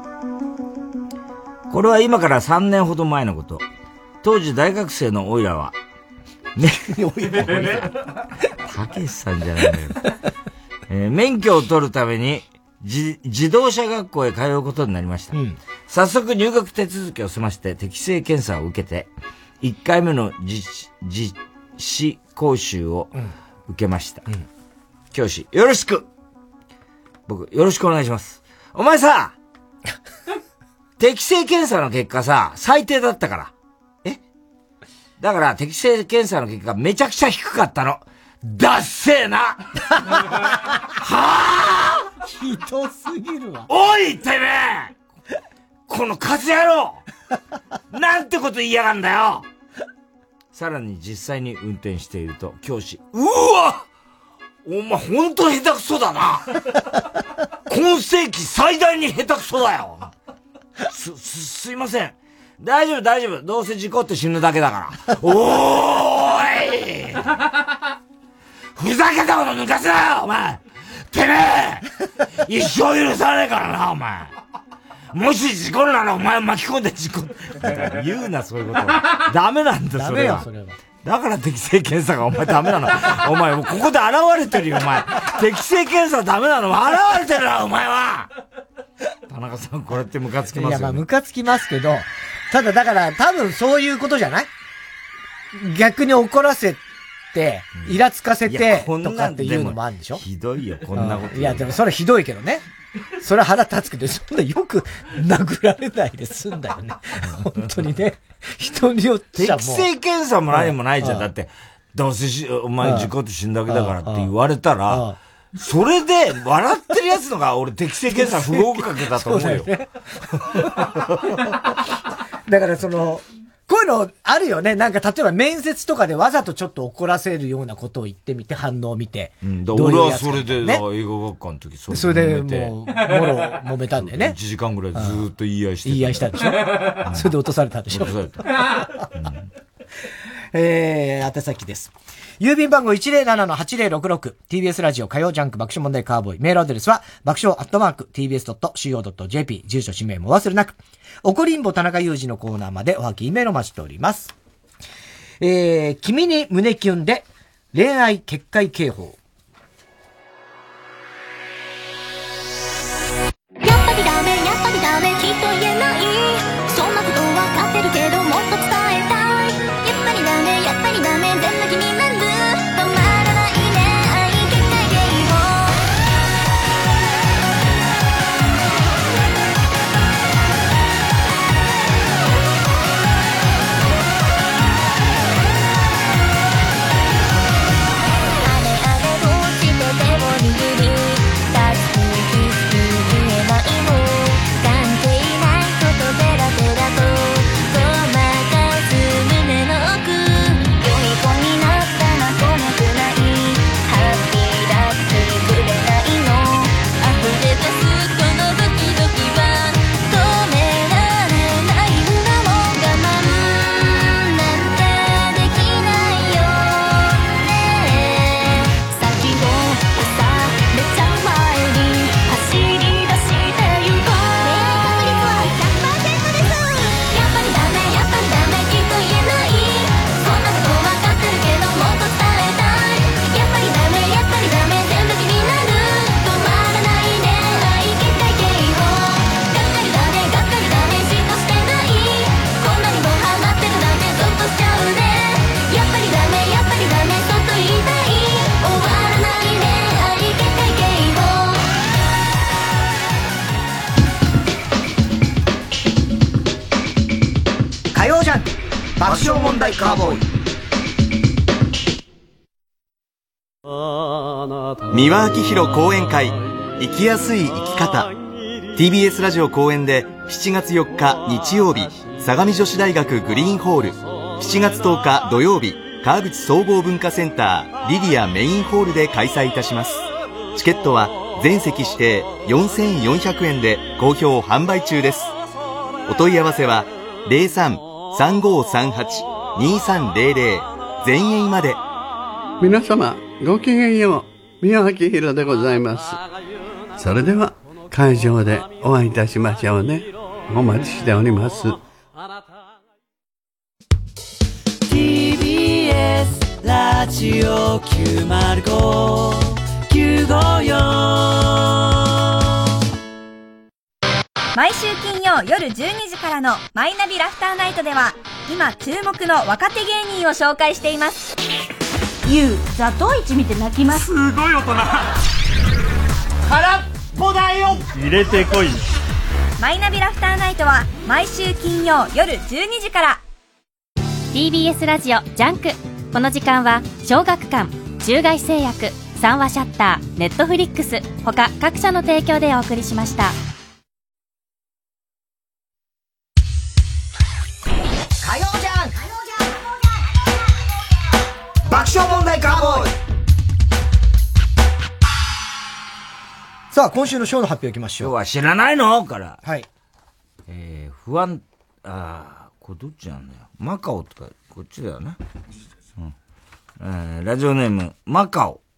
これは今からさんねんほど前のこと。当時大学生のオイラは、ね、 オイラ、オイラ。 たけしさんじゃないのよ。えー、免許を取るために、じ、自動車学校へ通うことになりました。うん、早速入学手続きを済まして適正検査を受けて、いっかいめの実、実施講習を受けました。うんうん、教師、よろしく僕、よろしくお願いします。お前さ、適正検査の結果さ、最低だったから。えだから、適正検査の結果めちゃくちゃ低かったの。だっせーなはぁひどすぎるわ。 おい、てめえこのカス野郎なんてこと言いやがんだよ。さらに実際に運転していると、教師、うわお前ほんと下手くそだな今世紀最大に下手くそだよす、す、すいません。大丈夫大丈夫。どうせ事故って死ぬだけだから。おーいふざけたこと抜かすなよ、お前てめえ一生許さねえからな、お前もし事故るならお前を巻き込んで事故言うな、そういうことダメなんだ、それは。ダメよ、それは。だから適正検査がお前ダメなの。お前もうここで現れてるよ、お前。適正検査ダメなの現れてるな、お前は。田中さん、これってムカつきますよね。 いや、まあムカつきますけど、ただだから多分そういうことじゃない？逆に怒らせて、イラつかせて、とかっていうのもあるんでしょ？ ひどいよ、こんなこと。 いや、でもそれひどいけどね。それは腹立つけど、そんなよく殴られないで済んだよね。本当にね。人によってはもう。 適正検査も何もないじゃん。だって、どうせし、お前事故って死んだわけだからって言われたら、それで笑ってるやつのが俺適正検査不合格だと思うよ。 だからその、こういうのあるよね。なんか例えば面接とかでわざとちょっと怒らせるようなことを言ってみて、反応を見て。 うん、だ俺はそれで、ね、映画学科の時それで。それでもう、もろ揉めたんだよね。 いちじかんぐらいずーっと言い合いして言い合いしたでしょ、うん、それで落とされたでしょ落とされた。うん、えー、宛先です。郵便番号 いちぜろななのはちぜろろくろく ティービーエス ラジオ火曜ジャンク爆笑問題カーボーイ。メールアドレスは爆笑アットマーク ティービーエスドットシーオードットジェーピー。住所氏名もお忘れなく。おこりんぼ田中裕二のコーナーまでおはき、メールを待ちしております。えー、君に胸キュンで恋愛結界警報。 やっぱりダメ、やっぱりダメ、きっと言えない。そんなことわかってるけどもっと伝えたい。やっぱりダメ、やっぱりダメ、全部君なんだ。止まらない恋愛結界警報。 爆笑問題カーボーイ。三輪明宏講演会生きやすい生き方。 ティービーエス ラジオ公演でしちがつよっか日曜日相模女子大学グリーンホール、しちがつとおか土曜日川口総合文化センターリディアメインホールで開催いたします。チケットは全席指定よんせんよんひゃくえんで好評販売中です。お問い合わせは ゼロさん さんごさんはち にさんゼロゼロ 全員まで。 皆様ごきげんよう、三輪明宏でございます。それでは会場でお会いいたしましょうね。お待ちしております。 ティービーエス ラジオきゅうまるご きゅうごよん。 毎週金曜夜じゅうにじからのマイナビラフターナイトでは今注目の若手芸人を紹介しています。 ユウ、ザトウイチ見て泣きます。 すごい大人。空っぽだよ。入れてこい。 マイナビラフターナイトは毎週金曜夜じゅうにじから。 ティービーエス ラジオジャンク。この時間は小学館、中外製薬、三話シャッター、ネットフリックス他各社の提供でお送りしました。 火曜じゃん爆笑問題カーボーイ。さあ今週のショーの発表いきましょう。 今日は知らないのから。 はい。 えー、不安、あー、これどっちなんだよ。マカオとか、こっちだよね。うん。えー、ラジオネーム、マカオ。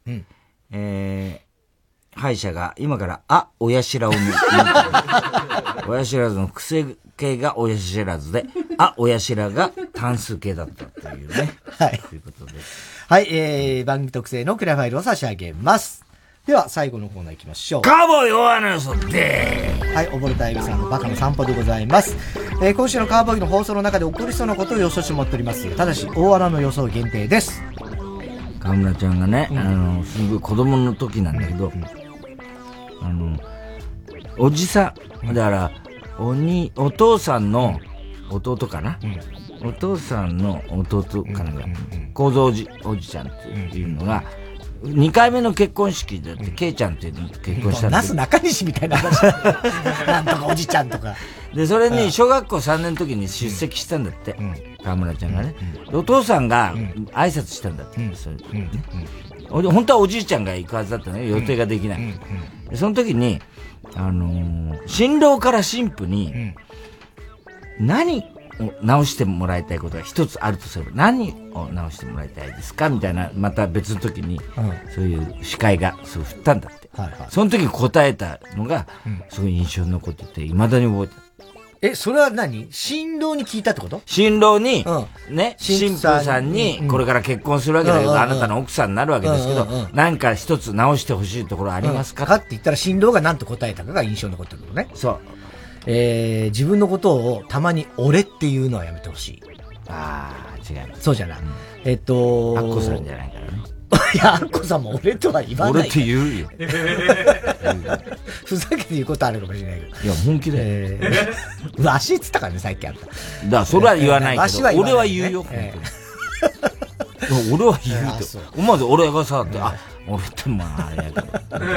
うん、 えー、歯医者が今から、あ、親知らを抜いて、親知らずの癖系が親知らずで、あ、親知らが単数形だったというね。 はい。 ということです。 はい、えー、番組特製のクリアファイルを差し上げます。では、最後のコーナー行きましょう。 カーボーイ大穴予想でーはい、溺れたエビさんのバカの散歩でございます。えー、今週のカーボーイの放送の中で起こりそうなことを予想してもらっております。ただし、大穴の予想限定です。 河村ちゃんがね、うん、あの、すごい子供の時なんだけど、うん、あの、おじさん、だから、おに、お父さんの弟かな、うん、お父さんの弟かなが、構造おじ、おじちゃんっていうのが、二回目の結婚式で、ケイちゃんっていうの結婚したんだなす中西みたいな話。なんとかおじちゃんとか。 で、それに小学校さんねんの時に出席したんだって。河村ちゃんがね。お父さんが挨拶したんだって。それね。本当はおじいちゃんが行くはずだったね。予定ができない。その時に、あのー、新郎から新婦に、何を直してもらいたいことが一つあるとすれば、何を直してもらいたいですかみたいな、また別の時に、そういう司会がそう振ったんだって。はいはい、その時に答えたのが、すごい印象に残ってて、未だに覚えてる。 え、それは何？新郎に聞いたってこと？ 新郎に、うん、ね、新婦さんに、これから結婚するわけだけど、うん、あなたの奥さんになるわけですけど、うんうんうん、何か一つ直してほしいところありますか、 うん、かって言ったら新郎が何と答えたかが印象に残ってるのね。 そう。 えー、自分のことをたまに俺っていうのはやめてほしい。 あー、違います。 そうじゃない。うん、えっと、 アッコさんじゃないからね。 いや、アッコさんも俺とは言わない。 俺って言うよ。 ふざけて言うことあるかもしれないけど。 いや、本気で。 えー、わしっつったからね、さっきあった。だから、それは言わないけど、えー、は俺は言うよ。えー、俺は言うと。思わず俺がさ、って、あ、俺ってまあ、あれやけど。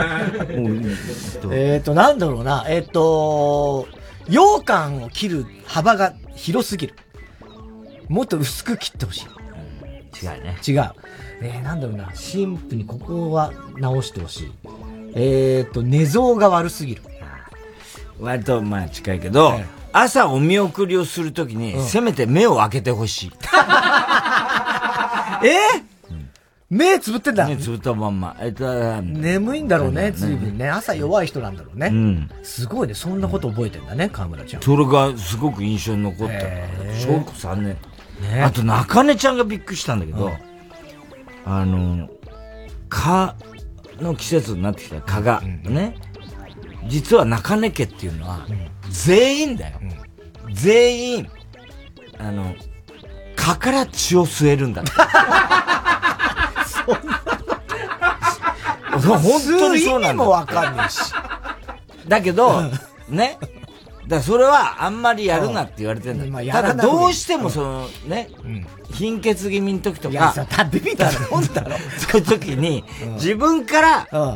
えっと、なんだろうな。えっと、羊羹を切る幅が広すぎる。もっと薄く切ってほしい。 違うね。 違う。えー、なんだろうな。神父にここは直してほしい。えーと、寝相が悪すぎる。 割とまあ近いけど、えー、朝お見送りをするときに、うん、せめて目を開けてほしい。 えーうん、目つぶってんだ。 目つぶったまんま。えっと、 眠いんだろうね、ずいぶんね。朝弱い人なんだろうね。うん、すごいね。そんなこと覚えてんだね、河村ちゃん。 それがすごく印象に残った。小学校さんねん。ね、あと、中根ちゃんがびっくりしたんだけど、うん、あの、蚊の季節になってきた蚊が、うん、ね、実は中根家っていうのは、うん、全員だよ、うん。全員、あの、蚊から血を吸えるんだって。 そんな本当にそうなんだ。 意味もわかんないし。 だけど、ね、だからそれはあんまりやるなって言われてるんだ、うんまあ、ただどうしてもそのね、うん、貧血気味の時とか、いやさ、ビビったらもんだろ。 そういう時に、うん、自分から、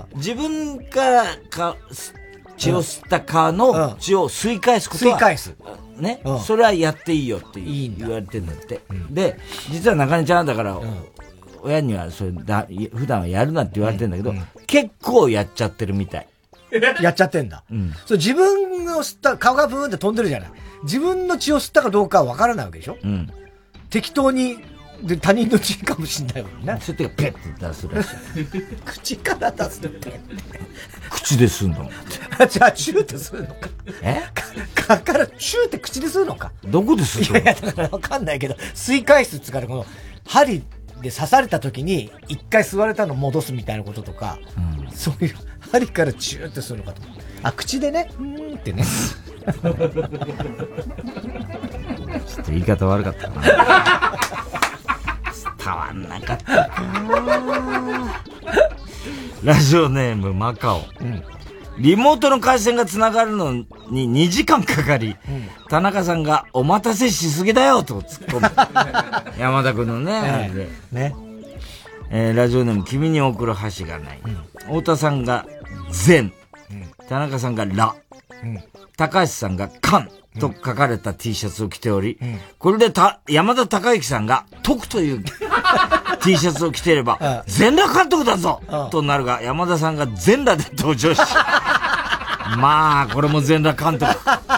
うん、自分からか血を吸った蚊の血を吸い返すことは、 吸い返す。 ね、うん、それはやっていいよって言われてるんだって。うん、で、実は中根ちゃんだから、うん、親にはそれだ普段はやるなって言われてるんだけど、うんうん、結構やっちゃってるみたい。 やっちゃってんだ。うん、そう自分を吸った、顔がブーンって飛んでるじゃない。自分の血を吸ったかどうかは分からないわけでしょ。うん、適当に、で、他人の血かもしんないもんね。 そうやってペッて出すらしい。 口から出すのペッて。 口で吸うんだもん。 じゃあ、チューって吸うのか。 えか、かからチューって口で吸うのか。 どこで吸うの？ いやいや、だから分かんないけど、吸い返すっつうから、この、針で刺された時に、一回吸われたの戻すみたいなこととか、うん、そういう、針からチューってするのかと思う。あ、口でね、うーんってね。 ちょっと言い方悪かったかな。伝わんなかったか。ラジオネームマカオ。うん、リモートの回線が繋がるのににじかんかかり、うん、田中さんがお待たせしすぎだよと突っ込む。山田くんのね。えー、ね。えー、ラジオネーム君に送る箸がない。うん、太田さんが善、うん、田中さんがラ、うん、高橋さんがカンと書かれた T シャツを着ており、うん、これでた山田孝之さんが徳という T シャツを着ていれば、全裸監督だぞとなるが、山田さんが全裸で登場し、まあ、これも全裸監督。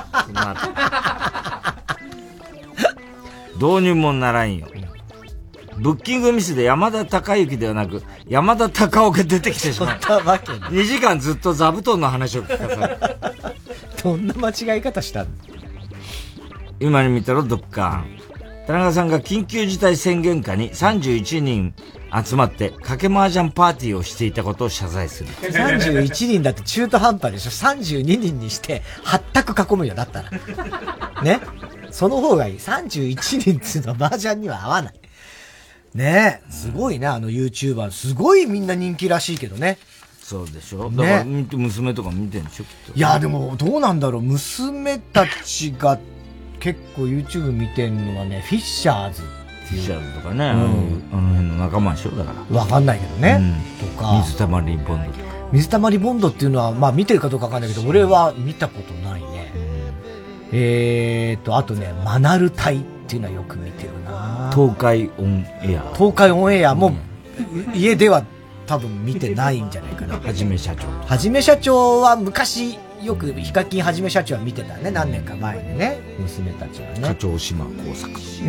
導入もならんよ。 ブッキングミスで山田孝之ではなく、山田孝夫が出てきてしまった。 わけにじかんずっと座布団の話を聞かされた。 どんな間違い方したの？ 今に見たろ、ドッカン。田中さんが緊急事態宣言下にさんじゅういちにん集まって賭け麻雀パーティーをしていたことを謝罪する。 さんじゅういちにんだって中途半端でしょ。さんじゅうににんにしてはったく囲むよ、だったら。ね。その方がいい。さんじゅういちにんっていうのは麻雀には合わない。ねえ。すごいね、あの YouTuber。すごいみんな人気らしいけどね。 そうでしょ、ね、だから娘とか見てんでしょ、きっと。 いや、でもどうなんだろう。娘たちが結構 YouTube 見てんのはね、フィッシャーズっていう。 フィッシャーズとかね、うん、あの辺の仲間でしょ、だから。 わかんないけどね。うん、とか。 水溜りボンドとか。 水溜りボンドっていうのは、まあ見てるかどうかわかんないけど、俺は見たことないね。うん、えーと、あとね、マナル隊っていうのはよく見てるな。 東海オンエア。 東海オンエアも、うん、家では多分見てないんじゃないかな。 はじめ社長。 はじめ社長は昔、よくヒカキンはじめ社長は見てたね。何年か前にね。娘たちはね。 課長島工作。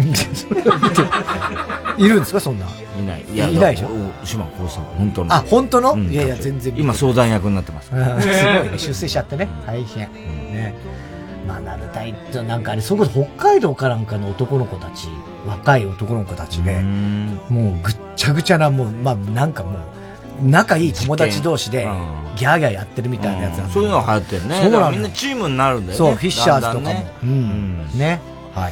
いるんですか、そんな。 いない。 いや、いないでしょ。 島工作。本当の。 あ、本当の、うん、いやいや、全然。 今相談役になってます。 すごいね。出世しちゃってね。大変。うん、ね。まあ、なるたいって、なんかあれ、そこで北海道かなんかの男の子たち、若い男の子たちで、もうぐっちゃぐちゃな、もう、まあ、なんかもう、仲いい友達同士でギャーギャーやってるみたいなやつなんで、 そういうのが流行ってるね。そうなんみんなチームになるんだよね。 そう、フィッシャーズとかも。ね、うん。ね。はい。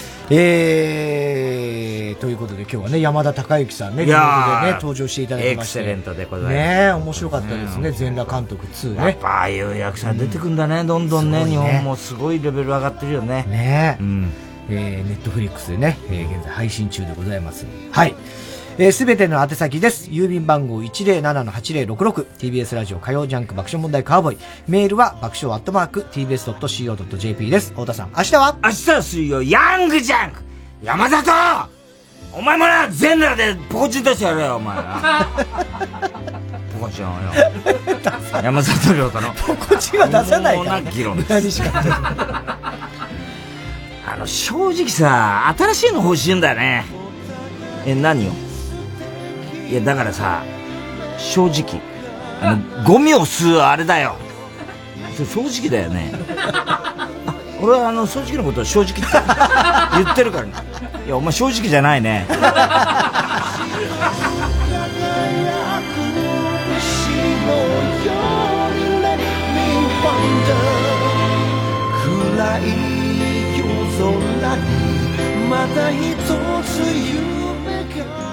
えー、ということで今日はね、山田孝之さんね、リモートでね、登場していただきまして。 エクセレントでございます。 ね、面白かったですね、全裸監督ツーね。 やっぱああいう役者出てくんだね、どんどんね、日本もすごいレベル上がってるよね。 ね。うん。えー、ネットフリックスでね、えー、現在配信中でございます。はい。えー、すべての宛先です。郵便番号 いちゼロななのはちゼロろくろく ティービーエス ラジオ火曜ジャンク爆笑問題カーボーイ。メールは爆笑アットマーク ティービーエスドットシーオードットジェーピー です。太田さん、明日は明日は水曜ヤングジャンク山里お前もな、全裸でポコチン出してやれよ、お前な。ポコチンをよ。山里亮太の。 ポコチンは出さないから、ね。 議論です。 何しかあの、正直さ、新しいの欲しいんだよね。え、何よ。いや、だからさ、正直、あの、ゴミを吸うあれだよ。正直だよね。俺はあの、正直のことを正直って言ってるからね。いや、お前正直じゃないね。 暗い夜空にまた一つ夢が。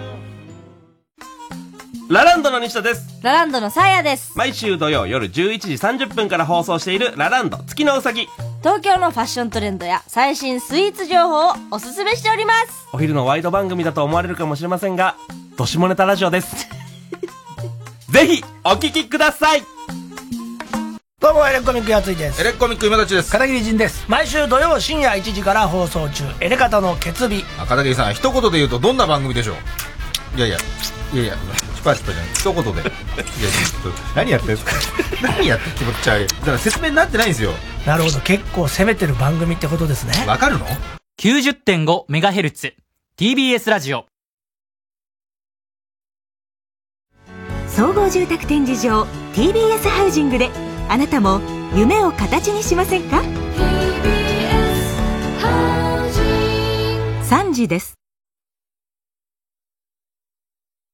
ラランドの西田です。 ラランドのサーヤです。 毎週土曜夜じゅういちじさんじゅっぷんから放送しているラランド月のうさぎ。 東京のファッショントレンドや最新スイーツ情報をおすすめしております。 お昼のワイド番組だと思われるかもしれませんが、どしもネタラジオです。ぜひお聞きください。 どうもエレコミックやついです。 エレコミック今立ちです。 片桐仁です。毎週土曜深夜いちじから放送中、エレカタの決日。 片桐さん、一言で言うとどんな番組でしょう。いやいやいやいや、チパチパじゃない、一言で。いやちょっと何やってんすか。何やって気持ち悪い。だから説明になってないんですよ。 なるほど、結構攻めてる番組ってことですね。 わかるの？ きゅうじゅってんごメガヘルツ ティービーエス ラジオ。 総合住宅展示場 ティービーエス ハウジングであなたも夢を形にしませんか？さんじです。